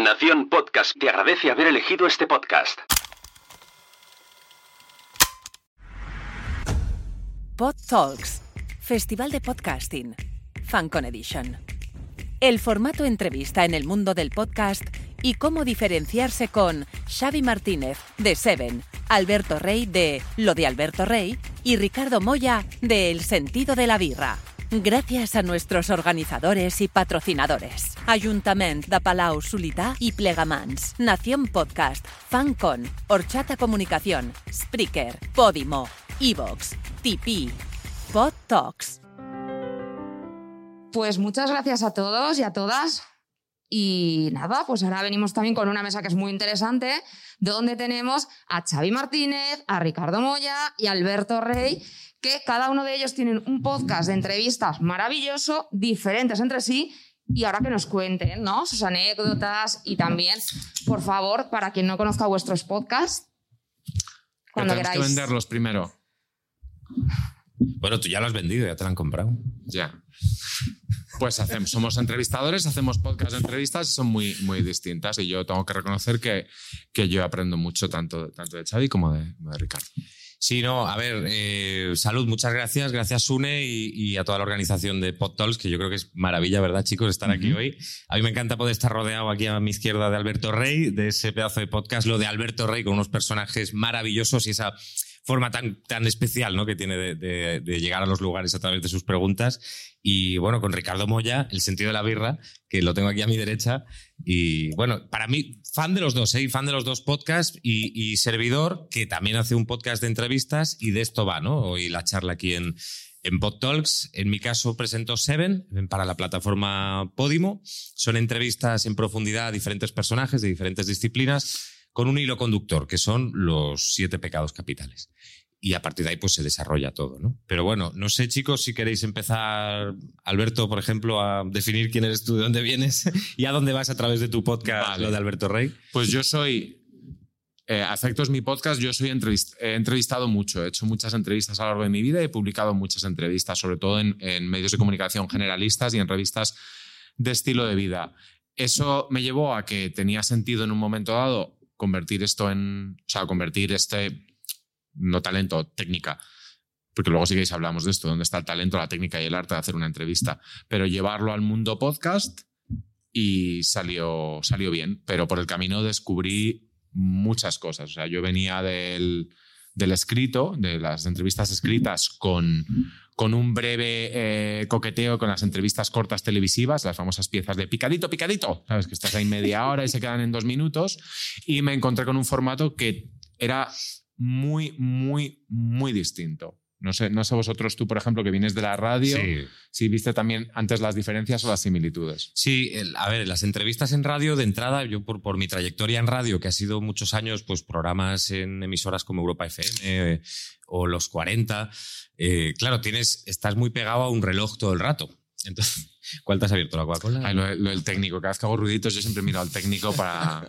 Nación Podcast te agradece haber elegido este podcast. Pod Talks, Festival de Podcasting, FanCon Edition. El formato entrevista en el mundo del podcast y cómo diferenciarse con Xavi Martínez, de Seven, Alberto Rey, de Lo de Alberto Rey, y Ricardo Moya, de El sentido de la birra. Gracias a nuestros organizadores y patrocinadores. Ayuntament de Palau-Solità y Plegamans, Nación Podcast, FanCon, Horchata Comunicación, Spreaker, Podimo, iVoox, Tipeee, Pod Talks. Pues muchas gracias a todos y a todas. Y nada, pues ahora venimos también con una mesa que es muy interesante, donde tenemos a Xavi Martínez, a Ricardo Moya y a Alberto Rey, que cada uno de ellos tienen un podcast de entrevistas maravilloso, diferentes entre sí, y ahora que nos cuenten, ¿no?, sus anécdotas y también, por favor, para quien no conozca vuestros podcasts, cuando tenemos queráis. que venderlos primero. Bueno, tú ya lo has vendido, ya te lo han comprado. Ya. Pues somos entrevistadores, hacemos podcast de entrevistas y son muy, muy distintas. Y yo tengo que reconocer que yo aprendo mucho tanto de Xavi como de Ricardo. Sí, no, a ver, salud, muchas gracias. Gracias, Sune, y a toda la organización de Pod Talks, que yo creo que es maravilla, ¿verdad, chicos?, estar aquí hoy. A mí me encanta poder estar rodeado aquí a mi izquierda de Alberto Rey, de ese pedazo de podcast, Lo de Alberto Rey, con unos personajes maravillosos y esa forma tan especial, ¿no?, que tiene de llegar a los lugares a través de sus preguntas. Y bueno, con Ricardo Moya, El sentido de la birra, que lo tengo aquí a mi derecha. Y bueno, para mí, fan de los dos, fan de los dos podcasts y servidor, que también hace un podcast de entrevistas, y de esto va, ¿no?, hoy la charla aquí en Pod Talks. En mi caso presento Seven para la plataforma Podimo. Son entrevistas en profundidad a diferentes personajes de diferentes disciplinas, con un hilo conductor, que son los 7 pecados capitales. Y a partir de ahí pues se desarrolla todo, ¿no? Pero bueno, no sé, chicos, si queréis empezar, Alberto, por ejemplo, a definir quién eres tú, de dónde vienes y a dónde vas a través de tu podcast, vale. Lo de Alberto Rey. Pues yo soy, a efectos mi podcast, yo soy he entrevistado mucho, he hecho muchas entrevistas a lo largo de mi vida y he publicado muchas entrevistas, sobre todo en medios de comunicación generalistas y en revistas de estilo de vida. Eso me llevó a que tenía sentido en un momento dado convertir no talento, técnica, porque luego sí que hablamos de esto, dónde está el talento, la técnica y el arte de hacer una entrevista, pero llevarlo al mundo podcast, y salió bien, pero por el camino descubrí muchas cosas. O sea, yo venía del escrito, de las entrevistas escritas, con un breve coqueteo con las entrevistas cortas televisivas, las famosas piezas de picadito, picadito, ¿sabes?, que estás ahí media hora y se quedan en 2 minutos, y me encontré con un formato que era muy, muy, muy distinto. No sé vosotros, tú, por ejemplo, que vienes de la radio, si viste también antes las diferencias o las similitudes. Sí, a ver, las entrevistas en radio, de entrada, yo por mi trayectoria en radio, que ha sido muchos años, pues programas en emisoras como Europa FM o Los 40, claro, estás muy pegado a un reloj todo el rato. Entonces, ¿cuál te has abierto, la Coca-Cola? Ay, lo del técnico. Cada vez que hago ruiditos yo siempre miro al técnico para...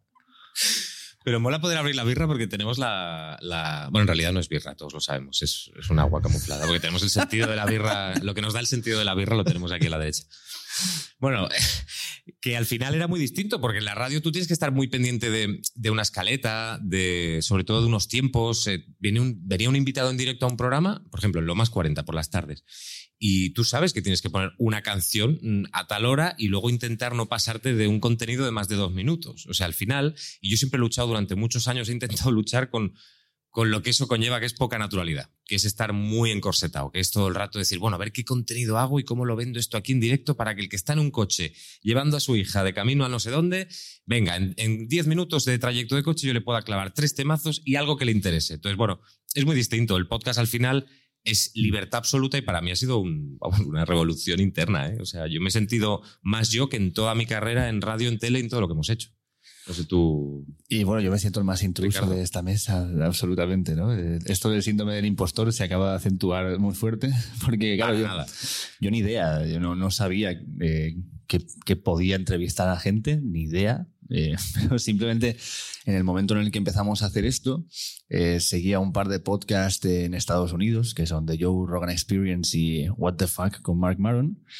Pero mola poder abrir la birra porque tenemos Bueno, en realidad no es birra, todos lo sabemos, es un agua camuflada, porque tenemos el sentido de la birra, lo que nos da el sentido de la birra lo tenemos aquí a la derecha. Bueno, que al final era muy distinto, porque en la radio tú tienes que estar muy pendiente de una escaleta, sobre todo de unos tiempos. Venía un invitado en directo a un programa, por ejemplo, en Lomas 40 por las tardes, y tú sabes que tienes que poner una canción a tal hora y luego intentar no pasarte de un contenido de más de 2 minutos. O sea, al final, y yo siempre he luchado durante muchos años, he intentado luchar con lo que eso conlleva, que es poca naturalidad, que es estar muy encorsetado, que es todo el rato decir, bueno, a ver qué contenido hago y cómo lo vendo esto aquí en directo para que el que está en un coche llevando a su hija de camino a no sé dónde, venga, en 10 minutos de trayecto de coche yo le pueda clavar 3 temazos y algo que le interese. Entonces, bueno, es muy distinto. El podcast al final es libertad absoluta y para mí ha sido una revolución interna, ¿eh? O sea, yo me he sentido más yo que en toda mi carrera en radio, en tele, en todo lo que hemos hecho. No sé tú... Y bueno, yo me siento el más intruso, Ricardo, de esta mesa, absolutamente, ¿no? Esto del síndrome del impostor se acaba de acentuar muy fuerte, porque claro, yo ni idea, yo no sabía que podía entrevistar a gente, ni idea. Pero simplemente en el momento en el que empezamos a hacer esto, seguía un par de podcasts en Estados Unidos, que son The Joe Rogan Experience y What the Fuck con Mark Maron.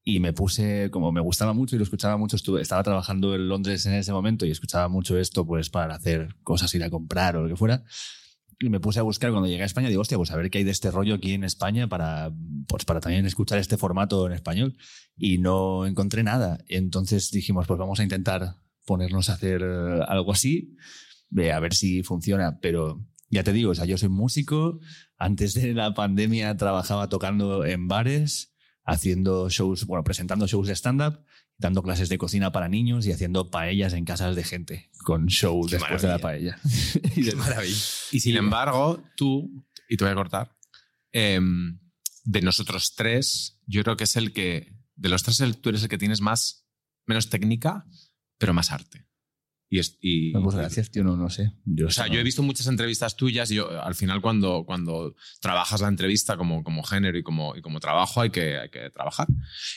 Y me puse, como me gustaba mucho y lo escuchaba mucho, estaba trabajando en Londres en ese momento y escuchaba mucho esto pues para hacer cosas, ir a comprar o lo que fuera. Y me puse a buscar cuando llegué a España, digo, hostia, pues a ver qué hay de este rollo aquí en España para también escuchar este formato en español. Y no encontré nada. Entonces dijimos, pues vamos a intentar ponernos a hacer algo así, a ver si funciona. Pero ya te digo, o sea, yo soy músico. Antes de la pandemia trabajaba tocando en bares, haciendo shows, bueno, presentando shows de stand-up, dando clases de cocina para niños y haciendo paellas en casas de gente, con show Qué después maravilla. de la paella. Qué maravilla. Y sin embargo, tú, y te voy a cortar, de nosotros tres, yo creo que es el que, de los tres, tú eres el que tienes menos técnica, pero más arte. Pues gracias, tío, no sé. O sea, yo he visto muchas entrevistas tuyas y yo, al final cuando trabajas la entrevista como género y como trabajo hay que trabajar.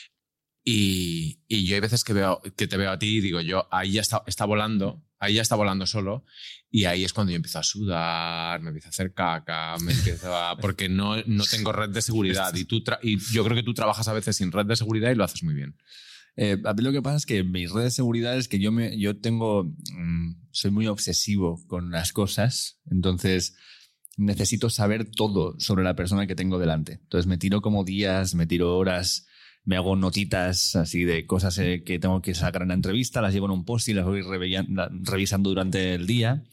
Y yo hay veces que te veo a ti y digo yo, ahí ya está volando, ahí ya está volando solo y ahí es cuando yo empiezo a sudar, me empiezo a hacer caca, porque no tengo red de seguridad y yo creo que tú trabajas a veces sin red de seguridad y lo haces muy bien. A mí lo que pasa es que mis redes de seguridad es que yo tengo, soy muy obsesivo con las cosas, entonces necesito saber todo sobre la persona que tengo delante. Entonces me tiro como días, me tiro horas, me hago notitas así de cosas que tengo que sacar en la entrevista, las llevo en un post y las voy revisando durante el día.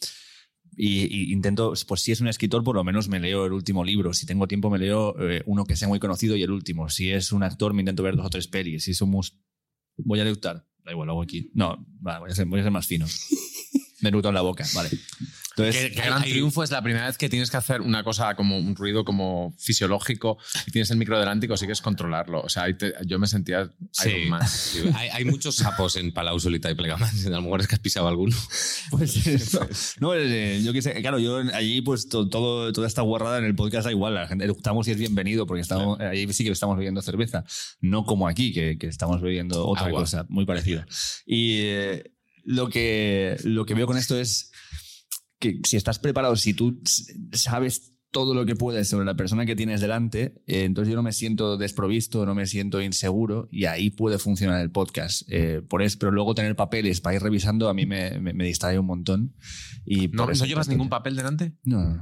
Y intento, pues si es un escritor, por lo menos me leo el último libro. Si tengo tiempo, me leo uno que sea muy conocido y el último. Si es un actor, me intento ver 2 o 3 pelis. Si somos... Voy a eructar. Da igual, lo hago aquí. No, voy a ser más fino. Me eructo en la boca, vale. Entonces, Qué gran triunfo es la primera vez que tienes que hacer una cosa como un ruido como fisiológico y tienes el micro delante y consigues controlarlo. O sea, yo me sentía Iron Man. Sí. Hay muchos sapos en Palau, Solita y Plegamans. A lo mejor es que has pisado alguno. Pues no, yo qué sé, claro, yo allí pues toda esta guarrada en el podcast da igual, la gente eructamos y es bienvenido porque estamos, allí sí que estamos bebiendo cerveza, no como aquí que estamos bebiendo otra Agua. cosa muy parecida. Y lo que veo con esto es que si estás preparado, si tú sabes todo lo que puedes sobre la persona que tienes delante, entonces yo no me siento desprovisto, no me siento inseguro y ahí puede funcionar el podcast. Pero luego tener papeles para ir revisando a mí me distrae un montón. Y ¿No llevas ningún papel delante? No.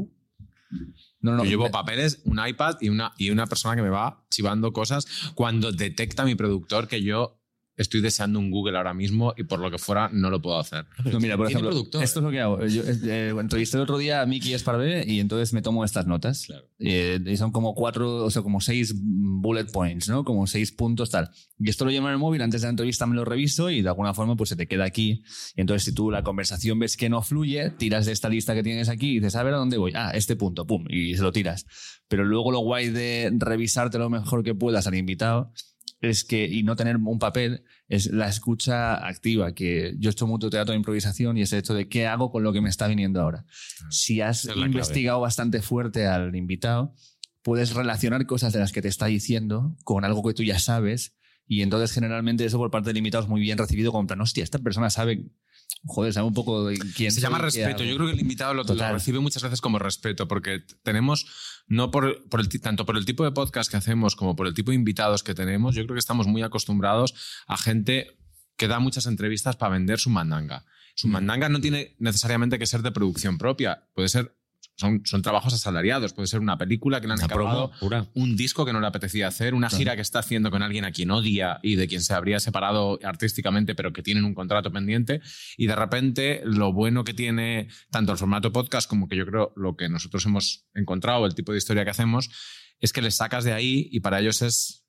No. Yo llevo papeles, un iPad y una persona que me va chivando cosas cuando detecta mi productor que yo estoy deseando un Google ahora mismo y por lo que fuera no lo puedo hacer. No, mira, por ejemplo, productor, esto es lo que hago. Yo entrevisté el otro día a Miki Esparvé y entonces me tomo estas notas. Claro. Y son como 4, o sea, como 6 bullet points, ¿no? Como 6 puntos, tal. Y esto lo llevo en el móvil, antes de la entrevista me lo reviso y de alguna forma pues se te queda aquí. Y entonces si tú la conversación ves que no fluye, tiras de esta lista que tienes aquí y dices, a ver a dónde voy. Este punto, pum, y se lo tiras. Pero luego lo guay de revisarte lo mejor que puedas al invitado es que, y no tener un papel, es la escucha activa, que yo he hecho mucho teatro de improvisación y es el hecho de qué hago con lo que me está viniendo ahora. Si has investigado bastante fuerte al invitado, puedes relacionar cosas de las que te está diciendo con algo que tú ya sabes y entonces generalmente eso por parte del invitado es muy bien recibido como en plan, hostia, esta persona sabe... Joder, sabe un poco de quién se llama respeto. Yo creo que el invitado lo recibe muchas veces como respeto, porque tenemos, no tanto por el tipo de podcast que hacemos como por el tipo de invitados que tenemos, yo creo que estamos muy acostumbrados a gente que da muchas entrevistas para vender su mandanga. Su mandanga no tiene necesariamente que ser de producción propia, puede ser... Son trabajos asalariados. Puede ser una película que le han encargado, un disco que no le apetecía hacer, una gira que está haciendo con alguien a quien odia y de quien se habría separado artísticamente, pero que tienen un contrato pendiente. Y de repente, lo bueno que tiene tanto el formato podcast como que yo creo lo que nosotros hemos encontrado, el tipo de historia que hacemos, es que les sacas de ahí y para ellos es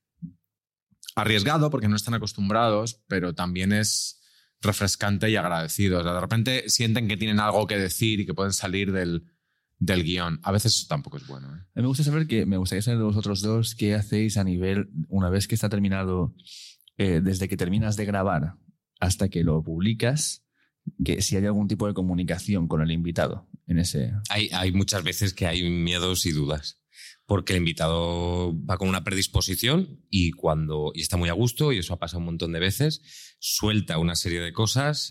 arriesgado porque no están acostumbrados, pero también es refrescante y agradecido. O sea, de repente sienten que tienen algo que decir y que pueden salir del guión. A veces eso tampoco es bueno. Me gustaría saber de vosotros dos qué hacéis a nivel, una vez que está terminado, desde que terminas de grabar hasta que lo publicas, que si hay algún tipo de comunicación con el invitado en ese... Hay muchas veces que hay miedos y dudas. Porque el invitado va con una predisposición y está muy a gusto, y eso ha pasado un montón de veces, suelta una serie de cosas,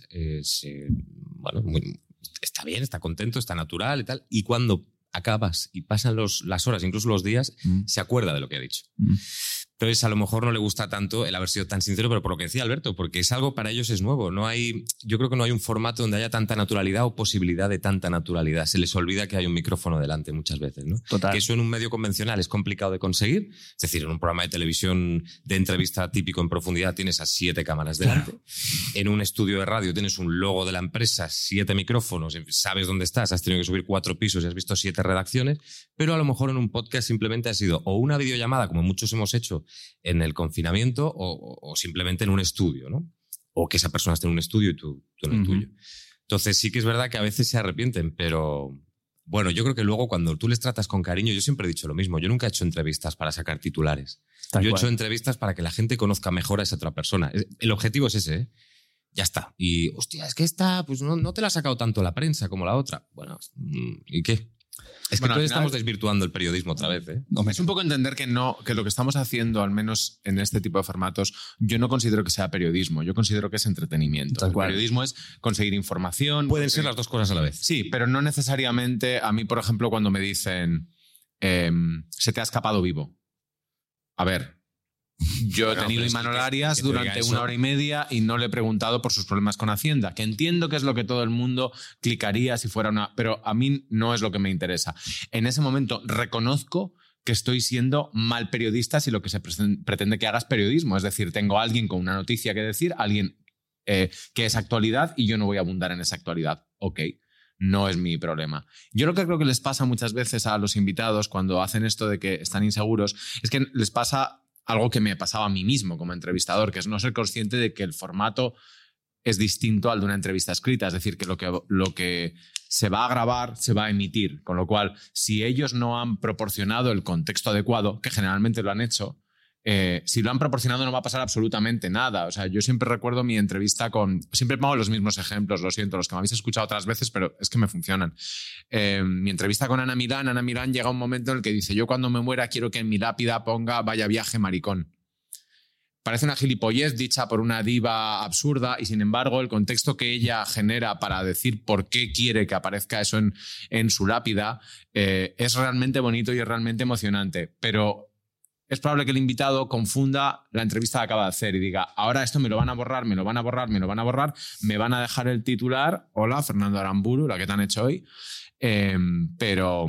está bien, está contento, está natural y tal. Y cuando acabas y pasan las horas, incluso los días, se acuerda de lo que ha dicho. Entonces, a lo mejor no le gusta tanto el haber sido tan sincero, pero por lo que decía Alberto, porque es algo para ellos es nuevo. Yo creo que no hay un formato donde haya tanta naturalidad o posibilidad de tanta naturalidad. Se les olvida que hay un micrófono delante muchas veces, ¿no? Total. Que eso en un medio convencional es complicado de conseguir. Es decir, en un programa de televisión de entrevista típico en profundidad tienes a 7 cámaras delante. Claro. En un estudio de radio tienes un logo de la empresa, 7 micrófonos, sabes dónde estás, has tenido que subir 4 pisos y has visto 7 redacciones, pero a lo mejor en un podcast simplemente ha sido o una videollamada, como muchos hemos hecho en el confinamiento, o simplemente en un estudio, ¿no? O que esa persona esté en un estudio y tú en el tuyo. Entonces sí que es verdad que a veces se arrepienten, pero bueno, yo creo que luego cuando tú les tratas con cariño, yo siempre he dicho lo mismo, yo nunca he hecho entrevistas para sacar titulares. Yo he hecho entrevistas para que la gente conozca mejor a esa otra persona. El objetivo es ese, ¿eh? Ya está. Y, hostia, es que esta pues no te la ha sacado tanto la prensa como la otra. Bueno, ¿y qué? Es que entonces estamos desvirtuando el periodismo otra vez, ¿eh? Es un poco entender que lo que estamos haciendo, al menos en este tipo de formatos, yo no considero que sea periodismo, yo considero que es entretenimiento. El periodismo es conseguir información. Pueden ser las dos cosas a la vez. Sí, pero no necesariamente. A mí, por ejemplo, cuando me dicen se te ha escapado vivo. A ver, yo he tenido Imanol Arias durante 1 hora y media y no le he preguntado por sus problemas con Hacienda, que entiendo que es lo que todo el mundo clicaría si fuera una... Pero a mí no es lo que me interesa. En ese momento reconozco que estoy siendo mal periodista si lo que se pretende que haga es periodismo. Es decir, tengo a alguien con una noticia que decir, alguien que es actualidad y yo no voy a abundar en esa actualidad. Ok, no es mi problema. Yo lo que creo que les pasa muchas veces a los invitados cuando hacen esto de que están inseguros es que les pasa algo que me pasaba a mí mismo como entrevistador, que es no ser consciente de que el formato es distinto al de una entrevista escrita. Es decir, que lo que se va a grabar se va a emitir. Con lo cual, si ellos no han proporcionado el contexto adecuado, que generalmente lo han hecho, si lo han proporcionado no va a pasar absolutamente nada. O sea, yo siempre recuerdo mi entrevista siempre pongo los mismos ejemplos, lo siento, los que me habéis escuchado otras veces, pero es que me funcionan. Mi entrevista con Ana Milán llega un momento en el que dice: yo cuando me muera quiero que en mi lápida ponga vaya viaje maricón. Parece una gilipollez dicha por una diva absurda y sin embargo el contexto que ella genera para decir por qué quiere que aparezca eso en su lápida es realmente bonito y es realmente emocionante, pero es probable que el invitado confunda la entrevista que acaba de hacer y diga: ahora esto me lo van a borrar, me lo van a borrar, me lo van a borrar, me van a dejar el titular, hola, Fernando Aramburu, la que te han hecho hoy, pero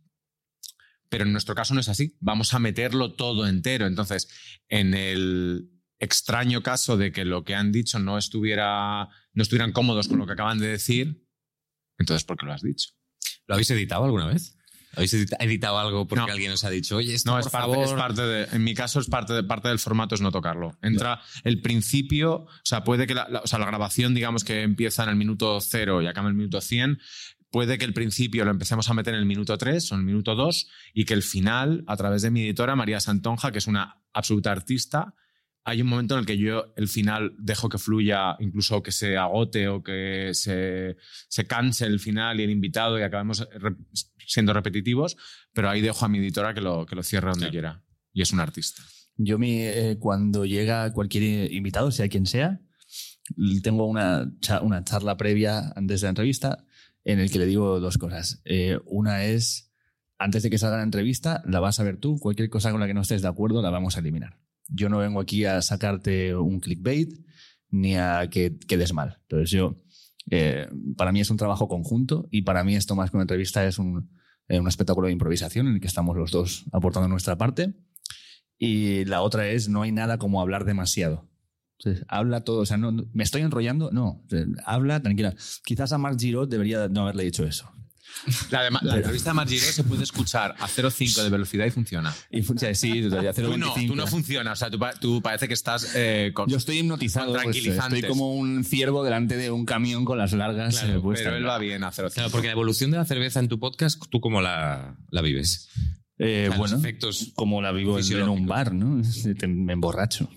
en nuestro caso no es así, vamos a meterlo todo entero. Entonces, en el extraño caso de que lo que han dicho no estuvieran cómodos con lo que acaban de decir, entonces ¿por qué lo has dicho? ¿Lo habéis editado alguna vez? ¿Habéis editado algo porque alguien os ha dicho, oye, esto no, por favor? En mi caso, es parte del formato es no tocarlo. Entra el principio, o sea, puede que la grabación, digamos que empieza en el minuto 0 y acaba en el minuto 100, puede que el principio lo empecemos a meter en el minuto 3 o en el minuto 2 y que el final, a través de mi editora, María Santonja, que es una absoluta artista, hay un momento en el que yo el final dejo que fluya, incluso que se agote o que se canse el final y el invitado y acabemos siendo repetitivos, pero ahí dejo a mi editora que lo cierre donde quiera. Y es un artista. Yo cuando llega cualquier invitado, sea quien sea, tengo una charla previa antes de la entrevista en el que le digo 2 cosas. Una es, antes de que salga la entrevista, la vas a ver tú. Cualquier cosa con la que no estés de acuerdo la vamos a eliminar. Yo no vengo aquí a sacarte un clickbait ni a que quedes mal. Entonces para mí es un trabajo conjunto y para mí esto más que una entrevista es un espectáculo de improvisación en el que estamos los dos aportando nuestra parte. Y la otra es, no hay nada como hablar demasiado. Entonces, habla todo, o sea, no, ¿me estoy enrollando? No, habla tranquila. Quizás a Marc Giró debería no haberle dicho eso. La entrevista de Marc Giró se puede escuchar a 0,5 de velocidad y funciona. Sí, a 0,25. Tú no funciona, o sea, tú parece que estás yo estoy hipnotizado, tranquilizantes. Estoy como un ciervo delante de un camión con las largas puestas. Pero él va bien a 0,5. Claro, porque la evolución de la cerveza en tu podcast, ¿tú cómo la vives? Bueno, efectos como la vivo en un bar, ¿no? Me emborracho.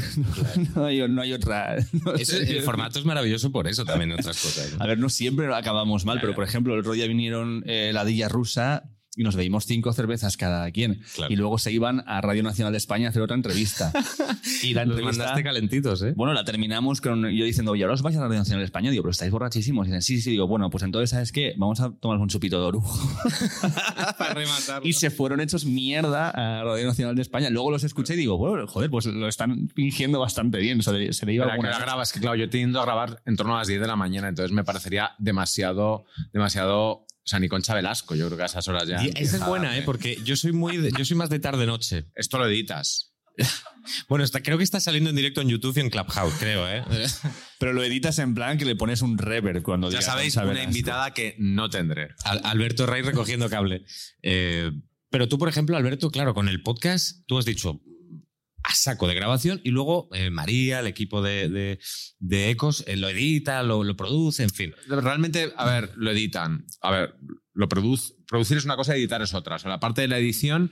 No hay otra. El formato es maravilloso por eso también, otras cosas, ¿no? A ver, no siempre acabamos mal, pero por ejemplo, el otro día vinieron la Dilla Rusa y nos bebimos 5 cervezas cada quien. Claro. Y luego se iban a Radio Nacional de España a hacer otra entrevista. Y la Los entrevista... mandaste calentitos, ¿eh? Bueno, la terminamos con yo diciendo, oye, ahora os vais a la Radio Nacional de España. Digo, pero estáis borrachísimos. Y dicen, sí. Digo, bueno, pues entonces, ¿sabes qué? Vamos a tomar un chupito de orujo. Para rematarlo. Y se fueron hechos mierda a Radio Nacional de España. Luego los escuché y digo, bueno, joder, pues lo están fingiendo bastante bien. O sea, se le iba Pero que la grabas, que claro, yo tiendo a grabar en torno a las 10 de la mañana, entonces me parecería demasiado... O sea, ni Concha Velasco, yo creo que a esas horas ya... Y esa es buena, porque yo soy más de tarde-noche. Esto lo editas. Bueno, creo que está saliendo en directo en YouTube y en Clubhouse, creo, ¿eh? Pero lo editas en plan que le pones un reverb cuando Ya diga sabéis, Concha una Velasco. invitada que no tendré. Alberto Rey recogiendo cable. Pero tú, por ejemplo, Alberto, claro, con el podcast, tú has dicho a saco de grabación y luego María, el equipo de Ecos, lo edita, lo produce, en fin. Realmente, a ver, lo editan. A ver, producir es una cosa y editar es otra. O sea, la parte de la edición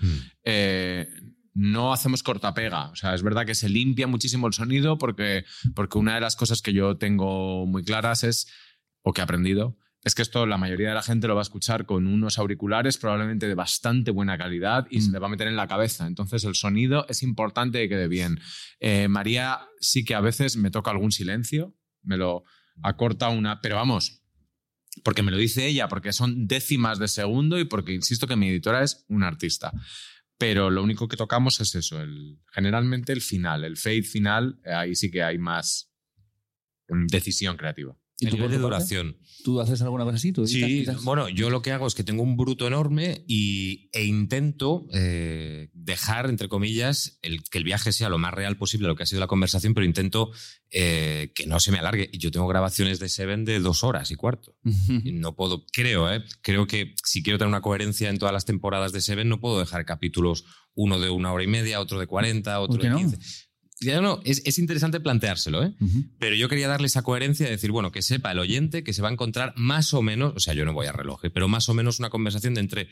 no hacemos cortapega. O sea, es verdad que se limpia muchísimo el sonido porque una de las cosas que yo tengo muy claras es, o que he aprendido, es que esto la mayoría de la gente lo va a escuchar con unos auriculares probablemente de bastante buena calidad y se le va a meter en la cabeza. Entonces el sonido es importante que quede bien. María sí que a veces me toca algún silencio, me lo acorta pero vamos, porque me lo dice ella, porque son décimas de segundo y porque insisto que mi editora es una artista. Pero lo único que tocamos es eso, generalmente el final, el fade final, ahí sí que hay más decisión creativa. ¿Y tú nivel por de tu parte? duración. ¿Tú haces alguna cosa así? ¿Tú editas, Sí, quitas? bueno, yo lo que hago es que tengo un bruto enorme e intento dejar, entre comillas, que el viaje sea lo más real posible, lo que ha sido la conversación, pero intento que no se me alargue. Y yo tengo grabaciones de Seven de 2 horas y cuarto. Y no puedo, creo que si quiero tener una coherencia en todas las temporadas de Seven, no puedo dejar capítulos, uno de 1 hora y media, otro de 40, otro ¿Por qué de no? 15. Ya no, es interesante planteárselo, pero yo quería darle esa coherencia de decir, bueno, que sepa el oyente que se va a encontrar más o menos, o sea, yo no voy a reloj, pero más o menos una conversación de entre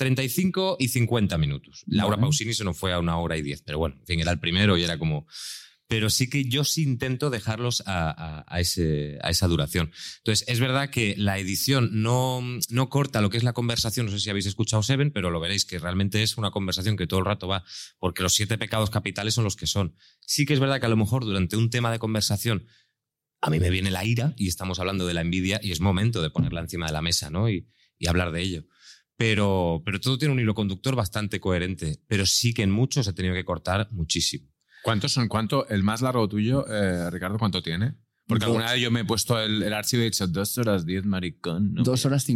35 y 50 minutos. Laura Pausini se nos fue a 1 hora y 10, pero bueno, en fin, era el primero y era como... Pero sí que yo sí intento dejarlos a esa duración. Entonces, es verdad que la edición no corta lo que es la conversación. No sé si habéis escuchado Seven, pero lo veréis que realmente es una conversación que todo el rato va, porque los 7 pecados capitales son los que son. Sí que es verdad que a lo mejor durante un tema de conversación a mí me viene la ira y estamos hablando de la envidia y es momento de ponerla encima de la mesa, ¿no? y hablar de ello. Pero todo tiene un hilo conductor bastante coherente. Pero sí que en muchos he tenido que cortar muchísimo. ¿Cuántos son? El más largo tuyo, Ricardo, cuánto tiene? Porque alguna vez yo me he puesto el archivo y he dicho 2 horas 10, maricón. ¿No? 2 horas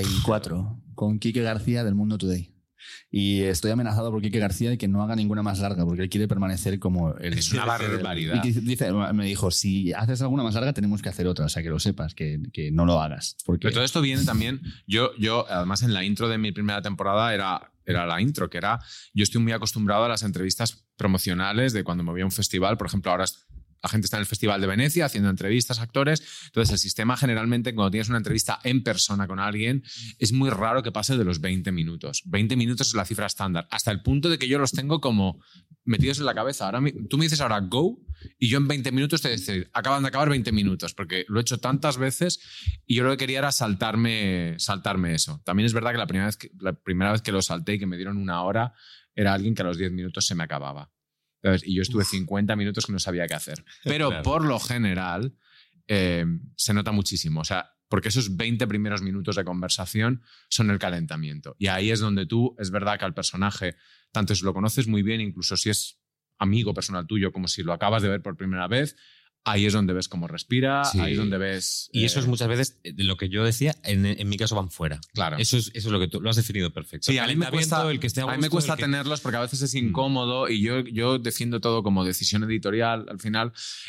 54 con Quique García del Mundo Today. Y estoy amenazado por Quique García de que no haga ninguna más larga porque él quiere permanecer como el... Es una barbaridad. Y me dijo, si haces alguna más larga tenemos que hacer otra. O sea, que lo sepas, que no lo hagas. Porque... Pero todo esto viene también... Yo, además, en la intro de mi primera temporada era la intro, que era... Yo estoy muy acostumbrado a las entrevistas promocionales de cuando me voy a un festival. Por ejemplo, ahora la gente está en el Festival de Venecia haciendo entrevistas a actores. Entonces, el sistema generalmente, cuando tienes una entrevista en persona con alguien, es muy raro que pase de los 20 minutos. 20 minutos es la cifra estándar. Hasta el punto de que yo los tengo como metidos en la cabeza. Tú me dices ahora go y yo en 20 minutos te digo, acaban de acabar 20 minutos, porque lo he hecho tantas veces y yo lo que quería era saltarme eso. También es verdad que la primera vez que lo salté y que me dieron 1 hora era alguien que a los 10 minutos se me acababa. Y yo estuve 50 minutos que no sabía qué hacer. Pero claro, por lo general se nota muchísimo. O sea, porque esos 20 primeros minutos de conversación son el calentamiento. Y ahí es donde tú, es verdad que al personaje, tanto si lo conoces muy bien, incluso si es amigo personal tuyo, como si lo acabas de ver por primera vez, ahí es donde ves cómo respira, sí. Ahí es donde ves... Y eso es muchas veces, de lo que yo decía, en mi caso van fuera. Claro. Eso es lo que tú lo has definido perfecto. Sí, a mí me cuesta tenerlos porque a veces es incómodo y yo defiendo todo como decisión editorial al final.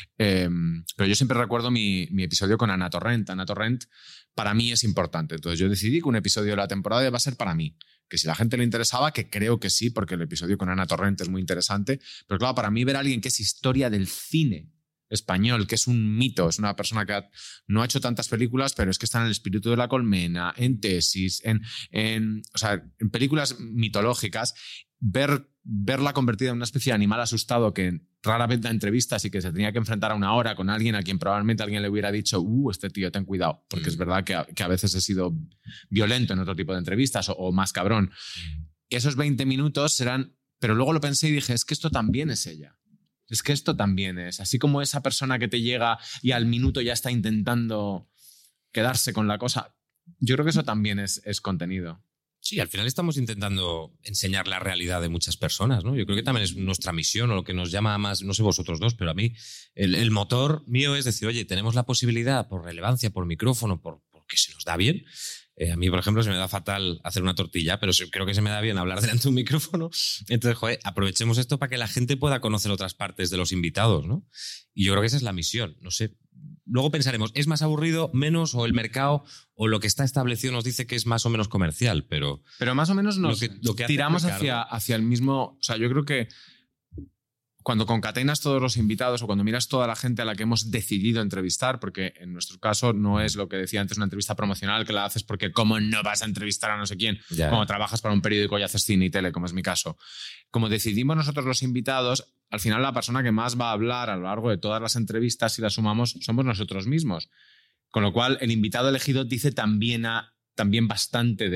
Pero yo siempre recuerdo mi episodio con Ana Torrent. Ana Torrent para mí es importante. Entonces yo decidí que un episodio de la temporada va a ser para mí. Que si a la gente le interesaba, que creo que sí, porque el episodio con Ana Torrent es muy interesante. Pero claro, para mí ver a alguien que es historia del cine español, que es un mito, es una persona que no ha hecho tantas películas, pero es que está en El espíritu de la colmena, en Tesis, en películas mitológicas, verla convertida en una especie de animal asustado que rara vez da entrevistas y que se tenía que enfrentar a una hora con alguien a quien probablemente alguien le hubiera dicho este tío, ten cuidado, porque es verdad que a veces he sido violento en otro tipo de entrevistas o más cabrón. Esos 20 minutos serán... Pero luego lo pensé y dije, es que esto también es ella. Es que esto también es. Así como esa persona que te llega y al minuto ya está intentando quedarse con la cosa. Yo creo que eso también es contenido. Sí, al final estamos intentando enseñar la realidad de muchas personas, ¿no? Yo creo que también es nuestra misión o lo que nos llama más, no sé vosotros dos, pero a mí el motor mío es decir, oye, tenemos la posibilidad por relevancia, por micrófono, porque se nos da bien. A mí, por ejemplo, se me da fatal hacer una tortilla, pero creo que se me da bien hablar delante de un micrófono. Entonces, joder, aprovechemos esto para que la gente pueda conocer otras partes de los invitados, ¿no? Y yo creo que esa es la misión. No sé. Luego pensaremos, ¿es más aburrido, menos, o el mercado o lo que está establecido nos dice que es más o menos comercial? Pero más o menos nos lo que tiramos hacia el mismo... O sea, yo creo que cuando concatenas todos los invitados o cuando miras toda la gente a la que hemos decidido entrevistar, porque en nuestro caso no es lo que decía antes, una entrevista promocional que la haces porque ¿cómo no vas a entrevistar a no sé quién? Ya. Cuando trabajas para un periódico y haces cine y tele, como es mi caso. Como decidimos nosotros los invitados, al final la persona que más va a hablar a lo largo de todas las entrevistas, si las sumamos, somos nosotros mismos. Con lo cual, el invitado elegido dice también bastante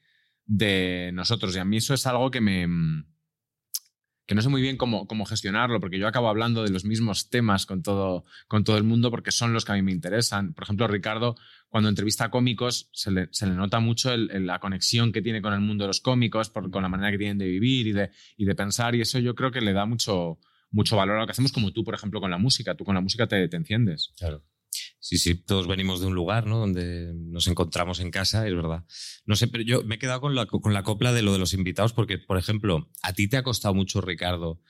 de nosotros. Y a mí eso es algo que no sé muy bien cómo gestionarlo, porque yo acabo hablando de los mismos temas con todo el mundo porque son los que a mí me interesan. Por ejemplo, Ricardo, cuando entrevista a cómicos, se le nota mucho la conexión que tiene con el mundo de los cómicos, con la manera que tienen de vivir y de pensar, y eso yo creo que le da mucho valor a lo que hacemos, como tú, por ejemplo, con la música. Tú con la música te enciendes. Claro. Sí, todos venimos de un lugar, ¿no? Donde nos encontramos en casa, es verdad. No sé, pero yo me he quedado con la copla de lo de los invitados porque, por ejemplo, ¿a ti te ha costado mucho, Ricardo,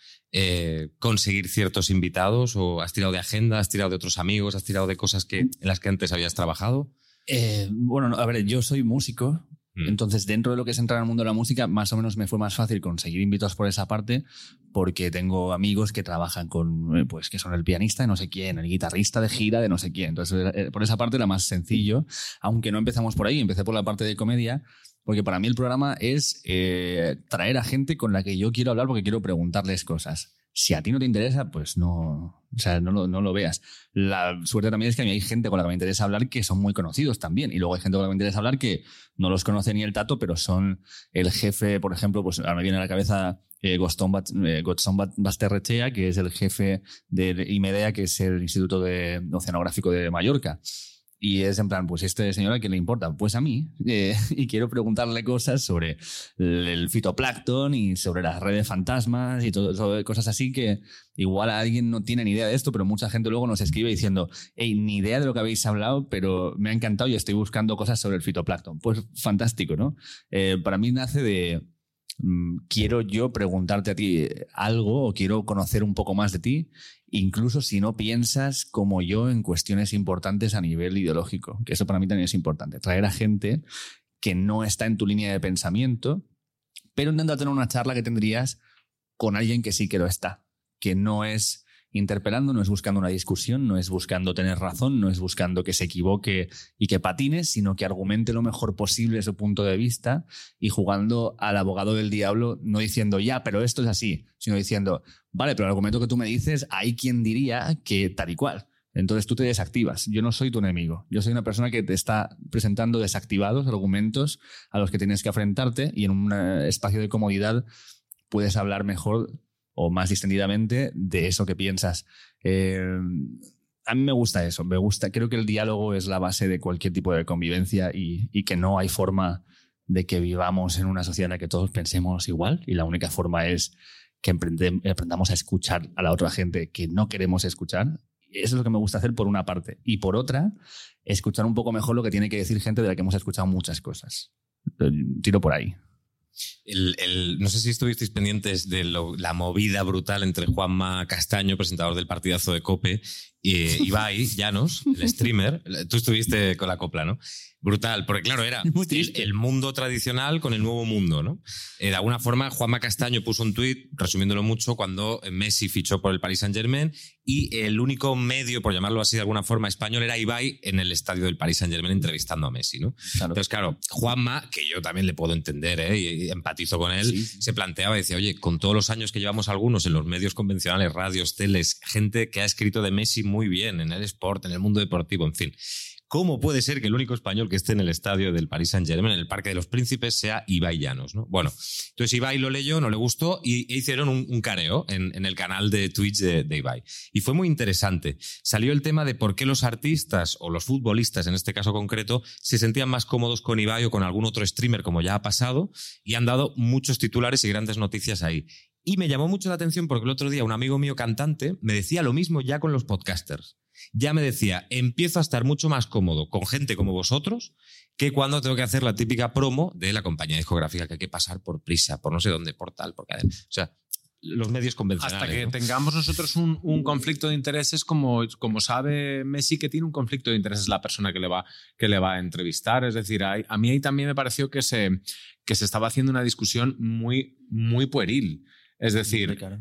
conseguir ciertos invitados? ¿O has tirado de agenda, has tirado de otros amigos, has tirado de cosas en las que antes habías trabajado? Bueno, a ver, yo soy músico. Entonces, dentro de lo que es entrar al mundo de la música, más o menos me fue más fácil conseguir invitados por esa parte, porque tengo amigos que trabajan con, pues, que son el pianista de no sé quién, el guitarrista de gira de no sé quién. Entonces, por esa parte era más sencillo, aunque no empezamos por ahí, empecé por la parte de comedia, porque para mí el programa es traer a gente con la que yo quiero hablar porque quiero preguntarles cosas. Si a ti no te interesa, pues no lo veas. La suerte también es que a mí hay gente con la que me interesa hablar que son muy conocidos también. Y luego hay gente con la que me interesa hablar que no los conoce ni el tato, pero son el jefe, por ejemplo, pues ahora me viene a la cabeza Gastón Basterrechea, que es el jefe de IMEDEA, que es el Instituto Oceanográfico de Mallorca. Y es en plan, pues este señor ¿a quién le importa? Pues a mí. Y quiero preguntarle cosas sobre el fitoplancton y sobre las redes fantasmas y todo cosas así que igual alguien no tiene ni idea de esto, pero mucha gente luego nos escribe diciendo, hey, ni idea de lo que habéis hablado, pero me ha encantado y estoy buscando cosas sobre el fitoplancton. Pues fantástico, ¿no? Para mí nace de... quiero yo preguntarte a ti algo o quiero conocer un poco más de ti, incluso si no piensas como yo en cuestiones importantes a nivel ideológico, que eso para mí también es importante, traer a gente que no está en tu línea de pensamiento, pero intenta tener una charla que tendrías con alguien que sí que lo está, que no es interpelando, no es buscando una discusión, no es buscando tener razón, no es buscando que se equivoque y que patine, sino que argumente lo mejor posible su punto de vista y jugando al abogado del diablo, no diciendo ya, pero esto es así, sino diciendo, vale, pero el argumento que tú me dices, hay quien diría que tal y cual. Entonces tú te desactivas. Yo no soy tu enemigo. Yo soy una persona que te está presentando desactivados argumentos a los que tienes que enfrentarte y en un espacio de comodidad puedes hablar mejor o más distendidamente de eso que piensas. A mí me gusta eso. Creo que el diálogo es la base de cualquier tipo de convivencia y que no hay forma de que vivamos en una sociedad en la que todos pensemos igual y la única forma es que aprendamos a escuchar a la otra gente que no queremos escuchar. Eso es lo que me gusta hacer por una parte. Y por otra, escuchar un poco mejor lo que tiene que decir gente de la que hemos escuchado muchas cosas. Tiro por ahí. No sé si estuvisteis pendientes de la movida brutal entre Juanma Castaño, presentador del partidazo de COPE, Ibai Llanos, el streamer, tú estuviste con la copla, ¿no? Brutal, porque claro, era el mundo tradicional con el nuevo mundo, ¿no? De alguna forma, Juanma Castaño puso un tuit, resumiéndolo mucho, cuando Messi fichó por el Paris Saint-Germain y el único medio, por llamarlo así de alguna forma, español era Ibai en el estadio del Paris Saint-Germain entrevistando a Messi, ¿no? Claro. Entonces, claro, Juanma, que yo también le puedo entender, y empatizo con él, se planteaba y decía, oye, con todos los años que llevamos algunos en los medios convencionales, radios, teles, gente que ha escrito de Messi muy bien en el sport, en el mundo deportivo, en fin. ¿Cómo puede ser que el único español que esté en el estadio del Paris Saint-Germain, en el Parque de los Príncipes, sea Ibai Llanos, ¿no? Bueno, entonces Ibai lo leyó, no le gustó y hicieron un careo en el canal de Twitch de Ibai. Y fue muy interesante. Salió el tema de por qué los artistas o los futbolistas, en este caso concreto, se sentían más cómodos con Ibai o con algún otro streamer, como ya ha pasado, y han dado muchos titulares y grandes noticias ahí. Y me llamó mucho la atención porque el otro día un amigo mío cantante me decía lo mismo ya con los podcasters. Ya me decía, empiezo a estar mucho más cómodo con gente como vosotros que cuando tengo que hacer la típica promo de la compañía discográfica que hay que pasar por Prisa, por no sé dónde, por tal, por cadena. O sea, los medios convencionales. Hasta que ¿no? tengamos nosotros un conflicto de intereses, como sabe Messi que tiene un conflicto de intereses la persona que le va a entrevistar. Es decir, a mí ahí también me pareció que se estaba haciendo una discusión muy, muy pueril. Es decir, claro.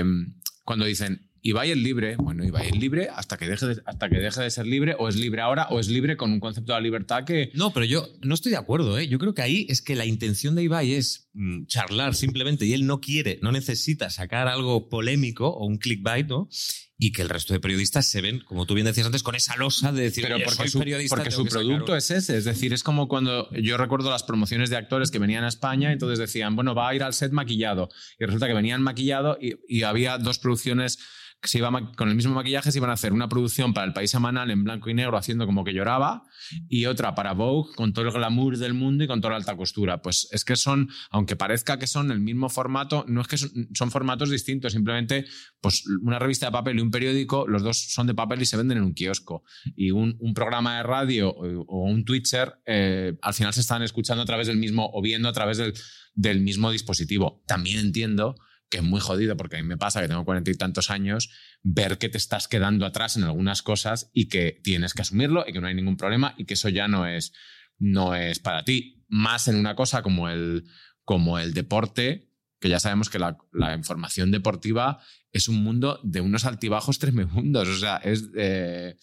Cuando dicen Ibai es libre, bueno, Ibai es libre hasta que deje de ser libre, o es libre ahora, o es libre con un concepto de la libertad que... No, pero yo no estoy de acuerdo, ¿eh? Yo creo que ahí es que la intención de Ibai es charlar simplemente y él no necesita sacar algo polémico o un clickbait, ¿no? Y que el resto de periodistas se ven, como tú bien decías antes, con esa losa de decir, pero porque su producto es ese. Es decir, es como cuando yo recuerdo las promociones de actores que venían a España y entonces decían, bueno, va a ir al set maquillado. Y resulta que venían maquillado y había dos producciones que se iban con el mismo maquillaje, se iban a hacer una producción para El País Semanal en blanco y negro haciendo como que lloraba y otra para Vogue con todo el glamour del mundo y con toda la alta costura. Pues es que son, aunque parezca que son el mismo formato, no es que son formatos distintos, simplemente pues una revista de papel y un periódico, los dos son de papel y se venden en un kiosco. Y un programa de radio o un Twitcher al final se están escuchando a través del mismo o viendo a través del mismo dispositivo. También entiendo que es muy jodido, porque a mí me pasa que tengo 40 y tantos años, ver que te estás quedando atrás en algunas cosas y que tienes que asumirlo y que no hay ningún problema y que eso ya no es para ti. Más en una cosa como el deporte, que ya sabemos que la información deportiva es un mundo de unos altibajos tremendos. O sea, es de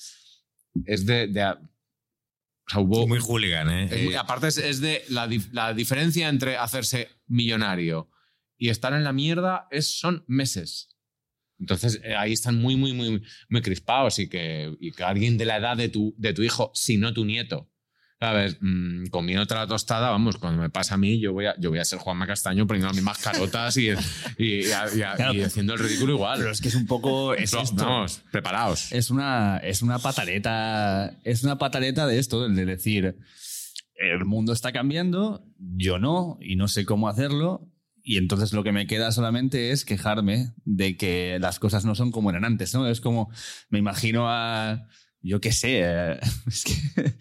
o sea, hubo, muy hooligan, ¿eh? Aparte es de la diferencia entre hacerse millonario y estar en la mierda son meses. Entonces ahí están muy, muy, muy, muy crispados y que alguien de la edad de tu hijo, si no tu nieto, ¿sabes? Comiéndote la tostada, vamos, cuando me pasa a mí, yo voy a ser Juanma Castaño poniendo las mismas carotas y haciendo el ridículo igual. Pero es que es un poco... Vamos, preparaos. Es una pataleta de esto, de decir, el mundo está cambiando, yo no, y no sé cómo hacerlo. Y entonces lo que me queda solamente es quejarme de que las cosas no son como eran antes, ¿no? Es como, me imagino yo qué sé, es que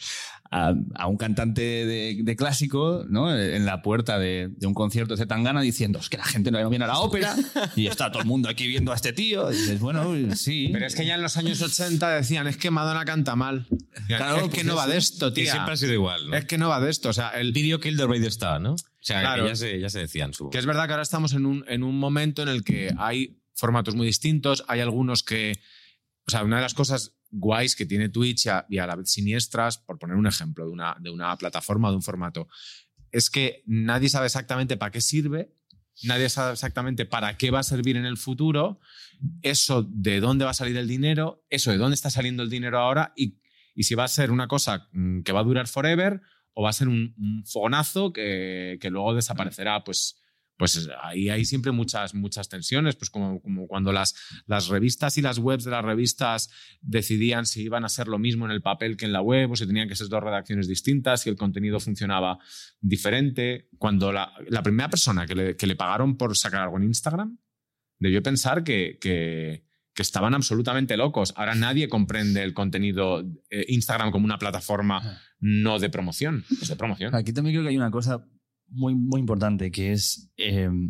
a un cantante de clásico, ¿no? En la puerta de un concierto de Zetangana diciendo, es que la gente no viene a la ópera y está todo el mundo aquí viendo a este tío. Y dices, bueno, sí. Pero es que ya en los años 80 decían, es que Madonna canta mal. Claro, es que no va de esto, tía. Y siempre ha sido igual, ¿no? Es que no va de esto. O sea, el Video Kill the Radio Star, ¿no? O sea, claro, que ya se decía en su... Que es verdad que ahora estamos en un momento en el que hay formatos muy distintos, hay algunos que... O sea, una de las cosas guays que tiene Twitch y a la vez siniestras, por poner un ejemplo de una plataforma o de un formato, es que nadie sabe exactamente para qué sirve, nadie sabe exactamente para qué va a servir en el futuro, eso de dónde va a salir el dinero, eso de dónde está saliendo el dinero ahora y si va a ser una cosa que va a durar forever o va a ser un fogonazo que luego desaparecerá. Pues ahí hay siempre muchas tensiones, pues como cuando las revistas y las webs de las revistas decidían si iban a ser lo mismo en el papel que en la web o si tenían que ser dos redacciones distintas, si el contenido funcionaba diferente. Cuando la primera persona que le pagaron por sacar algo en Instagram debió pensar que estaban absolutamente locos. Ahora nadie comprende el contenido Instagram como una plataforma no de promoción, es de promoción. Aquí también creo que hay una cosa muy, muy importante, que es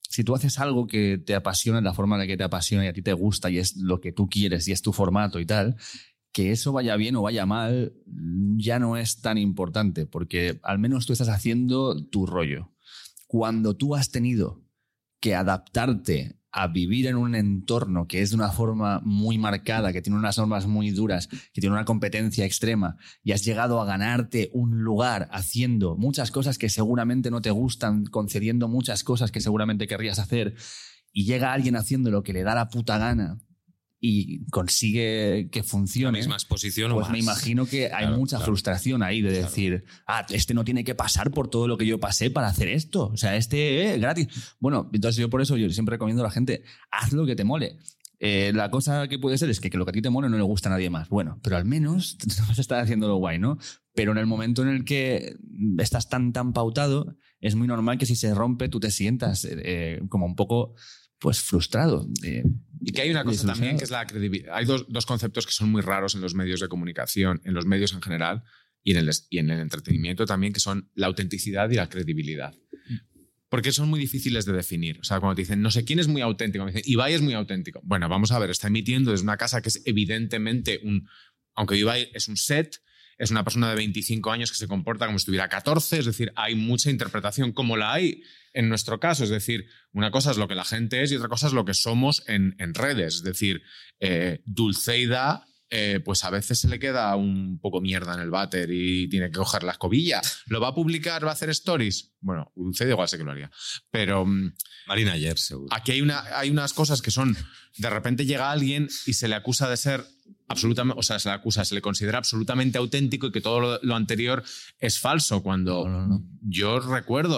si tú haces algo que te apasiona, la forma en la que te apasiona y a ti te gusta y es lo que tú quieres y es tu formato y tal, que eso vaya bien o vaya mal ya no es tan importante, porque al menos tú estás haciendo tu rollo. Cuando tú has tenido que adaptarte a vivir en un entorno que es de una forma muy marcada, que tiene unas normas muy duras, que tiene una competencia extrema, y has llegado a ganarte un lugar haciendo muchas cosas que seguramente no te gustan, concediendo muchas cosas que seguramente querrías hacer, y llega alguien haciendo lo que le da la puta gana y consigue que funcione, la misma exposición pues o más. Me imagino que hay mucha frustración ahí de decir, este no tiene que pasar por todo lo que yo pasé para hacer esto. O sea, gratis. Bueno, entonces yo por eso yo siempre recomiendo a la gente, haz lo que te mole. La cosa que puede ser es que lo que a ti te mole no le gusta a nadie más. Bueno, pero al menos vas a estar haciéndolo guay, ¿no? Pero en el momento en el que estás tan pautado, es muy normal que si se rompe tú te sientas como un poco pues frustrado. Y que hay una cosa también que es la credibilidad. Hay dos conceptos que son muy raros en los medios de comunicación, en los medios en general y en el entretenimiento también, que son la autenticidad y la credibilidad. Porque son muy difíciles de definir. O sea, cuando te dicen, no sé quién es muy auténtico, me dicen, Ibai es muy auténtico. Bueno, vamos a ver, está emitiendo desde una casa que es evidentemente aunque Ibai es un set, es una persona de 25 años que se comporta como si tuviera 14, es decir, hay mucha interpretación como la hay en nuestro caso. Es decir, una cosa es lo que la gente es y otra cosa es lo que somos en redes. Es decir, Dulceida, pues a veces se le queda un poco mierda en el váter y tiene que coger la escobilla. ¿Lo va a publicar? ¿Va a hacer stories? Bueno, Dulceida igual sé que lo haría. Pero Marina ayer, seguro. Aquí hay unas cosas que son, de repente llega alguien y se le acusa de ser absolutamente, o sea, se le considera absolutamente auténtico y que todo lo anterior es falso. Cuando yo recuerdo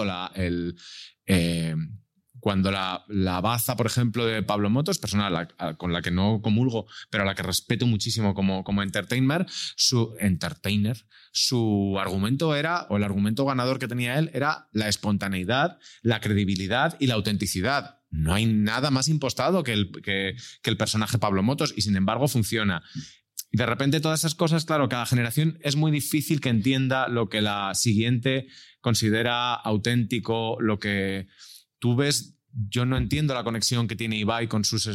cuando la baza, por ejemplo, de Pablo Motos, persona con la que no comulgo, pero a la que respeto muchísimo como entertainer, su argumento era, o el argumento ganador que tenía él, era la espontaneidad, la credibilidad y la autenticidad. No hay nada más impostado que el personaje Pablo Motos y, sin embargo, funciona. Y de repente todas esas cosas, claro, cada generación es muy difícil que entienda lo que la siguiente considera auténtico, lo que tú ves. Yo no entiendo la conexión que tiene Ibai con sus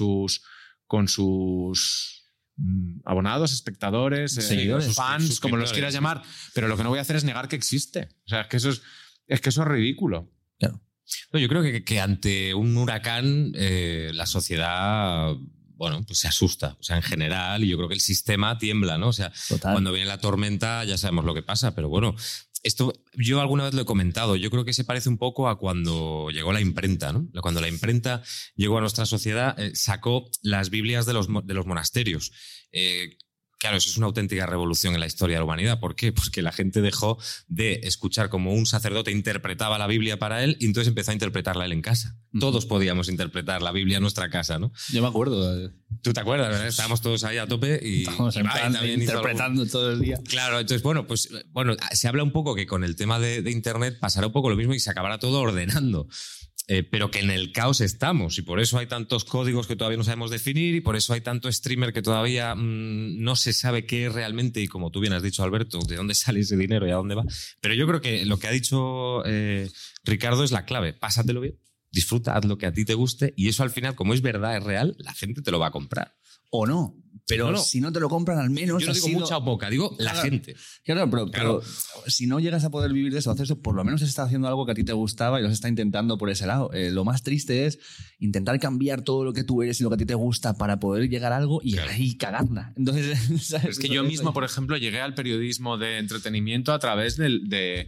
abonados, espectadores, seguidores, fans, como los quieras llamar, pero lo que no voy a hacer es negar que existe. O sea, es que eso es ridículo. Claro. No, yo creo que ante un huracán la sociedad, bueno, pues se asusta, o sea, en general, y yo creo que el sistema tiembla, ¿no? O sea, total. Cuando viene la tormenta ya sabemos lo que pasa, pero bueno, esto yo alguna vez lo he comentado, yo creo que se parece un poco a cuando llegó la imprenta, ¿no? Cuando la imprenta llegó a nuestra sociedad, sacó las Biblias de los monasterios. Claro, eso es una auténtica revolución en la historia de la humanidad. ¿Por qué? Porque la gente dejó de escuchar cómo un sacerdote interpretaba la Biblia para él y entonces empezó a interpretarla él en casa. Todos podíamos interpretar la Biblia en nuestra casa, ¿no? Yo me acuerdo. ¿Tú te acuerdas, verdad? Estábamos todos ahí a tope y estábamos interpretando todo el día. Claro, entonces, bueno, se habla un poco que con el tema de Internet pasará un poco lo mismo y se acabará todo ordenando. Pero que en el caos estamos y por eso hay tantos códigos que todavía no sabemos definir y por eso hay tanto streamer que todavía no se sabe qué es realmente y, como tú bien has dicho, Alberto, de dónde sale ese dinero y a dónde va. Pero yo creo que lo que ha dicho Ricardo es la clave. Pásatelo bien, disfruta, haz lo que a ti te guste y eso al final, como es verdad, es real, la gente te lo va a comprar. O no. Pero si no te lo compran, al menos. Yo no digo mucha o poca, digo la gente. Claro, pero si no llegas a poder vivir de eso, hacer eso, por lo menos estás haciendo algo que a ti te gustaba y lo estás intentando por ese lado. Lo más triste es intentar cambiar todo lo que tú eres y lo que a ti te gusta para poder llegar a algo y cagarla. Entonces, ¿sabes? Es que yo mismo, por ejemplo, llegué al periodismo de entretenimiento a través del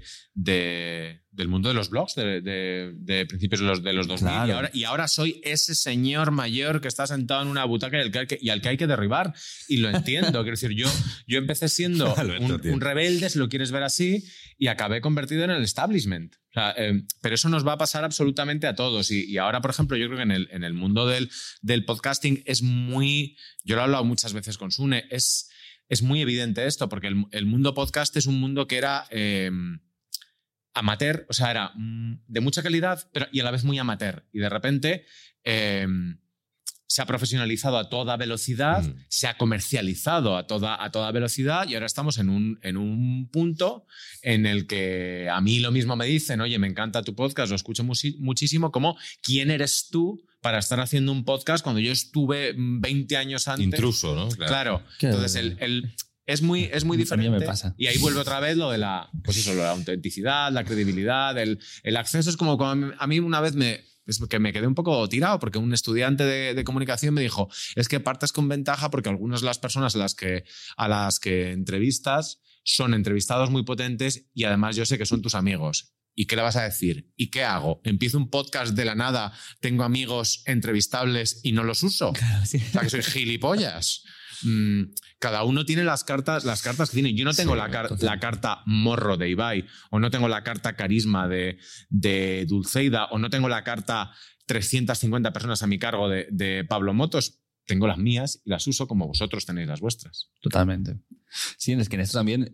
mundo de los blogs de principios de los 2000. Claro. Y ahora soy ese señor mayor que está sentado en una butaca y al que hay que derribar. Y lo entiendo. Quiero decir, yo empecé siendo un rebelde, si lo quieres ver así, y acabé convertido en el establishment. O sea, pero eso nos va a pasar absolutamente a todos. Y ahora, por ejemplo, yo creo que en el mundo del podcasting es muy... Yo lo he hablado muchas veces con Sune. Es muy evidente esto, porque el mundo podcast es un mundo que era... amateur, o sea, era de mucha calidad y a la vez muy amateur. Y de repente se ha profesionalizado a toda velocidad, se ha comercializado a toda velocidad y ahora estamos en un punto en el que a mí lo mismo me dicen, oye, me encanta tu podcast, lo escucho muchísimo, como ¿quién eres tú para estar haciendo un podcast cuando yo estuve 20 años antes? Intruso, ¿no? Claro. Entonces, es muy diferente. A mí me pasa. Y ahí vuelve otra vez lo de la autenticidad, la credibilidad, el acceso. Es como cuando a mí una vez es que me quedé un poco tirado porque un estudiante de comunicación me dijo, es que partes con ventaja porque algunas de las personas a las que entrevistas son entrevistados muy potentes y además yo sé que son tus amigos. ¿Y qué le vas a decir? ¿Y qué hago? ¿Empiezo un podcast de la nada? ¿Tengo amigos entrevistables y no los uso? Claro, sí. O sea, que soy gilipollas. Cada uno tiene las cartas que tiene. Yo no tengo la carta morro de Ibai, o no tengo la carta carisma de Dulceida, o no tengo la carta 350 personas a mi cargo de Pablo Motos. Tengo las mías y las uso como vosotros tenéis las vuestras. Totalmente. Sí, es que en esto también...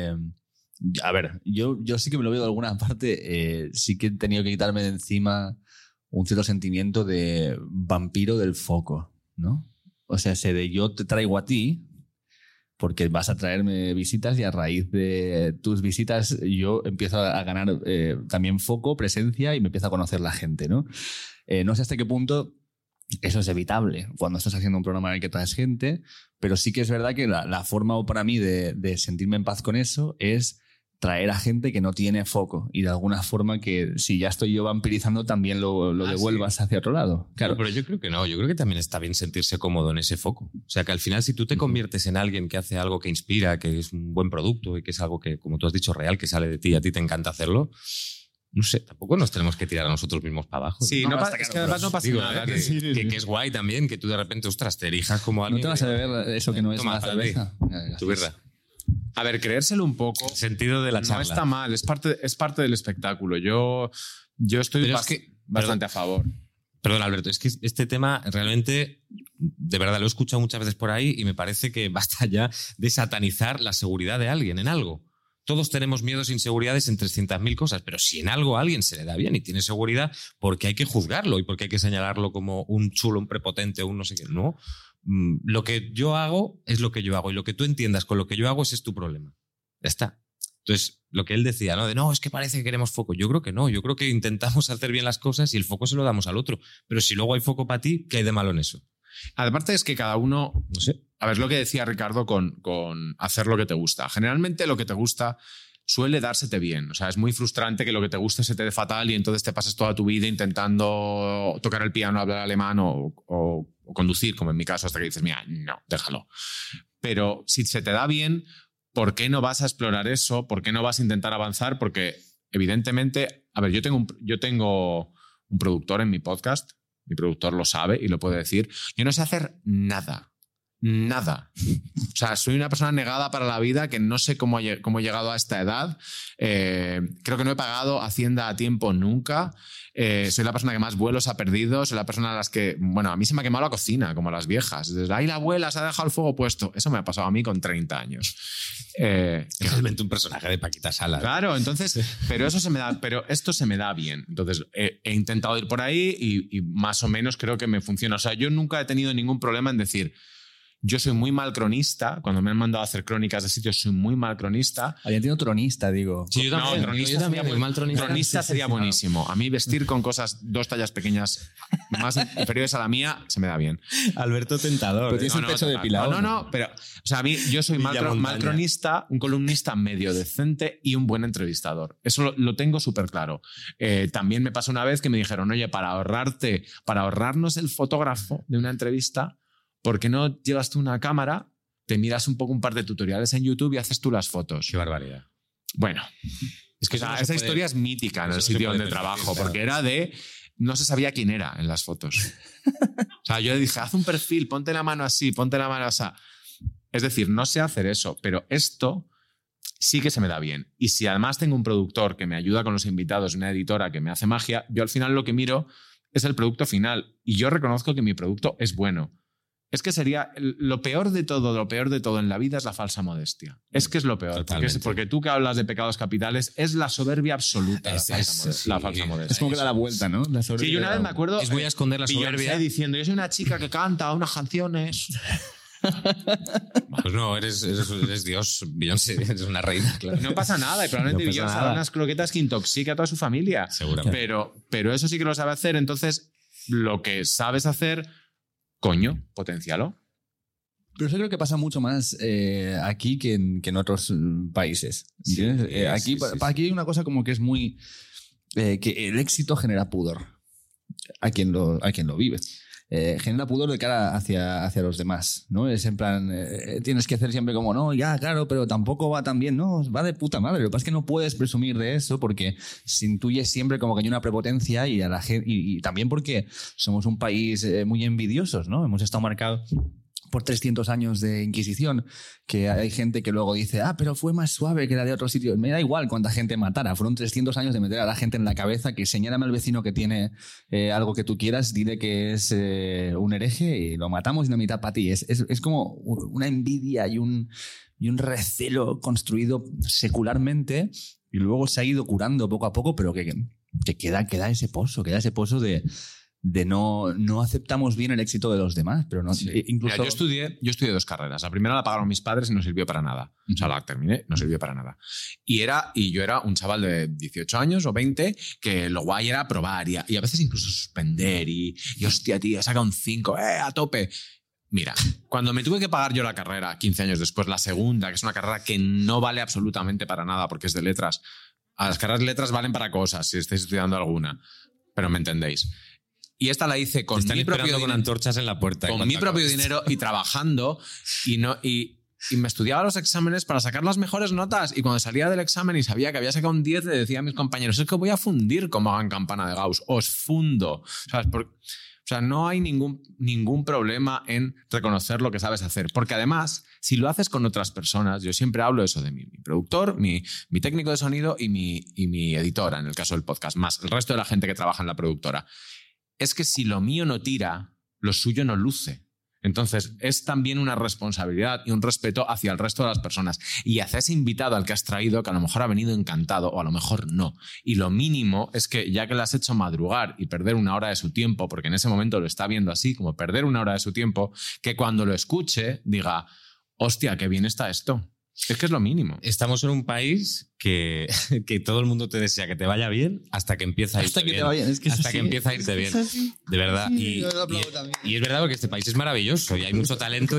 a ver, yo sí que me lo veo de alguna parte. Sí que he tenido que quitarme de encima un cierto sentimiento de vampiro del foco, ¿no? O sea, yo te traigo a ti porque vas a traerme visitas y a raíz de tus visitas yo empiezo a ganar también foco, presencia y me empiezo a conocer la gente, ¿no? No sé hasta qué punto eso es evitable cuando estás haciendo un programa en el que traes gente, pero sí que es verdad que la forma para mí de sentirme en paz con eso es traer a gente que no tiene foco y de alguna forma que si ya estoy yo vampirizando también lo devuelvas hacia otro lado. Claro. No, pero yo creo que no, yo creo que también está bien sentirse cómodo en ese foco. O sea que al final si tú te conviertes en alguien que hace algo que inspira, que es un buen producto y que es algo que, como tú has dicho, real, que sale de ti y a ti te encanta hacerlo, no sé, tampoco nos tenemos que tirar a nosotros mismos para abajo. Sí, es que además no pasa nada. Que es guay también que tú de repente, ostras, te elijas como alguien. ¿No te vas a beber eso que no es una cerveza? Tu birra. A ver, creérselo un poco. El sentido de la charla. No está mal, es parte del espectáculo. Yo estoy bastante a favor. Perdón, Alberto, es que este tema realmente, de verdad, lo he escuchado muchas veces por ahí y me parece que basta ya de satanizar la seguridad de alguien en algo. Todos tenemos miedos e inseguridades en 300.000 cosas, pero si en algo a alguien se le da bien y tiene seguridad, ¿por qué hay que juzgarlo y por qué hay que señalarlo como un chulo, un prepotente, un no sé qué? No. Lo que yo hago es lo que yo hago y lo que tú entiendas con lo que yo hago ese es tu problema. Ya está. Entonces, lo que él decía, ¿no? No, es que parece que queremos foco. Yo creo que no. Yo creo que intentamos hacer bien las cosas y el foco se lo damos al otro. Pero si luego hay foco para ti, ¿qué hay de malo en eso? Aparte es que cada uno, no sé, a ver lo que decía Ricardo con hacer lo que te gusta. Generalmente lo que te gusta suele dársete bien. O sea, es muy frustrante que lo que te guste se te dé fatal y entonces te pases toda tu vida intentando tocar el piano, hablar alemán o conducir, como en mi caso, hasta que dices, mira, no, déjalo. Pero si se te da bien, ¿por qué no vas a explorar eso? ¿Por qué no vas a intentar avanzar? Porque evidentemente, a ver, yo tengo un productor en mi podcast, mi productor lo sabe y lo puede decir, yo no sé hacer nada. Nada. O sea, soy una persona negada para la vida que no sé cómo he llegado a esta edad. Creo que no he pagado Hacienda a tiempo nunca. Soy la persona que más vuelos ha perdido. Soy la persona a las que... Bueno, a mí se me ha quemado la cocina, como a las viejas. Desde ahí la abuela se ha dejado el fuego puesto. Eso me ha pasado a mí con 30 años. Es realmente un personaje de Paquita Salas. Claro, entonces... Pero esto se me da bien. Entonces, he intentado ir por ahí y más o menos creo que me funciona. O sea, yo nunca he tenido ningún problema en decir... Yo soy muy mal cronista. Cuando me han mandado a hacer crónicas de sitios, soy muy mal cronista. Había entiendo tronista, digo. Sí, yo también. Tronista sería buenísimo. A mí vestir con cosas 2 tallas pequeñas más inferiores a la mía se me da bien. Alberto Tentador. Pero tienes el pecho depilado. No, pero o sea, a mí yo soy mal cronista, un columnista medio decente y un buen entrevistador. Eso lo tengo súper claro. También me pasó una vez que me dijeron, oye, para ahorrarnos el fotógrafo de una entrevista, ¿por qué no llevas tú una cámara, te miras un poco un par de tutoriales en YouTube y haces tú las fotos? Qué barbaridad. Bueno, es que esa historia es mítica en el sitio donde trabajo, porque era de... No se sabía quién era en las fotos. O sea, yo le dije, haz un perfil, ponte la mano así, ponte la mano así. Es decir, no sé hacer eso, pero esto sí que se me da bien. Y si además tengo un productor que me ayuda con los invitados, una editora que me hace magia, yo al final lo que miro es el producto final. Y yo reconozco que mi producto es bueno. Es que sería lo peor de todo en la vida es la falsa modestia. Es que es lo peor. Porque tú que hablas de pecados capitales, es la soberbia absoluta. La falsa modestia. Es como que da la vuelta, ¿no? La soberbia. Sí, yo una vez me acuerdo. Voy a esconder la soberbia diciendo, yo soy una chica que canta unas canciones. Pues no, eres Dios, Beyoncé, eres una reina, claro. No pasa nada, y probablemente No Beyoncé pasa haga nada. unas croquetas que intoxique a toda su familia. Seguramente. Pero eso sí que lo sabe hacer, entonces lo que sabes hacer, coño, potencialo. Pero eso creo que pasa mucho más aquí que en otros países. ¿Entiendes? Sí, Aquí hay una cosa como que es muy... que el éxito genera pudor a quien lo vive. Genera pudor de cara hacia los demás, ¿no? Es en plan, tienes que hacer siempre como, no, ya, claro, pero tampoco va tan bien, no, va de puta madre. Lo que pasa es que no puedes presumir de eso porque se intuye siempre como que hay una prepotencia y a la gente, y también porque somos un país muy envidiosos, ¿no? Hemos estado marcados por 300 años de Inquisición, que hay gente que luego dice, pero fue más suave que la de otros sitios. Me da igual cuánta gente matara. Fueron 300 años de meter a la gente en la cabeza que señálame al vecino que tiene algo que tú quieras, dile que es un hereje y lo matamos y una mitad para ti. Es como una envidia y un recelo construido secularmente y luego se ha ido curando poco a poco, pero que queda ese pozo de no aceptamos bien el éxito de los demás, pero no, Sí. incluso... Mira, yo estudié 2 carreras. La primera la pagaron mis padres y no sirvió para nada. O sea, la terminé, no sirvió para nada. Y yo era un chaval de 18 años o 20 que lo guay era probar y a veces incluso suspender y hostia, tío, saca un 5, a tope. Mira, cuando me tuve que pagar yo la carrera, 15 años después, la segunda, que es una carrera que no vale absolutamente para nada porque es de letras. A las carreras de letras valen para cosas, si estáis estudiando alguna, pero me entendéis. Y esta la hice con mi propio dinero, con antorchas en la puerta. con mi propio dinero y trabajando y me estudiaba los exámenes para sacar las mejores notas y cuando salía del examen y sabía que había sacado un 10 le decía a mis compañeros, es que voy a fundir como hagan campana de Gauss, os fundo. ¿Sabes? O sea, no hay ningún problema en reconocer lo que sabes hacer. Porque además, si lo haces con otras personas, yo siempre hablo eso de mi productor, mi técnico de sonido y mi editora, en el caso del podcast, más el resto de la gente que trabaja en la productora. Es que si lo mío no tira, lo suyo no luce. Entonces, es también una responsabilidad y un respeto hacia el resto de las personas. Y hacia ese invitado al que has traído, que a lo mejor ha venido encantado o a lo mejor no. Y lo mínimo es que, ya que le has hecho madrugar y perder 1 hora de su tiempo, porque en ese momento lo está viendo así, como perder 1 hora de su tiempo, que cuando lo escuche diga, hostia, qué bien está esto. Es que es lo mínimo. Estamos en un país que todo el mundo te desea que te vaya bien hasta que empieza a irte bien. Hasta que empieza a irte bien. De verdad. Sí, y es verdad porque este país es maravilloso y hay mucho talento y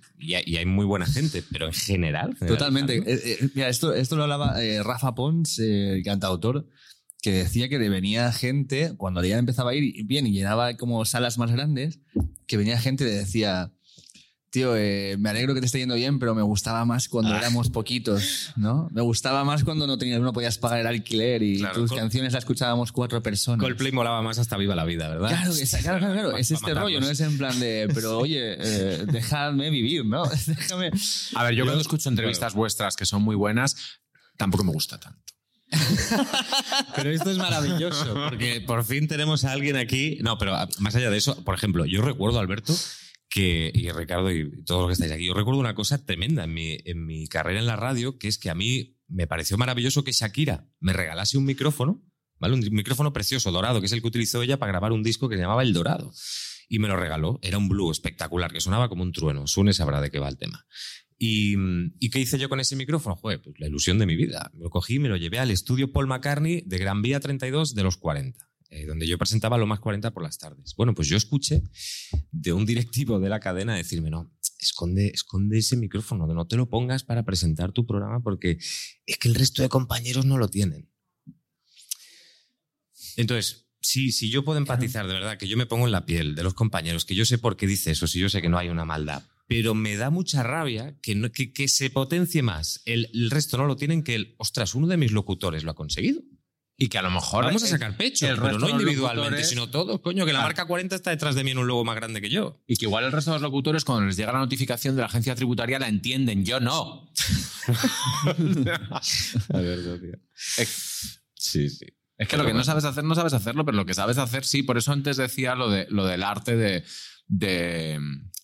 hay muy buena gente, pero en general. Totalmente. Mira, esto lo hablaba Rafa Pons, el cantautor, que decía que venía gente, cuando ya empezaba a ir bien y llenaba como salas más grandes, que venía gente y le decía... Tío, me alegro que te esté yendo bien, pero me gustaba más cuando éramos poquitos, ¿no? Me gustaba más cuando no podías pagar el alquiler y tus canciones las escuchábamos 4 personas. Coldplay molaba más hasta Viva la Vida, ¿verdad? Claro. Es este rollo, no es en plan de, pero oye, dejadme vivir, ¿no? Déjame... A ver, yo cuando escucho entrevistas vuestras que son muy buenas, tampoco me gusta tanto. Pero esto es maravilloso, porque por fin tenemos a alguien aquí... No, pero más allá de eso, por ejemplo, yo recuerdo, Alberto... y Ricardo y todos los que estáis aquí, yo recuerdo una cosa tremenda en mi carrera en la radio, que es que a mí me pareció maravilloso que Shakira me regalase un micrófono, ¿vale? Un micrófono precioso, dorado, que es el que utilizó ella para grabar un disco que se llamaba El Dorado. Y me lo regaló. Era un blue espectacular, que sonaba como un trueno. Sune sabrá de qué va el tema. ¿Y qué hice yo con ese micrófono? Joder, pues la ilusión de mi vida. Me lo cogí y me lo llevé al estudio Paul McCartney de Gran Vía 32 de los 40. Donde yo presentaba Lo Más 40 por las tardes. Bueno, pues yo escuché de un directivo de la cadena decirme, no, esconde ese micrófono, no te lo pongas para presentar tu programa porque es que el resto de compañeros no lo tienen. Entonces, si yo puedo empatizar, de verdad, que yo me pongo en la piel de los compañeros, que yo sé por qué dice eso, si yo sé que no hay una maldad, pero me da mucha rabia que se potencie más. El resto no lo tienen, que ostras, uno de mis locutores lo ha conseguido. Y que a lo mejor vamos a sacar pecho, pero no individualmente, sino todos. Coño, que la marca 40 está detrás de mí en un logo más grande que yo. Y que igual el resto de los locutores, cuando les llega la notificación de la agencia tributaria, la entienden. Yo no. A ver, tío. Sí. Es que lo que no sabes hacer, no sabes hacerlo, pero lo que sabes hacer, sí. Por eso antes decía lo del arte de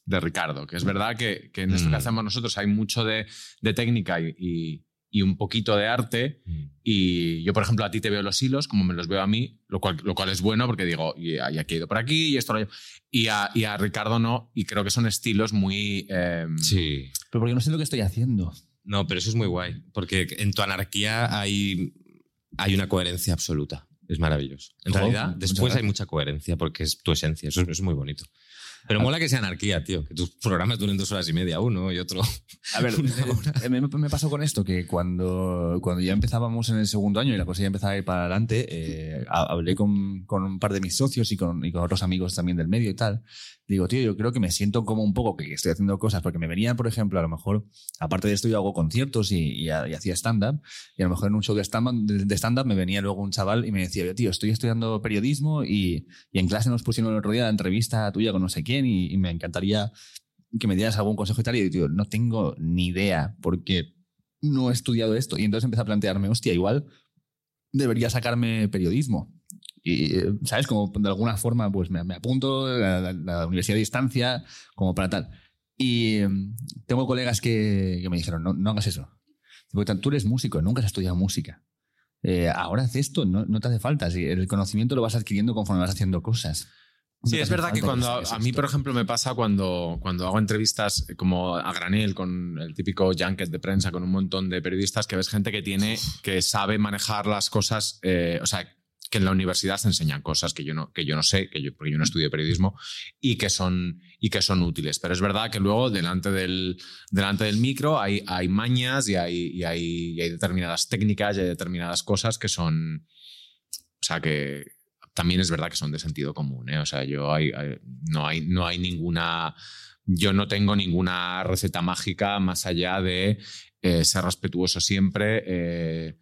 de Ricardo, que es verdad que en esto que hacemos nosotros hay mucho de técnica y un poquito de arte, y yo, por ejemplo, a ti te veo los hilos como me los veo a mí, lo cual es bueno porque digo, y aquí he ido por aquí, y esto lo y a Ricardo no, y creo que son estilos muy... Sí. Pero porque no sé lo que estoy haciendo. No, pero eso es muy guay, porque en tu anarquía hay una coherencia absoluta. Es maravilloso. En realidad, después hay mucha coherencia porque es tu esencia. Eso es muy bonito. Pero mola que sea anarquía, tío. Que tus programas duren 2 horas y media, uno y otro. A ver, me pasó con esto, que cuando ya empezábamos en el segundo año y la cosa ya empezaba a ir para adelante, hablé con un par de mis socios y con otros amigos también del medio y tal. Digo, tío, yo creo que me siento como un poco que estoy haciendo cosas, porque me venían, por ejemplo, a lo mejor, aparte de esto yo hago conciertos y hacía stand-up, y a lo mejor en un show de stand-up me venía luego un chaval y me decía, tío, estoy estudiando periodismo y en clase nos pusieron el otro día la entrevista tuya con no sé quién y me encantaría que me dieras algún consejo y tal. Y digo, tío, no tengo ni idea porque no he estudiado esto. Y entonces empecé a plantearme, hostia, igual debería sacarme periodismo. Y, ¿sabes? Como de alguna forma pues me apunto a la universidad de distancia como para tal. Y tengo colegas que me dijeron, no hagas eso. Porque tú eres músico, nunca has estudiado música. Ahora haz esto, no te hace falta. Si el conocimiento lo vas adquiriendo conforme vas haciendo cosas. Sí, es verdad que cuando a mí, por ejemplo, me pasa cuando hago entrevistas como a granel con el típico junket de prensa con un montón de periodistas, que ves gente que sabe manejar las cosas, o sea, que en la universidad se enseñan cosas que yo no sé, porque yo no estudio periodismo, y que son útiles. Pero es verdad que luego delante del micro hay mañas y hay determinadas técnicas y hay determinadas cosas que son, o sea, que también es verdad que son de sentido común, ¿eh? O sea, no hay ninguna... Yo no tengo ninguna receta mágica más allá de ser respetuoso siempre,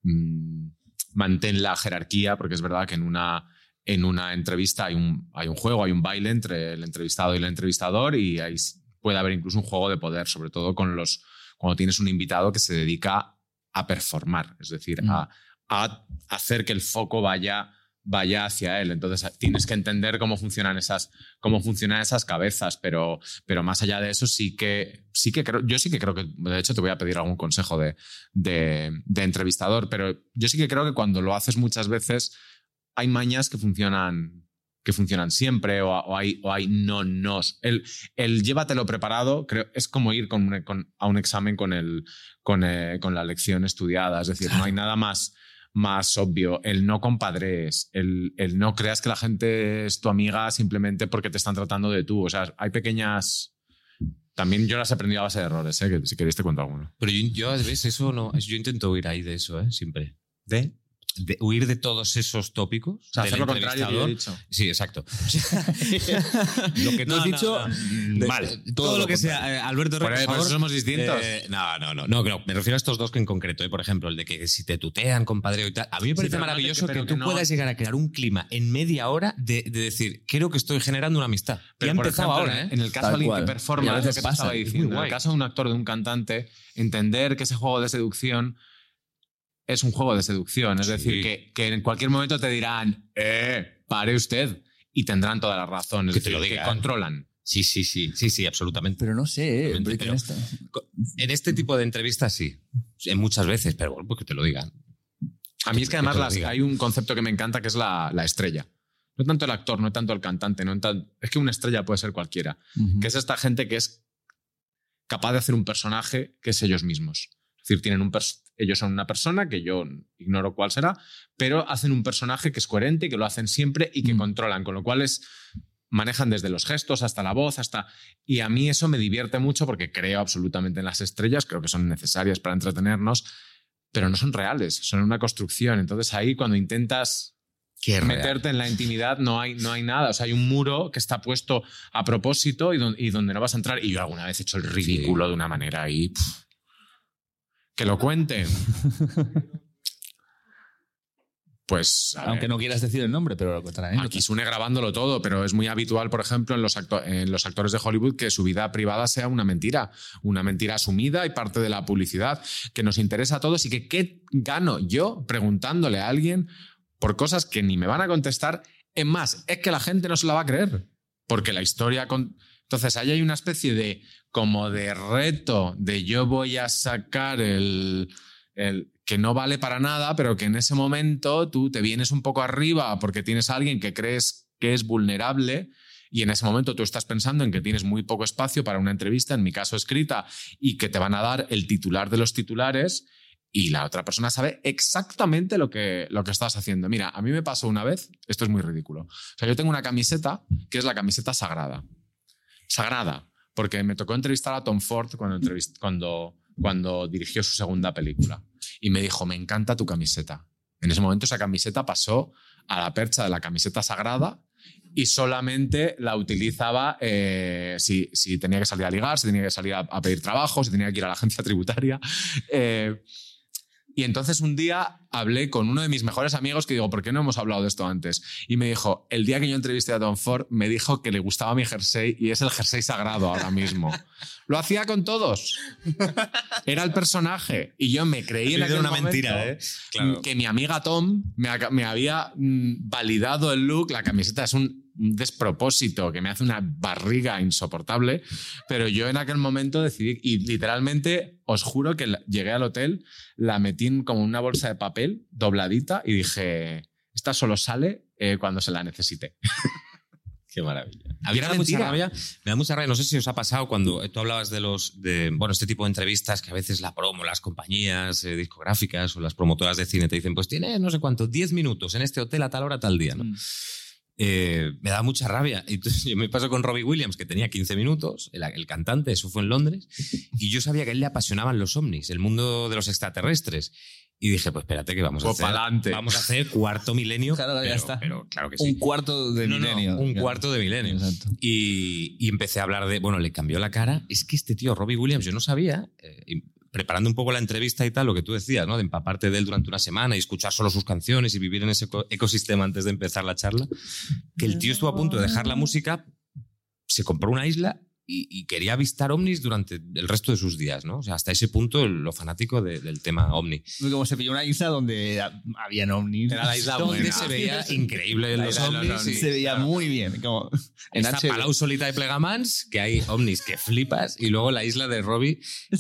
mantén la jerarquía, porque es verdad que en una entrevista hay un juego, hay un baile entre el entrevistado y el entrevistador, y ahí puede haber incluso un juego de poder, sobre todo cuando tienes un invitado que se dedica a performar, es decir, a hacer que el foco vaya hacia él. Entonces tienes que entender cómo funcionan esas cabezas, pero más allá de eso sí que creo, yo sí que creo que, de hecho te voy a pedir algún consejo de entrevistador, pero yo sí que creo que cuando lo haces muchas veces hay mañas que funcionan siempre, o hay no-nos. El llévatelo preparado, creo, es como ir a un examen con la lección estudiada, es decir, no hay nada más obvio, el no compadres, el no creas que la gente es tu amiga simplemente porque te están tratando de tú. O sea, hay pequeñas... También yo las he aprendido a base de errores, que si queréis te cuento alguno. Pero yo a veces eso no... Yo intento huir ahí de eso, siempre. ¿De huir de todos esos tópicos. O sea, hacer lo contrario que he dicho. Sí, exacto. Lo que tú has dicho, vale. Todo lo que sea, Alberto Rey, por eso somos distintos. No, me refiero a estos dos que en concreto, por ejemplo, el de que si te tutean, compadreo y tal. A mí me parece maravilloso que tú puedas llegar a crear un clima en media hora de decir, creo que estoy generando una amistad. Pero y ha empezado ahora, En el caso de alguien que performa, lo que te estaba diciendo. En el caso de un actor, de un cantante, entender que ese juego de seducción es un juego de seducción, es decir, que en cualquier momento te dirán, pare usted, y tendrán toda la razón, es decir, que controlan. Sí, absolutamente. Pero no sé, en este tipo de entrevistas sí, en muchas veces, pero bueno, pues que te lo digan. A mí es que además hay un concepto que me encanta, que es la estrella. No tanto el actor, no tanto el cantante, es que una estrella puede ser cualquiera, que es esta gente que es capaz de hacer un personaje que es ellos mismos. Es decir, ellos son una persona que yo ignoro cuál será, pero hacen un personaje que es coherente, que lo hacen siempre y que controlan, con lo cual manejan desde los gestos hasta la voz, y a mí eso me divierte mucho porque creo absolutamente en las estrellas, creo que son necesarias para entretenernos, pero no son reales, son una construcción. Entonces ahí cuando intentas meterte en la intimidad no hay nada. O sea, hay un muro que está puesto a propósito y donde no vas a entrar. Y yo alguna vez he hecho el ridículo de una manera ahí... Que lo cuenten. Pues... Aunque no quieras decir el nombre, pero lo contarán. Aquí Sune grabándolo todo, pero es muy habitual, por ejemplo, en los actores de Hollywood que su vida privada sea una mentira asumida y parte de la publicidad, que nos interesa a todos y que ¿qué gano yo preguntándole a alguien por cosas que ni me van a contestar? Es más, es que la gente no se la va a creer, porque la historia... Entonces ahí hay una especie de como de reto de yo voy a sacar el que no vale para nada, pero que en ese momento tú te vienes un poco arriba porque tienes a alguien que crees que es vulnerable y en ese momento tú estás pensando en que tienes muy poco espacio para una entrevista, en mi caso escrita, y que te van a dar el titular de los titulares y la otra persona sabe exactamente lo que estás haciendo. Mira, a mí me pasó una vez, esto es muy ridículo. O sea, yo tengo una camiseta que es la camiseta sagrada. Sagrada, porque me tocó entrevistar a Tom Ford cuando dirigió su segunda película. Y me dijo, me encanta tu camiseta. En ese momento esa camiseta pasó a la percha de la camiseta sagrada y solamente la utilizaba si tenía que salir a ligar, si tenía que salir a pedir trabajo, si tenía que ir a la agencia tributaria. Y entonces un día hablé con uno de mis mejores amigos que digo, ¿por qué no hemos hablado de esto antes? Y me dijo, el día que yo entrevisté a Tom Ford, me dijo que le gustaba mi jersey y es el jersey sagrado ahora mismo. Lo hacía con todos. Era el personaje. Y yo me creí en aquel una momento mentira, ¿eh? Claro. Que mi amiga Tom me había validado el look. La camiseta es un despropósito que me hace una barriga insoportable, pero yo en aquel momento decidí, y literalmente os juro que llegué al hotel, la metí en como una bolsa de papel dobladita y dije, esta solo sale cuando se la necesite. Qué maravilla. Me da mucha rabia. No sé si os ha pasado cuando tú hablabas de este tipo de entrevistas que a veces la promo, las compañías discográficas o las promotoras de cine te dicen, pues tiene no sé cuánto, 10 minutos en este hotel a tal hora, tal día, ¿no? Me da mucha rabia. Entonces, yo me pasó con Robbie Williams, que tenía 15 minutos, el cantante, eso fue en Londres, y yo sabía que a él le apasionaban los ovnis, el mundo de los extraterrestres. Y dije, pues espérate que vamos a hacer cuarto milenio. Claro, ya está. Pero claro que sí. Un cuarto de milenio. Un cuarto de milenio. Exacto. Y empecé a hablar de, le cambió la cara. Es que este tío, Robbie Williams, yo no sabía, preparando un poco la entrevista y tal, lo que tú decías, ¿no? De empaparte de él durante una semana y escuchar solo sus canciones y vivir en ese ecosistema antes de empezar la charla, que el tío estuvo a punto de dejar la música, se compró una isla y quería avistar ovnis durante el resto de sus días, ¿no? O sea, hasta ese punto lo fanático del tema ovni. Como se pilló una isla donde habían ovnis. Era la isla donde se veía increíble los ovnis. Se veía muy bien. Como en esta Palau Solita de Plegamans, que hay ovnis que flipas, y luego la isla de Robbie.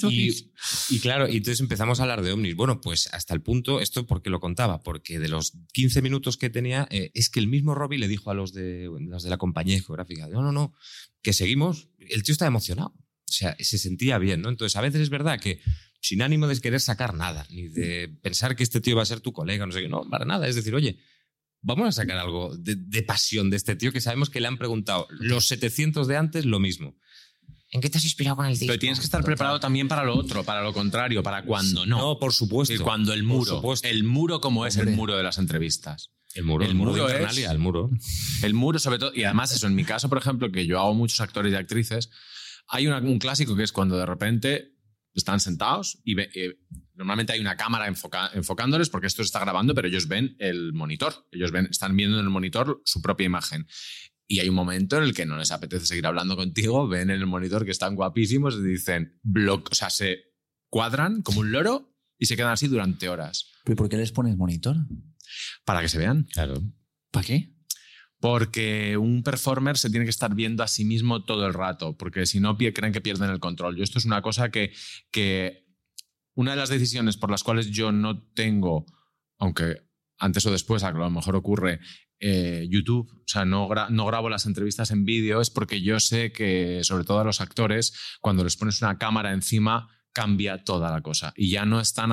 Y claro, y entonces empezamos a hablar de ovnis. Bueno, pues hasta el punto, esto porque lo contaba, porque de los 15 minutos que tenía, es que el mismo Robbie le dijo a los de la compañía discográfica, no, que seguimos. El tío estaba emocionado, o sea, se sentía bien, ¿no? Entonces, a veces es verdad que sin ánimo de querer sacar nada, ni de pensar que este tío va a ser tu colega, no sé qué, no, para nada. Es decir, oye, vamos a sacar algo de pasión de este tío que sabemos que le han preguntado los 700 de antes lo mismo. ¿En qué te has inspirado con el disco? Pero tienes que estar preparado también para lo otro, para lo contrario, para cuando no. No, por supuesto. Y cuando el muro. El muro como es el muro de las entrevistas. El muro de Invernalia, el muro. El muro, sobre todo. Y además, eso, en mi caso, por ejemplo, que yo hago muchos actores y actrices, hay un clásico que es cuando de repente están sentados y normalmente hay una cámara enfocándoles porque esto se está grabando, pero ellos ven el monitor. Están viendo en el monitor su propia imagen. Y hay un momento en el que no les apetece seguir hablando contigo, ven en el monitor que están guapísimos y dicen, o sea, se cuadran como un loro y se quedan así durante horas. ¿Pero por qué les pones monitor? Para que se vean. Claro. ¿Para qué? Porque un performer se tiene que estar viendo a sí mismo todo el rato, porque si no creen que pierden el control. Esto es una cosa que una de las decisiones por las cuales yo no tengo, aunque antes o después a lo mejor ocurre, YouTube, o sea, no grabo las entrevistas en vídeo, es porque yo sé que, sobre todo a los actores, cuando les pones una cámara encima, cambia toda la cosa. Y ya no están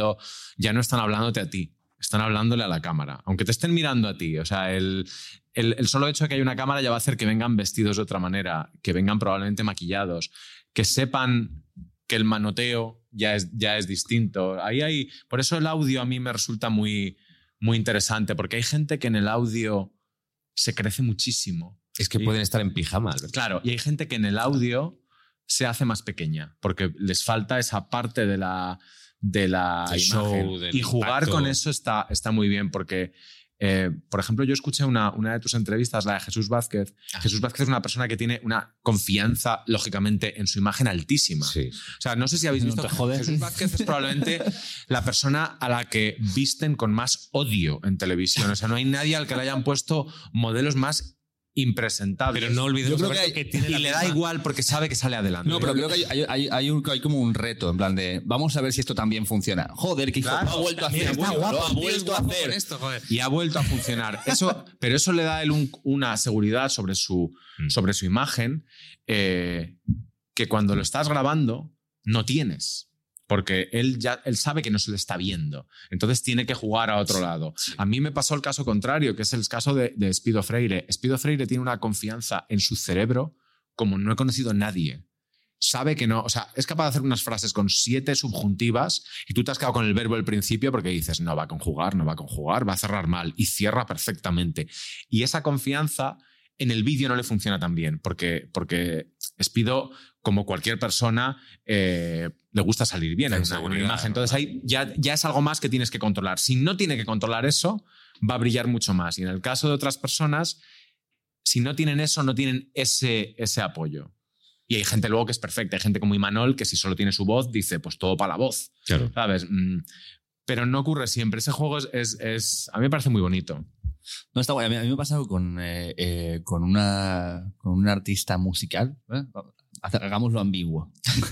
hablándote a ti. Están hablándole a la cámara, aunque te estén mirando a ti. O sea, el solo hecho de que haya una cámara ya va a hacer que vengan vestidos de otra manera, que vengan probablemente maquillados, que sepan que el manoteo ya es distinto. Por eso el audio a mí me resulta muy, muy interesante, porque hay gente que en el audio se crece muchísimo. Es que pueden estar en pijama. ¿Verdad? Claro, y hay gente que en el audio se hace más pequeña, porque les falta esa parte de la imagen. Show, y jugar impacto. con eso está muy bien, porque, por ejemplo, yo escuché una de tus entrevistas, la de Jesús Vázquez. Jesús Vázquez es una persona que tiene una confianza, lógicamente, en su imagen altísima. Sí. O sea, no sé si habéis visto que Jesús Vázquez es probablemente la persona a la que visten con más odio en televisión. O sea, no hay nadie al que le hayan puesto modelos más impresentable. Pero no olvides que tiene y le da igual porque sabe que sale adelante. No, pero creo que hay como un reto, en plan de vamos a ver si esto también funciona. Joder, que claro, ha vuelto a hacer. Está guapo, ha vuelto a hacer esto, joder. Y ha vuelto a funcionar. Pero eso le da a él una seguridad sobre su imagen que cuando lo estás grabando no tienes. Porque él sabe que no se le está viendo. Entonces tiene que jugar a otro lado. A mí me pasó el caso contrario, que es el caso de Espido Freire. Espido Freire tiene una confianza en su cerebro como no he conocido a nadie. Sabe que no, o sea, es capaz de hacer unas frases con 7 subjuntivas y tú te has quedado con el verbo al principio porque dices, no va a conjugar, va a cerrar mal y cierra perfectamente. Y esa confianza en el vídeo no le funciona tan bien porque Espido, como cualquier persona, le gusta salir bien en una imagen. Entonces ahí ya es algo más que tienes que controlar. Si no tiene que controlar eso, va a brillar mucho más. Y en el caso de otras personas, si no tienen eso, no tienen ese apoyo. Y hay gente luego que es perfecta. Hay gente como Imanol que si solo tiene su voz, dice, pues todo para la voz. Claro. ¿Sabes? Pero no ocurre siempre. Ese juego es a mí me parece muy bonito. No, está guay. A mí me ha pasado con un artista musical, hagámoslo ambiguo,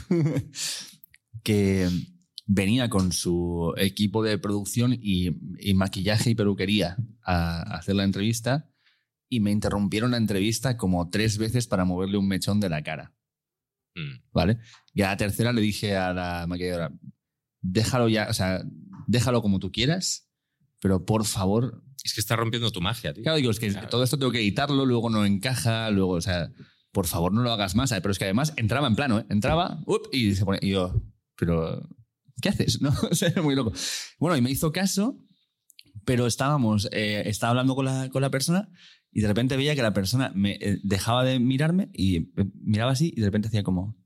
que venía con su equipo de producción y maquillaje y peluquería a hacer la entrevista y me interrumpieron la entrevista como 3 veces para moverle un mechón de la cara. ¿Vale? Y a la tercera le dije a la maquilladora, déjalo ya, o sea, déjalo como tú quieras, pero por favor... Es que está rompiendo tu magia, tío. Claro, digo, es que todo esto tengo que editarlo, luego no encaja, luego, o sea, por favor no lo hagas más, ¿sabes? Pero es que además entraba en plano, ¿eh? Entraba, y se pone, y yo, pero, ¿qué haces? ¿No? O sea, era muy loco. Bueno, y me hizo caso, pero estaba hablando con la persona y de repente veía que la persona me dejaba de mirarme y miraba así y de repente hacía como...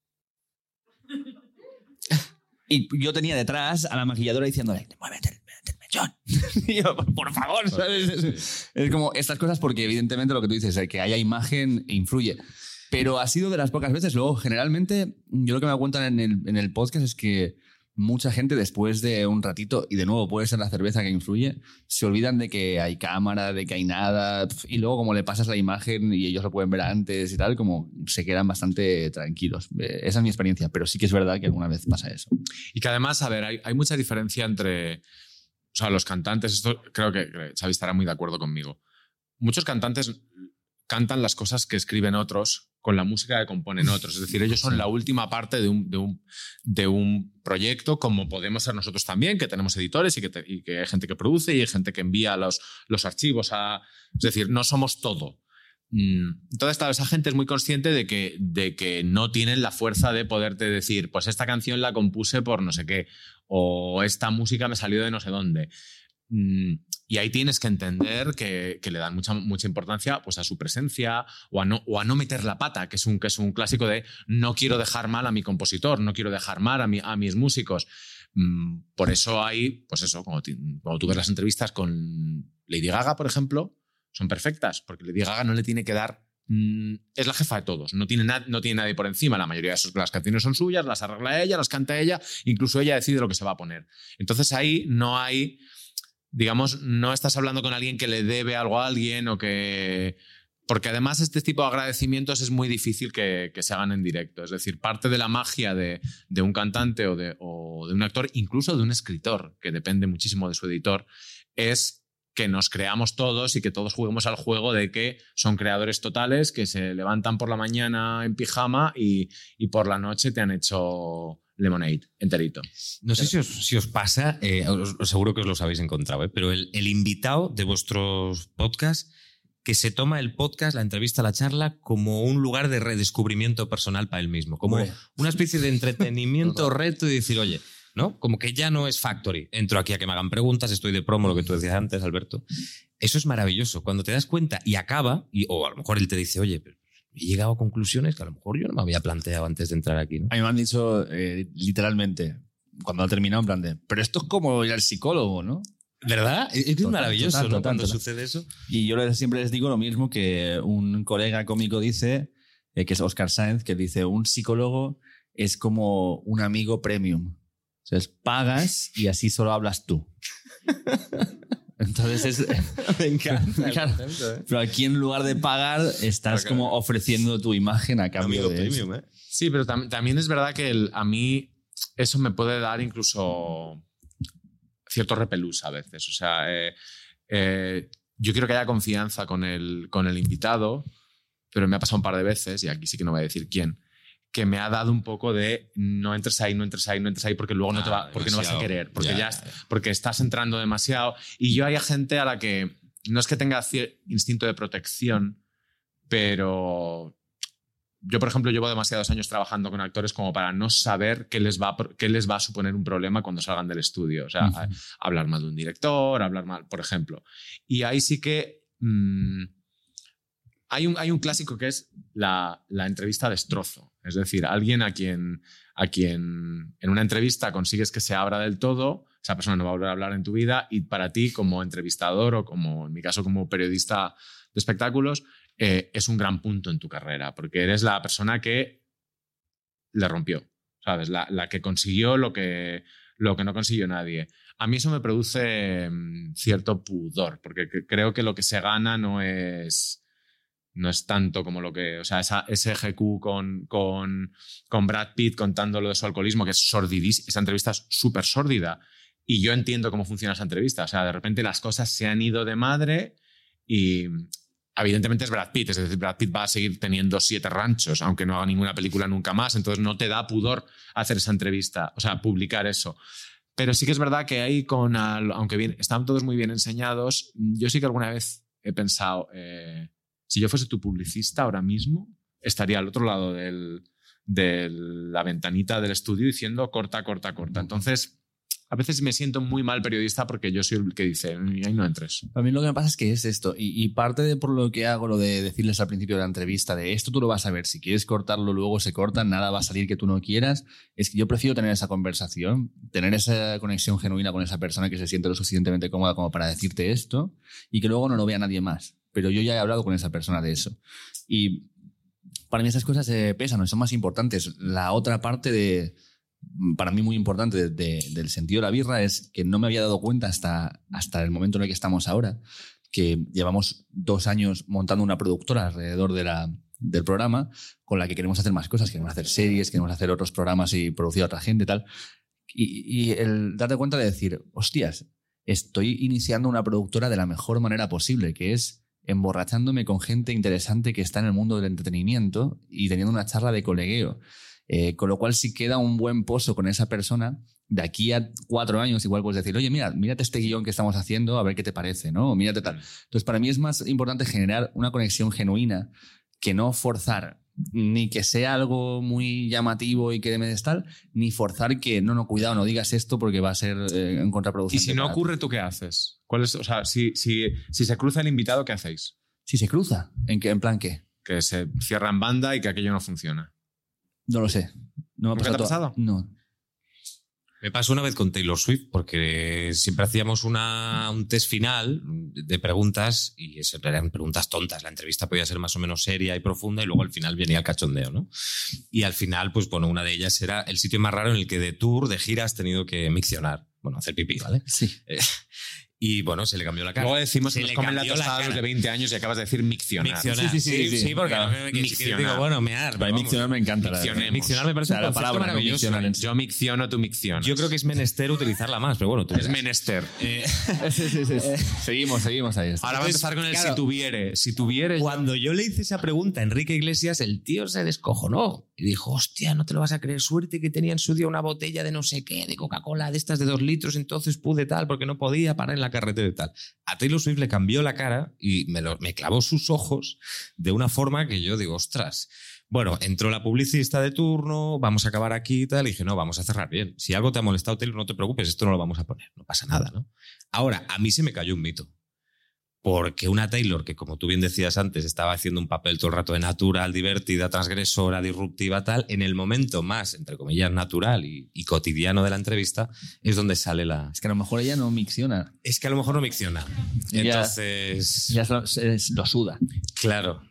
Y yo tenía detrás a la maquilladora diciéndole, muévete el mechón. Y yo, por favor, ¿sabes? Es como estas cosas porque evidentemente lo que tú dices, el que haya imagen influye. Pero ha sido de las pocas veces. Luego, generalmente, yo lo que me cuentan en el podcast es que mucha gente después de un ratito, y de nuevo puede ser la cerveza que influye, se olvidan de que hay cámara, de que hay nada, y luego como le pasas la imagen y ellos lo pueden ver antes y tal, como se quedan bastante tranquilos. Esa es mi experiencia, pero sí que es verdad que alguna vez pasa eso. Y que además, a ver, hay mucha diferencia entre... O sea, los cantantes, esto creo que Xavi estará muy de acuerdo conmigo. Muchos cantantes cantan las cosas que escriben otros con la música que componen otros. Es decir, ellos son la última parte de un proyecto, como podemos ser nosotros también, que tenemos editores y que hay gente que produce y hay gente que envía los archivos a... Es decir, no somos todo. Entonces, claro, esa gente es muy consciente de que no tienen la fuerza de poderte decir, pues esta canción la compuse por no sé qué, o esta música me salió de no sé dónde. Y ahí tienes que entender que le dan mucha importancia pues, a su presencia o a no meter la pata, que es un clásico de no quiero dejar mal a mi compositor, no quiero dejar mal a mis músicos. Por eso hay, pues eso, cuando tú ves las entrevistas con Lady Gaga, por ejemplo, son perfectas, porque Lady Gaga no le tiene que dar... es la jefa de todos, no tiene nadie por encima. La mayoría de las canciones son suyas, las arregla ella, las canta ella, incluso ella decide lo que se va a poner. Entonces ahí no hay... Digamos, no estás hablando con alguien que le debe algo a alguien o que... Porque además este tipo de agradecimientos es muy difícil que se hagan en directo. Es decir, parte de la magia de un cantante o de un actor, incluso de un escritor, que depende muchísimo de su editor, es que nos creamos todos y que todos juguemos al juego de que son creadores totales, que se levantan por la mañana en pijama y por la noche te han hecho... Lemonade, enterito. No sé si os pasa, seguro que os los habéis encontrado, pero el invitado de vuestros podcasts que se toma el podcast, la entrevista, la charla como un lugar de redescubrimiento personal para él mismo, como una especie de entretenimiento, reto y decir, oye, ¿no? Como que ya no es Factory. Entro aquí a que me hagan preguntas, estoy de promo, lo que tú decías antes, Alberto. Eso es maravilloso. Cuando te das cuenta y acaba, o a lo mejor él te dice, oye, pero he llegado a conclusiones que a lo mejor yo no me había planteado antes de entrar aquí, ¿no? A mí me han dicho literalmente, cuando ha terminado, en plan de, pero esto es como ir al psicólogo, ¿no? ¿Verdad? Es maravilloso, total, ¿no? Cuando sucede eso. Y yo siempre les digo lo mismo que un colega cómico dice, que es Oscar Sáenz, que dice, un psicólogo es como un amigo premium. O sea, pagas y así solo hablas tú. Entonces Me encanta. Claro, pero aquí en lugar de pagar estás como ofreciendo tu imagen a cambio Amigo de premium, eso. Sí, pero también es verdad que a mí eso me puede dar incluso cierto repelús a veces. O sea, yo quiero que haya confianza con el invitado, pero me ha pasado un par de veces, y aquí sí que no voy a decir quién, que me ha dado un poco de no entres ahí, porque luego no vas a querer, porque estás entrando demasiado. Y yo hay gente a la que no es que tenga instinto de protección, pero yo, por ejemplo, llevo demasiados años trabajando con actores como para no saber qué les va a suponer un problema cuando salgan del estudio. O sea, hablar mal de un director, hablar mal, por ejemplo. Y ahí sí que hay un clásico que es la entrevista destrozo. Es decir, alguien a quien en una entrevista consigues que se abra del todo, esa persona no va a volver a hablar en tu vida, y para ti, como entrevistador o como, en mi caso, como periodista de espectáculos, es un gran punto en tu carrera, porque eres la persona que le rompió, ¿sabes? La que consiguió lo que no consiguió nadie. A mí eso me produce cierto pudor, porque creo que lo que se gana no es tanto como lo que... O sea, ese GQ con Brad Pitt contando lo de su alcoholismo, que es sordidísimo. Esa entrevista es súper sórdida. Y yo entiendo cómo funciona esa entrevista. O sea, de repente las cosas se han ido de madre y... Evidentemente es Brad Pitt, es decir, Brad Pitt va a seguir teniendo 7 ranchos, aunque no haga ninguna película nunca más, entonces no te da pudor hacer esa entrevista, o sea, publicar eso. Pero sí que es verdad que ahí, aunque bien, están todos muy bien enseñados, yo sí que alguna vez he pensado, si yo fuese tu publicista ahora mismo, estaría al otro lado de la ventanita del estudio diciendo corta. Entonces... A veces me siento muy mal periodista porque yo soy el que dice, ahí no entres. A mí lo que me pasa es que es esto, y parte de por lo que hago lo de decirles al principio de la entrevista, de esto tú lo vas a ver, si quieres cortarlo luego se corta, nada va a salir que tú no quieras, es que yo prefiero tener esa conversación, tener esa conexión genuina con esa persona que se siente lo suficientemente cómoda como para decirte esto, y que luego no lo vea nadie más. Pero yo ya he hablado con esa persona de eso. Y para mí esas cosas pesan, son más importantes. La otra parte para mí muy importante del sentido de la birra es que no me había dado cuenta hasta el momento en el que estamos ahora, que llevamos 2 años montando una productora alrededor del programa con la que queremos hacer más cosas, queremos hacer series, queremos hacer otros programas y producir a otra gente y tal. Y el darte cuenta de decir, hostias, estoy iniciando una productora de la mejor manera posible, que es emborrachándome con gente interesante que está en el mundo del entretenimiento y teniendo una charla de colegueo. Con lo cual, si queda un buen pozo con esa persona, de aquí a 4 años igual puedes decir, oye, mírate este guión que estamos haciendo, a ver qué te parece, ¿no? O mírate tal. Entonces, para mí es más importante generar una conexión genuina que no forzar ni que sea algo muy llamativo y que me des tal, ni forzar que, cuidado, no digas esto porque va a ser contraproducente. Y si no ocurre, ¿tú qué haces? O sea, si se cruza el invitado, ¿qué hacéis? Si se cruza, ¿en plan qué? Que se cierra en banda y que aquello no funciona. No lo sé. No me ¿Nunca te ha pasado? No. Me pasó una vez con Taylor Swift porque siempre hacíamos un test final de preguntas y eran preguntas tontas. La entrevista podía ser más o menos seria y profunda y luego al final venía el cachondeo, ¿no? Y al final, pues bueno, una de ellas era el sitio más raro en el que de tour, de gira, has tenido que miccionar. Bueno, hacer pipí, ¿vale? Sí. Y bueno, se le cambió la cara. Luego decimos se que nos comen la tostada de 20 años y acabas de decir miccionar. Sí, porque claro. digo, bueno, mear. Miccionar me encanta. Miccionar me parece un concepto palabra, maravilloso. Yo micciono, tú miccionas. Yo creo que es menester utilizarla más, pero bueno. Es menester. Seguimos ahí. Ahora va a empezar con el claro, si tuviere. Cuando yo le hice esa pregunta a Enrique Iglesias, el tío se descojonó. Y dijo, hostia, no te lo vas a creer, suerte que tenía en su día una botella de no sé qué, de Coca-Cola, de estas de 2 litros, entonces pude tal, porque no podía parar en la carretera y tal. A Taylor Swift le cambió la cara y me clavó sus ojos de una forma que yo digo, ostras. Bueno, entró la publicista de turno, vamos a acabar aquí y tal, y dije, no, vamos a cerrar bien. Si algo te ha molestado, Taylor, no te preocupes, esto no lo vamos a poner, no pasa nada, ¿no? Ahora, a mí se me cayó un mito. Porque una Taylor que, como tú bien decías antes, estaba haciendo un papel todo el rato de natural, divertida, transgresora, disruptiva, tal, en el momento más, entre comillas, natural y cotidiano de la entrevista, es donde sale la... Es que a lo mejor ella no micciona. Es que a lo mejor no micciona. Entonces... Ya lo suda. Claro.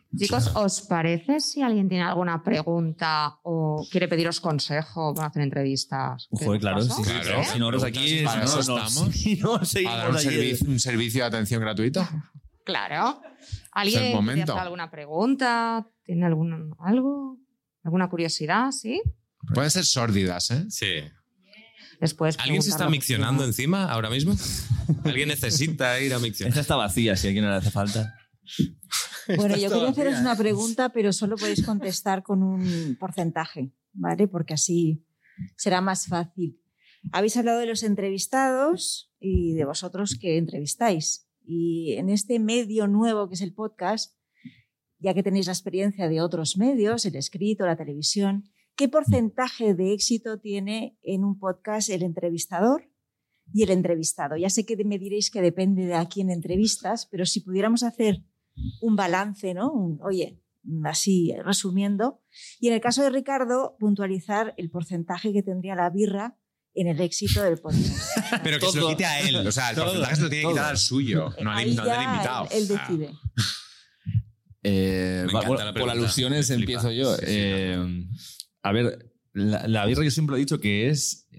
Chicos, ¿os parece si alguien tiene alguna pregunta o quiere pediros consejo para hacer entrevistas? Joder, claro, sí, Claro. Si nosotros aquí Para eso estamos. si no seguimos ¿A dar un servicio de atención gratuito? Claro. Es el ¿Alguien quiere momento. hacer alguna pregunta? ¿Tiene alguna curiosidad? ¿Sí? Pueden ser sórdidas, ¿eh? Sí. Después ¿Alguien se está preguntar lo que miccionando quiera. encima ahora mismo? ¿Alguien necesita ir a miccionar? Esta está vacía, si a alguien le hace falta. Bueno, yo quería haceros una pregunta, pero solo podéis contestar con un porcentaje, ¿vale? Porque así será más fácil. Habéis hablado de los entrevistados y de vosotros que entrevistáis. Y en este medio nuevo que es el podcast, ya que tenéis la experiencia de otros medios, el escrito, la televisión, ¿qué porcentaje de éxito tiene en un podcast el entrevistador y el entrevistado? Ya sé que me diréis que depende de a quién entrevistas, pero si pudiéramos hacer un balance, ¿no? Oye, así resumiendo. Y en el caso de Ricardo, puntualizar el porcentaje que tendría la birra en el éxito del podcast. Pero que se lo quite a él. O sea, el porcentaje se lo tiene que quitar al suyo, no al Ahí no al del ya invitado. él decide. Me encanta la Por pregunta. alusiones Me flipa. empiezo yo. Sí, sí, A ver, la birra yo siempre he dicho que